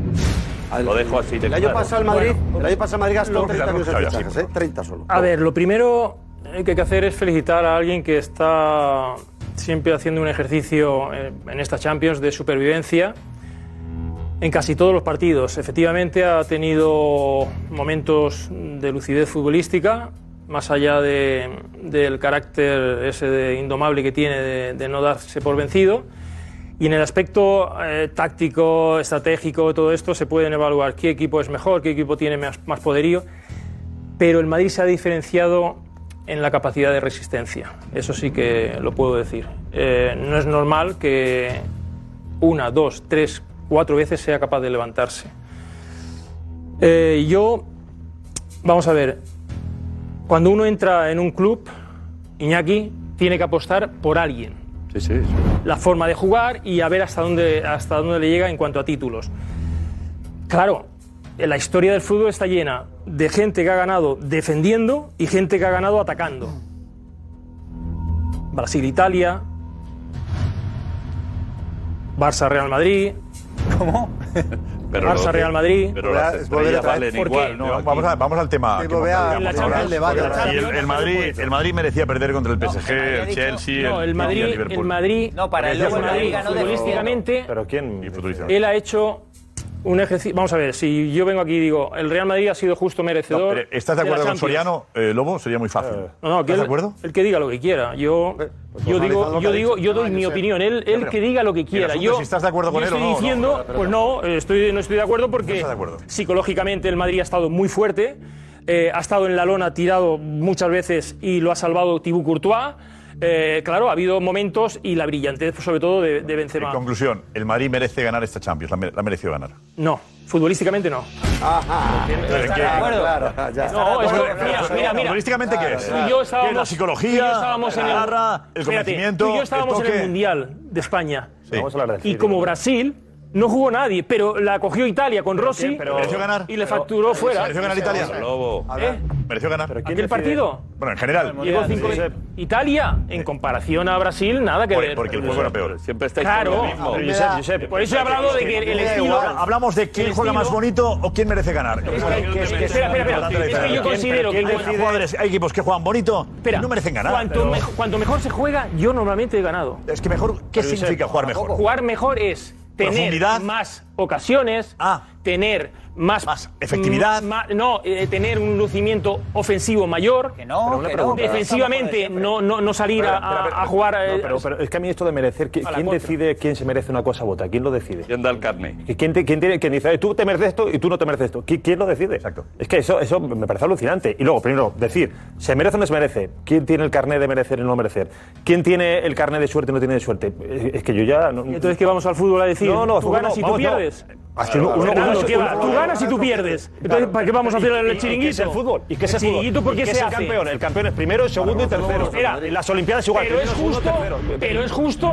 Lo dejo así de el año claro. pasado el Madrid, Bueno, el año pasado el Madrid gastó lo- treinta millones de claro, fichajes, ¿eh? treinta solo. A ver, lo primero que hay que hacer es felicitar a alguien que está siempre haciendo un ejercicio eh, en esta Champions de supervivencia en casi todos los partidos. Efectivamente ha tenido momentos de lucidez futbolística, más allá de, del carácter ese de indomable que tiene de, de no darse por vencido. Y en el aspecto eh, táctico, estratégico, todo esto se pueden evaluar qué equipo es mejor, qué equipo tiene más, más poderío, pero el Madrid se ha diferenciado en la capacidad de resistencia, eso sí que lo puedo decir. Eh, no es normal que una, dos, tres, cuatro veces sea capaz de levantarse. Eh, yo, vamos a ver, cuando uno entra en un club, Iñaki tiene que apostar por alguien. Sí, sí, sí. La forma de jugar y a ver hasta dónde, hasta dónde le llega en cuanto a títulos. Claro, la historia del fútbol está llena de gente que ha ganado defendiendo y gente que ha ganado atacando. Brasil-Italia, Barça-Real Madrid. ¿Cómo? Pero Barça, lo- Real Madrid. Pero las estrellas valen ¿Por qué? igual, ¿no? Vamos, a- vamos al tema. Sí, que pues vea, hemos la hablado Champions, ahora. el debate. Y el, el Madrid, el Madrid merecía perder contra el P S G, el Chelsea, No, el el Madrid, y el el Liverpool. Madrid, No, para el él luego el Madrid, Madrid ganó futbolísticamente, ¿Pero quién? Y futbolísticamente. él ha hecho un ejercicio. Vamos a ver, si yo vengo aquí y digo, el Real Madrid ha sido justo No, merecedor. pero ¿Estás de la acuerdo con Champions. Soriano, eh, Lobo? Sería muy fácil. No, no, que ¿Estás él, de acuerdo? el que diga lo que quiera. Yo, yo digo, yo digo, yo doy mi opinión. Él, él pero- que diga lo que el quiera. asunto Yo, es si estás de acuerdo con yo él o estoy no, no, diciendo, pero- pues no, estoy, no estoy de acuerdo porque estás de acuerdo. psicológicamente el Madrid ha estado muy fuerte, eh, ha estado en la lona tirado muchas veces y lo ha salvado Thibaut Courtois. Eh, claro, ha habido momentos y la brillantez, sobre todo, de, de Benzema. En conclusión, el Madrid merece ganar esta Champions, la, me- la mereció ganar. No, futbolísticamente no. Ajá. ¿En qué? Claro, ya. No, es que, Bueno, mira, mira, mira. ¿Futbolísticamente qué es? Tú y yo estábamos, ¿Qué es la tú y psicología, yo estábamos en la el, garra, el Espérate, convencimiento, tú y yo estábamos el en el toque? Mundial de España. Sí. Vamos a hablar del Y City, como ¿no? Brasil no jugó nadie, pero la cogió Italia con Rossi pero- ¿Mereció ganar? y le facturó fuera. ¿Mereció ganar Italia? Lobo. ¿Eh? ¿Mereció ganar? ¿quién ¿Aquel decide? partido? Bueno, en general. Llegó cinco Josep. Italia, en comparación a Brasil, nada que Por- ver. porque el juego era peor. Siempre estáis Claro. con lo mismo. Pero Josep, Josep, Por eso he hablado de que el estilo. Hablamos de quién el juega más estilo- bonito o quién merece ganar. Es que- que- espera, espera, espera. Es que yo considero que Hay jugadores, hay equipos que juegan bonito Espera, y no merecen ganar. Cuanto, Pero- mejo- cuanto mejor se juega, yo normalmente he ganado. Es que mejor, ¿qué significa jugar mejor? Jugar mejor es tener Profundidad. más ocasiones, Ah. tener más, Más efectividad. mm, ma- no, eh, tener un lucimiento ofensivo mayor. Que no, que no. Defensivamente, no, no, no salir a, a- a jugar. eh, No, pero, pero es que a mí esto de merecer, ¿qui- A la ¿quién contra. decide quién se merece una cosa u otra? ¿Quién lo decide? ¿Quién da el carné? ¿Y ¿Quién, te- quién tiene, quién dice, "Eh, tú te mereces esto y tú no te mereces esto? ¿Qui- ¿Quién lo decide? Exacto. Es que eso, eso me parece alucinante. Y luego, primero, decir, ¿se merece o no se merece? ¿Quién tiene el carné de merecer y no merecer? ¿Quién tiene el carné de suerte y no tiene de suerte? Es, es que yo ya... No, Y entonces, ¿qué vamos al fútbol a decir? No, no, tú fútbol ganas no, y tú vamos, no. pierdes. Es que uno- uno- Fernando, uno- ¿qué va? uno- Tú ganas y tú pierdes. Entonces, ¿para qué vamos a hacer el ¿Y- y qué chiringuito? es el fútbol? ¿Y qué es el, ¿El chiringuito por fútbol? qué ¿Y qué se es el hace? campeón? El campeón es primero, segundo y tercero. Mira, En las Olimpiadas igual. Pero es primero, segundo, justo, tercero. pero es justo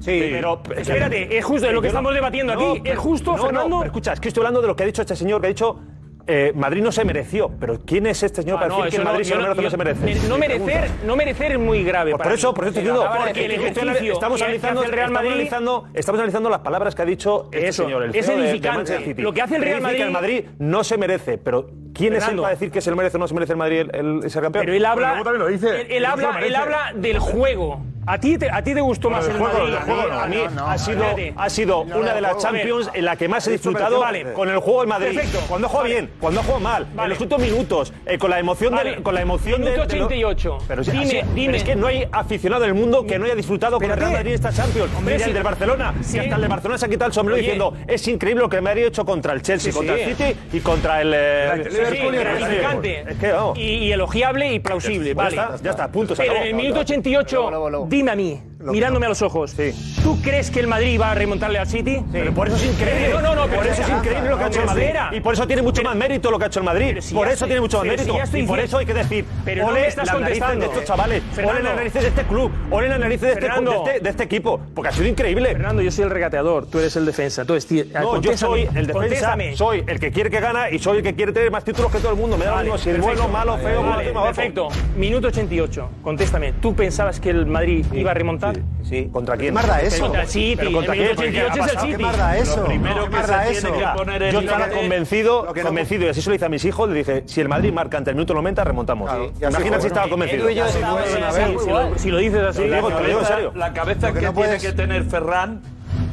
Sí, pero espérate, es justo de lo que estamos debatiendo aquí. No, es justo, no, Fernando. No, pero escucha, es que estoy hablando de lo que ha dicho este señor, que ha dicho eh, Madrid no se mereció. Pero ¿quién es este señor Ah, para no, decir que eso el Madrid no, se lo yo merece o no se merece? No merecer, no merecer es muy grave. Pues para por eso, mí. por eso estoy diciendo, Porque el estoy- estoy- ejercicio estamos que analizando, hace el Real estamos Madrid analizando, estamos analizando las palabras que ha dicho este Eso, señor, el es C E O de- de edificante. Manchester City. Lo que hace el Que Real dice Madrid- que el Madrid no se merece, pero ¿quién es él Fernando. para decir que se lo merece o no se merece el Madrid el, el ser campeón? Pero él habla, Luego también lo dice. él, él habla, él habla del juego. ¿A ti te, a ti te gustó más el juego, Madrid? el juego no, a mí ha sido, Espérate. ha sido No, una no, de las juego, a ver. Champions en la que más he Esto me disfrutado parece- con el juego del Madrid. Perfecto. Cuando juega Vale. bien, cuando juega mal, en Vale. los últimos minutos, eh, con la emoción Vale. del, con la emoción de- Minuto de lo- ochenta y ocho. Pero, sí, Dime, así- dime. pero es que no hay aficionado del mundo que no haya disfrutado con el Real Espérate. Madrid esta Champions. Hombre, Mira, sí. el del Barcelona, Sí. que hasta el del Barcelona se ha quitado el sombrero Oye. diciendo es increíble lo que el Madrid ha hecho contra el Chelsea, Sí, contra sí. el City y contra el eh, Sí, sí, gratificante. Es que, vamos. y, y elogiable y plausible. Pues Vale. ya está, ya está, punto, se Pero acabó. en el minuto ochenta y ocho, dime a mí, mirándome a los ojos, ¿tú crees que el Madrid va a remontarle al City? Pero por eso es increíble. No, no, no, pero por eso es increíble lo que ha hecho el Madrid. Espera. Y por eso tiene mucho más mérito lo que ha hecho el Madrid. Pero si por ya eso estoy- tiene mucho más pero si mérito. ya estoy Y por diciendo- eso hay que decir, Pero no ole me estás las narices contestando. de estos chavales, Fernando. ole las narices de este club, ole las narices de este, Fernando. de, este, de este equipo, porque ha sido increíble. Fernando, yo soy el regateador, tú eres el defensa. Entonces, tío, No, yo contéstame, soy el defensa, contéstame. soy el que quiere que gana y soy el que quiere tener más títulos que todo el mundo. Me da lo Vale, mismo si es perfecto. bueno, malo, feo, Vale, último, abajo. perfecto. Minuto ochenta y ocho. Contéstame. ¿Tú pensabas que el Madrid iba a remontar? Sí. ¿Contra quién? ¿Qué más da eso? Contra el City. ¿Pero contra El quién? minuto ochenta y ocho es el ¿Qué City. más da eso? Lo primero ¿Qué que más se da tiene eso? que poner en Yo la estaba mente- convencido, Lo que no convencido, y así se lo hice a mis hijos, le dije, si el Madrid marca ante el minuto noventa, remontamos. y así Imagina fue, si estaba ¿no? convencido. Edu y yo estábamos en la vez. Si lo- si lo dices así, Lo digo, te lo digo en serio. La cabeza Lo que que, no tiene puedes- que tener Ferran,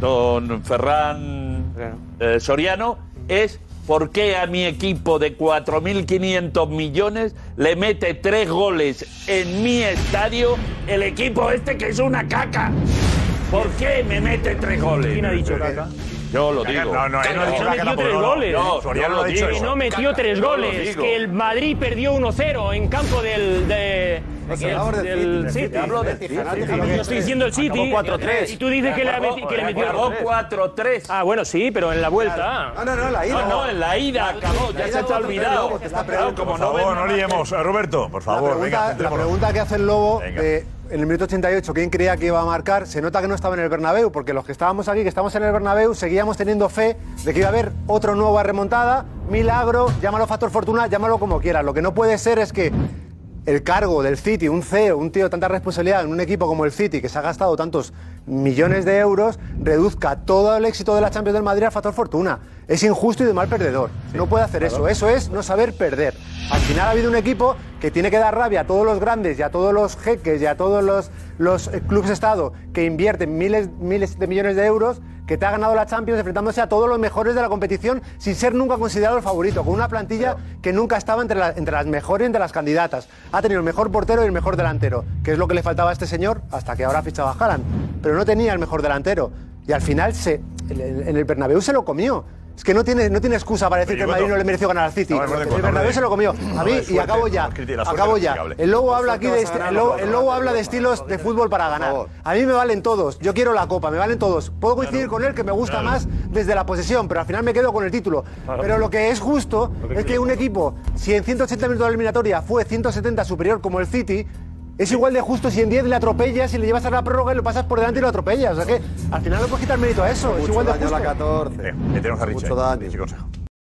don Ferran eh, Soriano, es por qué a mi equipo de cuatro mil quinientos millones le mete tres goles en mi estadio el equipo este que es una caca. ¿Por qué me mete tres goles? ¿Quién ha dicho caca? Yo lo Caca, digo. no, no, él no ha dicho No, caca, metió tampoco, tres no, no. goles. No, Soriano yo lo lo he dicho que eso. no metió tres Yo lo goles, digo. que el Madrid perdió uno cero en campo del... De, Pues del- hablamos del del City, City. hablo del City. Yo estoy diciendo el City. Acabó cuatro tres. Y tú dices que le, ha meti- que le metió... Acabó cuatro tres. Ah, bueno, sí, pero en la vuelta. No, no, no, la ida. No, no, en la ida acabó, ya se te ha olvidado. Claro, como Por no favor, ven no nada. liemos. Eh, Roberto, por La favor, venga, pregunta, la centrémonos. pregunta que hace el Lobo Venga. de, en el minuto ochenta y ocho, ¿quién creía que iba a marcar? Se nota que no estaba en el Bernabéu, porque los que estábamos aquí, que estamos en el Bernabéu, seguíamos teniendo fe de que iba a haber otra nueva remontada, milagro, llámalo factor fortuna, llámalo como quieras. Lo que no puede ser es que el cargo del City, un C E O, un tío de tanta responsabilidad en un equipo como el City, que se ha gastado tantos millones de euros, reduzca todo el éxito de la Champions del Madrid al factor fortuna. Es injusto y de mal perdedor. No puede hacer eso. Eso es no saber perder. Al final ha habido un equipo que tiene que dar rabia a todos los grandes y a todos los jeques y a todos los, los eh, clubes Estado que invierten miles, miles de millones de euros, que te ha ganado la Champions enfrentándose a todos los mejores de la competición sin ser nunca considerado el favorito, con una plantilla que nunca estaba entre, la- entre las mejores y entre las candidatas. Ha tenido el mejor portero y el mejor delantero, que es lo que le faltaba a este señor hasta que ahora ha fichado a Haaland. Pero no tenía el mejor delantero. Y al final se, en el- en el Bernabéu se lo comió. Es que no tiene, no tiene excusa para decir que el Madrid no le mereció ganar al City. No, no, no, no, El Bernabéu no, se lo comió. no, A mí, de y suerte, acabo ya, no, la suerte acabo es ya. inexplicable. El Lobo La habla suerte aquí vas de, a este- ganar el Lobo, los el Lobo otros, habla de estilos de fútbol para ganar. A mí me valen todos. Yo quiero la Copa, me valen todos. Puedo coincidir con él que me gusta más desde la posesión, pero al final me quedo con el título. Claro. Pero lo que es justo es que un equipo, si en ciento ochenta minutos de la eliminatoria fue ciento setenta superior como el City, es igual de justo si en diez le atropellas y le llevas a la prórroga y lo pasas por delante y lo atropellas. O sea que al final no puedes quitar mérito a eso. Es Mucho igual de daño a justo. la catorce. Bien, que tenemos a Richie. Mucho daño. Richie Consejo.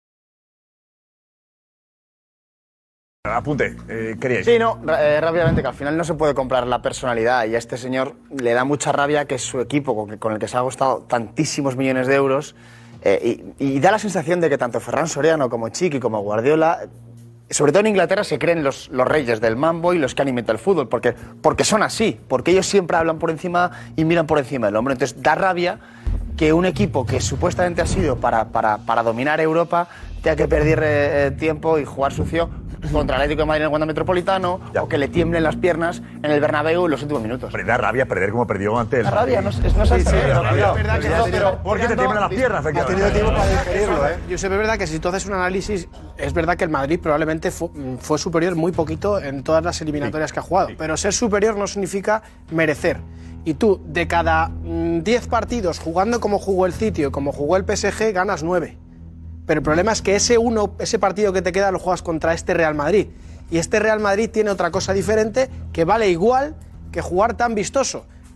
Apunte, eh, queríais. Sí, no, ra- eh, rápidamente, que al final no se puede comprar la personalidad y a este señor le da mucha rabia que su equipo, con, que- con el que se ha costado tantísimos millones de euros, eh, y, y da la sensación de que tanto Ferran Soriano como Chiqui como Guardiola, sobre todo en Inglaterra, se creen los, los reyes del mambo y los que han inventado el fútbol, porque, porque son así, porque ellos siempre hablan por encima y miran por encima del hombro. Entonces da rabia que un equipo que supuestamente ha sido para, para, para dominar Europa tenga que perder eh, eh, tiempo y jugar sucio contra el Atlético de Madrid en el Wanda Metropolitano, o que le tiemblen las piernas en el Bernabéu en los últimos minutos. Hombre, da rabia perder como perdió ante el Da rabia, Madrid. no es- no es Sí, así. sí, da rabia. Es verdad que Pero- no, pero- Porque te tiemblan las piernas, efectivamente. Yo sé, es verdad que si tú haces un análisis, es verdad que el Madrid probablemente fu- fue, superior muy poquito en todas las eliminatorias que ha jugado, pero ser superior no significa merecer. Y tú, de cada mm, diez partidos jugando como jugó el City o como jugó el P S G, ganas nueve. Pero el problema es que ese uno, ese partido que te queda lo juegas contra este Real Madrid. Y este Real Madrid tiene otra cosa diferente que vale igual que jugar tan vistoso.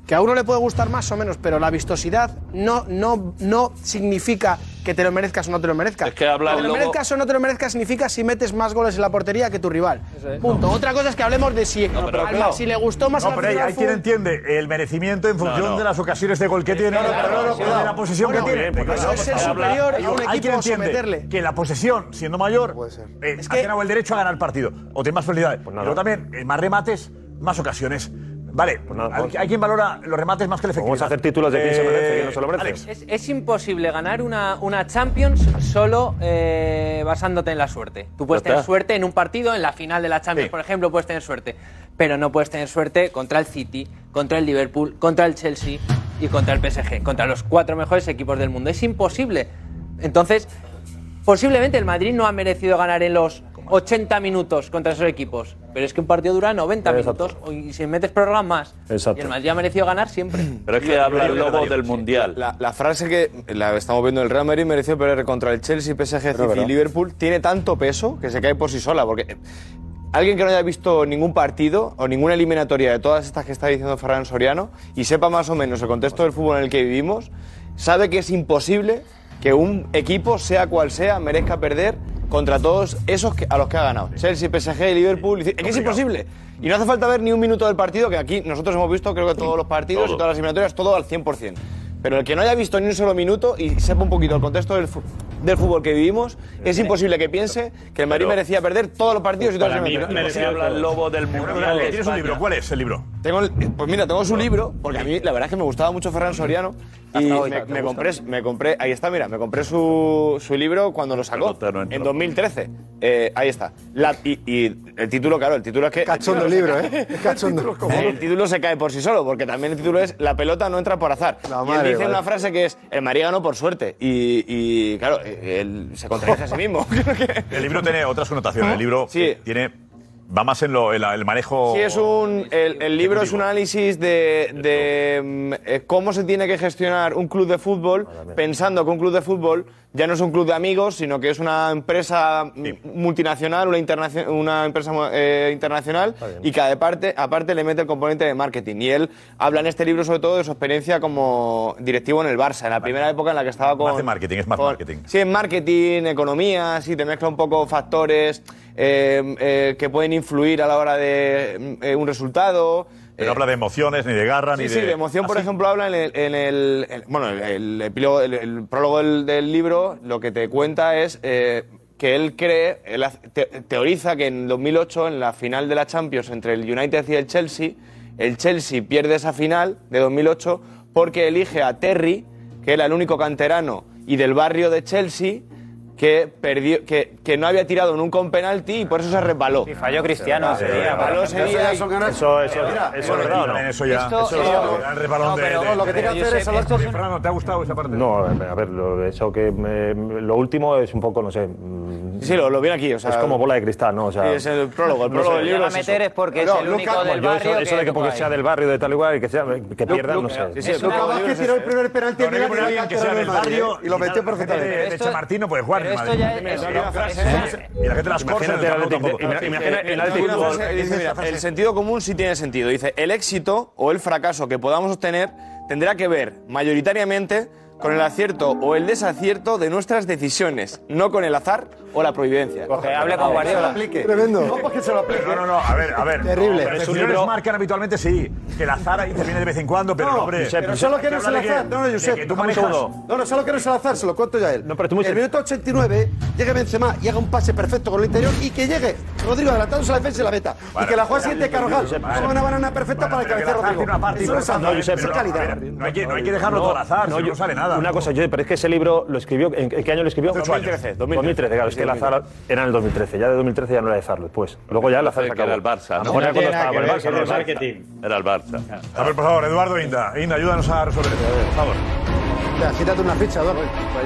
que a uno le puede gustar más o menos, pero la vistosidad no, no, no significa que te lo merezcas o no te lo merezcas. Es que habla que te lo luego- merezcas o no te lo merezcas significa si metes más goles en la portería que tu rival. Punto. Otra cosa es que hablemos de si, No, pero al- claro. si le gustó más No, al pero hay, aficionado hay al quien fútbol. entiende el merecimiento en función No, no. de las ocasiones de gol que tiene, no, no, no, no, de cuidado. la posesión Bueno, que tiene. bien, pues eso es ser superior a un Hay equipo quien o entiende someterle. que la posesión, siendo mayor, eh, ha ganado el derecho a ganar el partido o tiene más probabilidades. Pues Pero también, eh, más remates, más ocasiones. Vale, hay, hay quien valora los remates más que el efectivo. Vamos a hacer títulos de quién se merece y quién no se lo merece. Alex. Es, es imposible ganar una, una Champions solo eh, basándote en la suerte. Tú puedes Ya está. tener suerte en un partido, en la final de la Champions, Sí. por ejemplo, puedes tener suerte. Pero no puedes tener suerte contra el City, contra el Liverpool, contra el Chelsea y contra el P S G, contra los cuatro mejores equipos del mundo. Es imposible. Entonces, posiblemente el Madrid no ha merecido ganar en los ochenta minutos contra esos equipos. Pero es que un partido dura noventa Exacto. minutos y si metes prórroga más. Exacto. Y el Madrid ha merecido ganar siempre. Pero es que habla el lobo del Mundial. La, la frase que la estamos viendo el Real Madrid mereció perder contra el Chelsea, P S G, Pero, City y pero. Liverpool tiene tanto peso que se cae por sí sola. Porque alguien que no haya visto ningún partido o ninguna eliminatoria de todas estas que está diciendo Ferran Soriano y sepa más o menos el contexto del fútbol en el que vivimos, sabe que es imposible que un equipo, sea cual sea, merezca perder contra todos esos que- a los que ha ganado. Chelsea, P S G y Liverpool. Es que es imposible. Y no hace falta ver ni un minuto del partido, que aquí nosotros hemos visto creo que todos los partidos Todo. y todas las eliminatorias, todo al cien por cien. Pero el que no haya visto ni un solo minuto y sepa un poquito el contexto del, fu- del fútbol que vivimos, es imposible que piense que el Madrid Pero- merecía perder todos los partidos y todas las Para mí eliminatorias. se habla el lobo del Mundial. de ¿Tienes un libro? España. ¿Cuál es el libro? Tengo el- pues mira, tengo su libro, porque a mí la verdad es que me gustaba mucho Ferran Soriano y me, me compré, me compré, ahí está, mira, me compré su, su libro cuando lo sacó, en dos mil trece. Eh, ahí está. La- y, y el título, claro, el título es que... Cachondo el libro, ¿eh? Cachondo. El título se cae por sí solo, porque también el título es La pelota no entra por azar. y él madre, dice vale. una frase que es, el Madrid ganó por suerte. Y, y, claro, él se contradice a sí mismo. El libro tiene otras connotaciones. El libro Sí. tiene va más en lo, en la- el manejo. Sí, es un, el, el libro es un análisis de, de mm, eh, cómo se tiene que gestionar un club de fútbol, pensando que un club de fútbol ya no es un club de amigos, sino que es una empresa mm, multinacional, una, internacio- una empresa eh, internacional y que aparte, aparte le mete el componente de marketing. Y él habla en este libro sobre todo de su experiencia como directivo en el Barça, en la primera época en la que estaba con... Más de marketing, es más con- marketing. Sí, en marketing, economía, sí, te mezcla un poco factores eh, eh, que pueden influir a la hora de eh, un resultado. Pero no habla de emociones, ni de garra, Sí, ni sí, de. de emoción, por ¿Ah, sí? ejemplo, habla en el, en el- el- bueno, el, el epílogo, el, el prólogo del, del libro, lo que te cuenta es eh, que él cree, él hace- te- teoriza que en dos mil ocho, en la final de la Champions entre el United y el Chelsea, el Chelsea pierde esa final de dos mil ocho porque elige a Terry, que era el único canterano y del barrio de Chelsea, que, perdió, que, que no había tirado nunca un penalti y por eso se resbaló. Y falló Cristiano ese día. Resbaló ese día y- Eso, eso, eso es verdad, ¿o no? Eso ya. Esto- eso esto- es el resbalón no, de. pero- de- no, lo que de- tiene que hacer es hablar Oye, Fernando, ¿te ha gustado esa parte? No, a ver, a ver, lo, eso que me- lo último es un poco, no sé. mm, Sí, lo, lo viene aquí, o sea. es como bola de cristal, ¿no? O sea, Sí, es el prólogo, el no prólogo sé. del libro. va a es meter eso. es porque No, es el Luca, único del yo barrio eso, eso de que tocó porque ahí. sea del barrio de tal igual y que sea que pierdan, no sé. Sí, sí, Es el una- prólogo del libro Vázquez es tiró el ese. primer penalti No, en no hay que poner a alguien que sea del barrio y lo metió la gente perfectamente. de, de Esto- Chamartín no puede jugar. Pero en esto Madrid. ya es- Mira, eso- mira, eso frases, es- mira, gente las cosas. Imagínate el Atlético- imagínate el Una Atlético- frase, dice, mira, el sentido común sí tiene sentido. Dice, el éxito o el fracaso que podamos obtener tendrá que ver mayoritariamente con el acierto o el desacierto de nuestras decisiones, no con el azar o la providencia. Que hable con Guardiola. Tremendo. No, porque se lo aplique. No, no, no, a ver, a ver. Terrible. No, las decisiones marcan habitualmente, sí. Que el azar interviene de vez en cuando, pero no, hombre. Pero solo que no es el habla de azar. No, no, de Josep. que tú déjame un manejas. segundo. No, no, solo que no es el azar, se lo cuento ya a él. No, pero tú muy En el minuto ochenta y nueve llegue Benzema y haga un pase perfecto con el interior y que llegue Rodrigo adelantándose a la defensa y la meta. Y que la juega siente Carvajal. Es una banana perfecta para el cabeceo Rodrigo. Eso no es azar, No, Josep, eso es pero, calidad. a ver, no hay que, no hay que dejarlo todo al azar, no, si no sale nada. Una cosa, yo, pero es que ese libro lo escribió, ¿en, en qué año lo escribió? Ocho años. dos mil trece, claro, es que el azar era en el dos mil trece, ya de dos mil trece ya no era de azar después. Luego ya el azar se Que acabó. era el Barça, A lo ¿no? mejor era cuando estaba con el Barça, Era no el lo sé. marketing. Era el Barça. A ver, por favor, Eduardo Inda. Inda, ayúdanos a resolver esto. Por favor. Ya, quítate una ficha, Eduardo.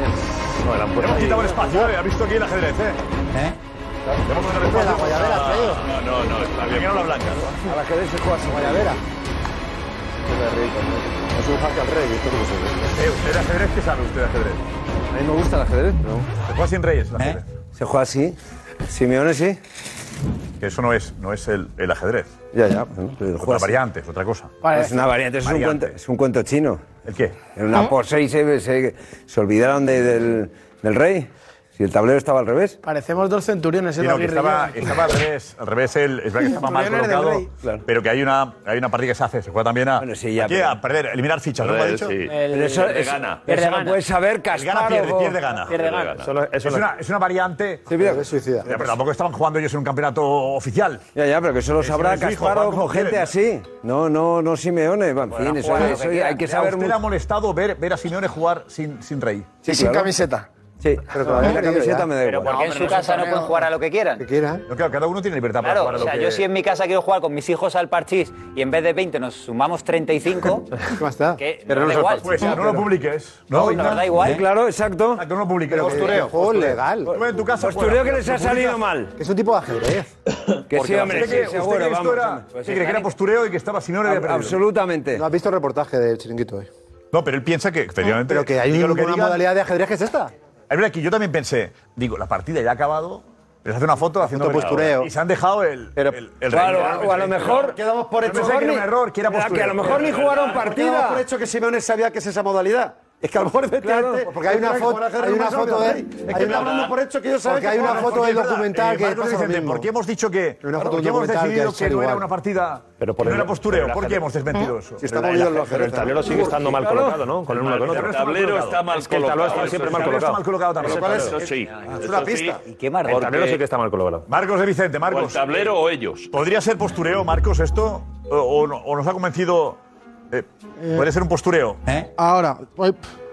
No, le han puesto Hemos ahí- quitado el espacio, ¿eh? ¿Has visto aquí el ajedrez, eh? ¿Eh? Hemos puesto el La espacio. guayabera ha traído. No, no, no, está Aquí bien. no la blanca. A la ajedrez se juega sin guayabera. Qué rico, ¿no? Es un jaque al rey, esto no lo sé. Eh, ¿Usted de ajedrez qué sabe usted de ajedrez? A mí me gusta el ajedrez, pero... ¿Se juega sin reyes el ajedrez? Se juega así. Simeone sí. Que eso no es, no es el, el ajedrez. Ya, ya. Bueno, es otra variante, es otra cosa. Es una variante, es un, cuento, es un cuento chino. ¿El qué? En una pose y se, se, se olvidaron de, del, del rey. Si el tablero estaba al revés. Parecemos dos centuriones. Sí, no, que estaba, estaba al revés. Al revés, él, es verdad que estaba mal colocado. Claro. Pero que hay una, hay una partida que se hace, se juega también a, bueno, sí, ya, aquí pero... a perder, eliminar fichas, ¿no? ¿Lo ha dicho? Sí. El, pero eso, pierde, es, gana. Pierde, eso gana. No puedes saber, Kasparov. Gana, pierde, pierde, gana. Pierde, gana. Eso, eso es, una, es una variante. Sí, mira, que suicida. Ya, pero tampoco estaban jugando ellos en un campeonato oficial. Ya, ya, pero que eso lo sabrá eh, Kasparov o gente así. No, no, no Simeone. En fin, eso hay que saber. ¿A usted le ha molestado ver a Simeone jugar sin rey? Sí, sin camiseta. Sí, pero todavía la camiseta me da igual. Pero porque en su casa no pueden jugar a lo que quieran. Que quieran. No, claro, cada uno tiene libertad claro, para jugar a lo o sea, que... yo si en mi casa quiero jugar con mis hijos al parchís y en vez de veinte nos sumamos treinta y cinco, ¿cómo está? Que pero no no da igual. Pues, no lo publiques. No, no, nos da igual. Sí, claro, exacto. Exacto, no lo publiques. Pero postureo. Juego legal. Tú en tu casa postureo que les ha salido mal. Que es un tipo de ajedrez. Que sí, hombre, sí, seguro, vamos. ¿Usted cree que era postureo y que estaba Simeone había perdido? Absolutamente. No has visto el reportaje del Chiringuito hoy. No, pero él piensa que, efectivamente... Pero que hay una modalidad de ajedrez que es esta. Es verdad que yo también pensé, digo, la partida ya ha acabado, les hace una foto haciendo postureo. Y se han dejado el, pero, el, el claro, rey. O a lo mejor quedamos por hecho que era un error, que era postureo. Que a lo mejor ni jugaron partida. Quedamos por hecho que Simeone sabía que es esa modalidad. Es que a lo mejor claro, porque hay una foto, hay una foto de él. Hay una dando por hecho que ellos saben que hay una foto del documental que pasa lo mismo. ¿Por qué hemos dicho que una foto ¿por qué hemos decidido que no era una partida, pero que no era postureo? ¿Por qué hemos desmentido eso? Si está movido el Pero el tablero sigue estando mal colocado, ¿no? Con el uno con otro. El tablero está mal Es que el tablero está siempre mal colocado. Está mal colocado también. Eso sí. Es una pista. ¿Y qué más? El tablero sí que está mal colocado. Marcos de Vicente, Marcos. O el tablero o ellos. ¿Podría ser postureo, Marcos, esto? ¿O, o, o nos ha convencido? Eh, ¿Puede ser un postureo? ¿Eh? Ahora. Ay,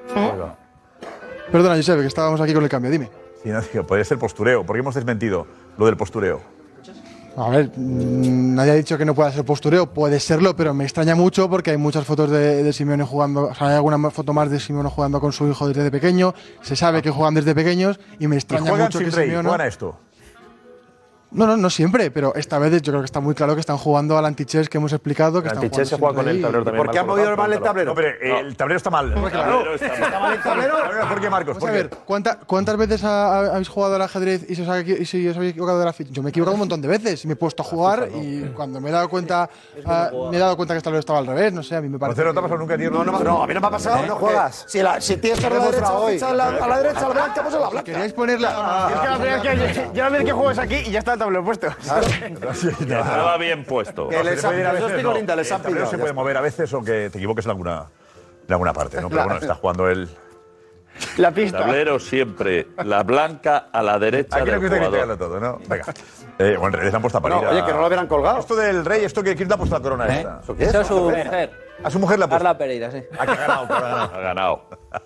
perdona, Josep, que estábamos aquí con el cambio, dime. Sí, no, tío, puede ser postureo. ¿Por qué hemos desmentido lo del postureo? A ver, mmm, nadie ha dicho que no pueda ser postureo, puede serlo, pero me extraña mucho porque hay muchas fotos de, de Simeone jugando, o sea, hay alguna foto más de Simeone jugando con su hijo desde pequeño, se sabe que juegan desde pequeños y me extraña ¿Y juegan mucho sin que rey? Simeone... ¿Juegan a esto? No, no, no siempre, pero esta vez yo creo que está muy claro que están jugando al antichess que hemos explicado. Que el están antichess se juega con el tablero también. ¿Por qué ha movido mal el tablero? No, pero eh, el tablero está mal. El tablero está mal. ¿El tablero? ¿Por qué, Marcos? Vamos a ver, ¿cuánta, ¿cuántas veces ha, habéis jugado al ajedrez y, se os ha, y si os habéis equivocado de la ficha? Yo me he equivocado un montón de veces y me he puesto a jugar y cuando me he dado cuenta uh, me he dado cuenta que el tablero estaba al revés, no sé, a mí me parece. ¿No te ha pasado nunca, tío? No, no, no, a mí no me ha pasado. No juegas. Si, la, si tienes a la derecha, a la, a la derecha, a la blanca, pues a la blanca. ¿Queréis ponerla? Es que la primera vez que yo la vez que juego es aquí y ya está el tablero puesto. Estaba bien puesto. Que les han pillado. El tablero se puede mover a veces o que te equivoques en alguna, en alguna parte, ¿no? Pero bueno, está jugando él. La pista. Tablero siempre, la blanca a la derecha Aquí del no que jugador. criticarlo todo, ¿no? Venga. Eh, bueno, en realidad le han puesto a parir. No, oye, que no lo hubieran colgado. Esto del rey, ¿esto que quién le ha puesto la corona ¿Eh? esta? ¿Eso, Eso es su mujer. A su mujer la ha puesto. Carla Pereira, sí. Ah, que ha ganado, que ha ganado. Ha ganado.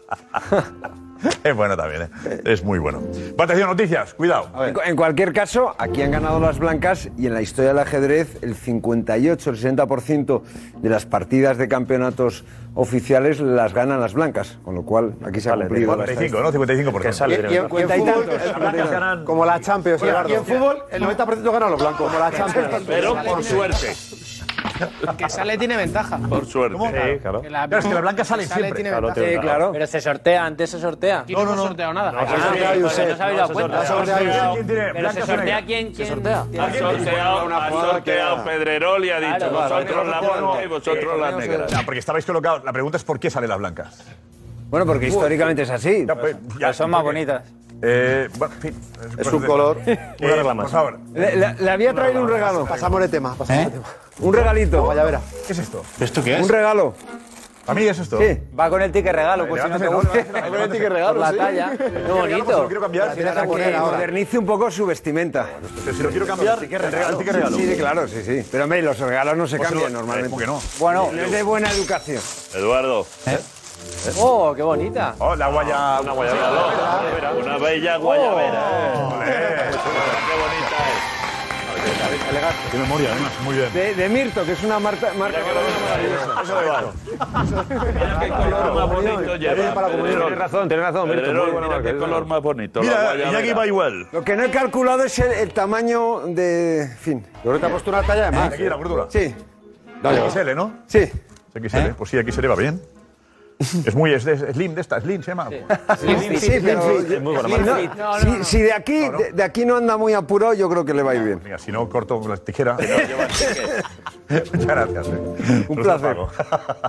Es bueno también, ¿eh? Es muy bueno. Atención, noticias, cuidado. En, en cualquier caso, aquí han ganado las blancas y en la historia del ajedrez el cincuenta y ocho, el sesenta por ciento de las partidas de campeonatos oficiales las ganan las blancas, con lo cual aquí se ha cumplido. cincuenta y cinco, ¿no? cincuenta y cinco por ciento. Y, y, en, y en fútbol, como la Champions. Y en fútbol, el noventa por ciento ganan los blancos, como la Champions. Pero por suerte. Que sale tiene ventaja. Por suerte. ¿Cómo? Sí, claro. Que la, Claro, es que la blanca sale sale siempre. tiene Claro, ventaja. tiene- Sí, claro. Pero se sortea, antes se sortea. Aquí no, hemos sorteado nada. Ah, se sortea, porque Josep. no se habéis dado cuenta. Se sortea, ¿Quién tiene Pero blanca se o sortea negra? quién, quién Ha sorteado, ha sorteado Pedrerol y ha dicho Claro, vosotros la blanca y vosotros la negra. No, porque estabais colocados. La pregunta es ¿por qué salen las blancas? Bueno, porque históricamente es así. Ya, pues, ya, Pues son más ¿por qué? bonitas. Eh, bueno, en fin. Es un color. Eh, por favor. Le, le- le había traído un regalo. Pasamos de tema. Pasamos de tema. Un regalito. Vaya, verá. ¿Qué es esto? ¿Esto qué es? Un regalo. ¿A mí es esto? Sí. Va con el ticket regalo, pues si no te Levántese, gusta. no, Con el ticket Por regalo, la sí. talla. Qué Lo bonito. quiero cambiar. Tienes que Para poner que ahora. modernice un poco su vestimenta. Pero si lo quiero cambiar, el regalo. El regalo. Sí, claro, sí, sí. Pero hombre, los regalos no se Pues cambian no, normalmente. ¿cómo que no? Bueno, no es de buena educación. Eduardo. Oh, qué bonita. Oh, la guaya. Una guayabera. Una bella guayabera. Eh, Qué bonita es. Qué memoria, además. Muy bien. De, de Mirto, que es una marca, marca maravillosa. Eso de Bar. Mira qué color más bonito lleva. Tienes razón, tienes razón, Mirto, muy Pedrerol, buena mira marca. qué color más bonito. la Mira, guayabera. Iñaki va igual. Lo que no he calculado es el, el tamaño de... En fin. Yo creo que te ha puesto una talla de más. Aquí la gordura. Sí, X L, ¿no? sí. X L. Pues sí, X L va bien. Es muy es, es Slim de esta, Slim se llama. Sí, sí, pero es muy buena si, marca. no, si, si de aquí de, de aquí no anda muy apurado, yo creo que le va a ir bien. Mira, si no corto con las tijeras. Muchas gracias. eh. Un No placer. se pago.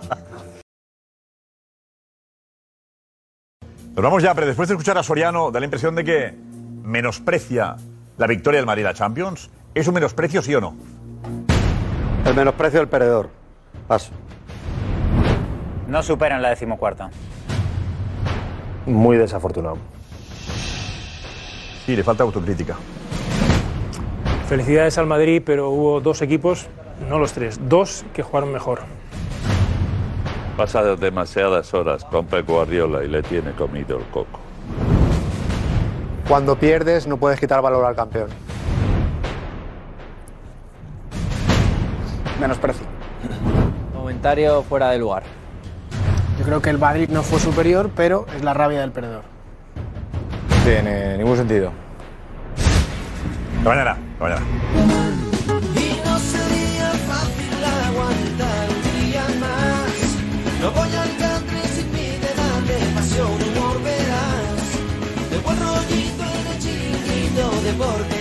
Nos vamos ya, pero después de escuchar a Soriano, da la impresión de que menosprecia la victoria del Madrid en la Champions. ¿Es un menosprecio, sí o no? El menosprecio del perdedor. Paso. No superan la decimocuarta. Muy desafortunado. Sí, le falta autocrítica. Felicidades al Madrid, pero hubo dos equipos, no los tres, dos que jugaron mejor. Pasa demasiadas horas con Pep Guardiola y le tiene comido el coco. Cuando pierdes no puedes quitar valor al campeón. Menosprecio. Comentario fuera de lugar. Yo creo que el Madrid no fue superior, pero es la rabia del perdedor. No tiene ningún sentido. De mañana, de mañana. Y no sería fácil aguantar un día más. No voy al country sin mi de pasión, humor verás. De buen rollito en el chiringuito deporte.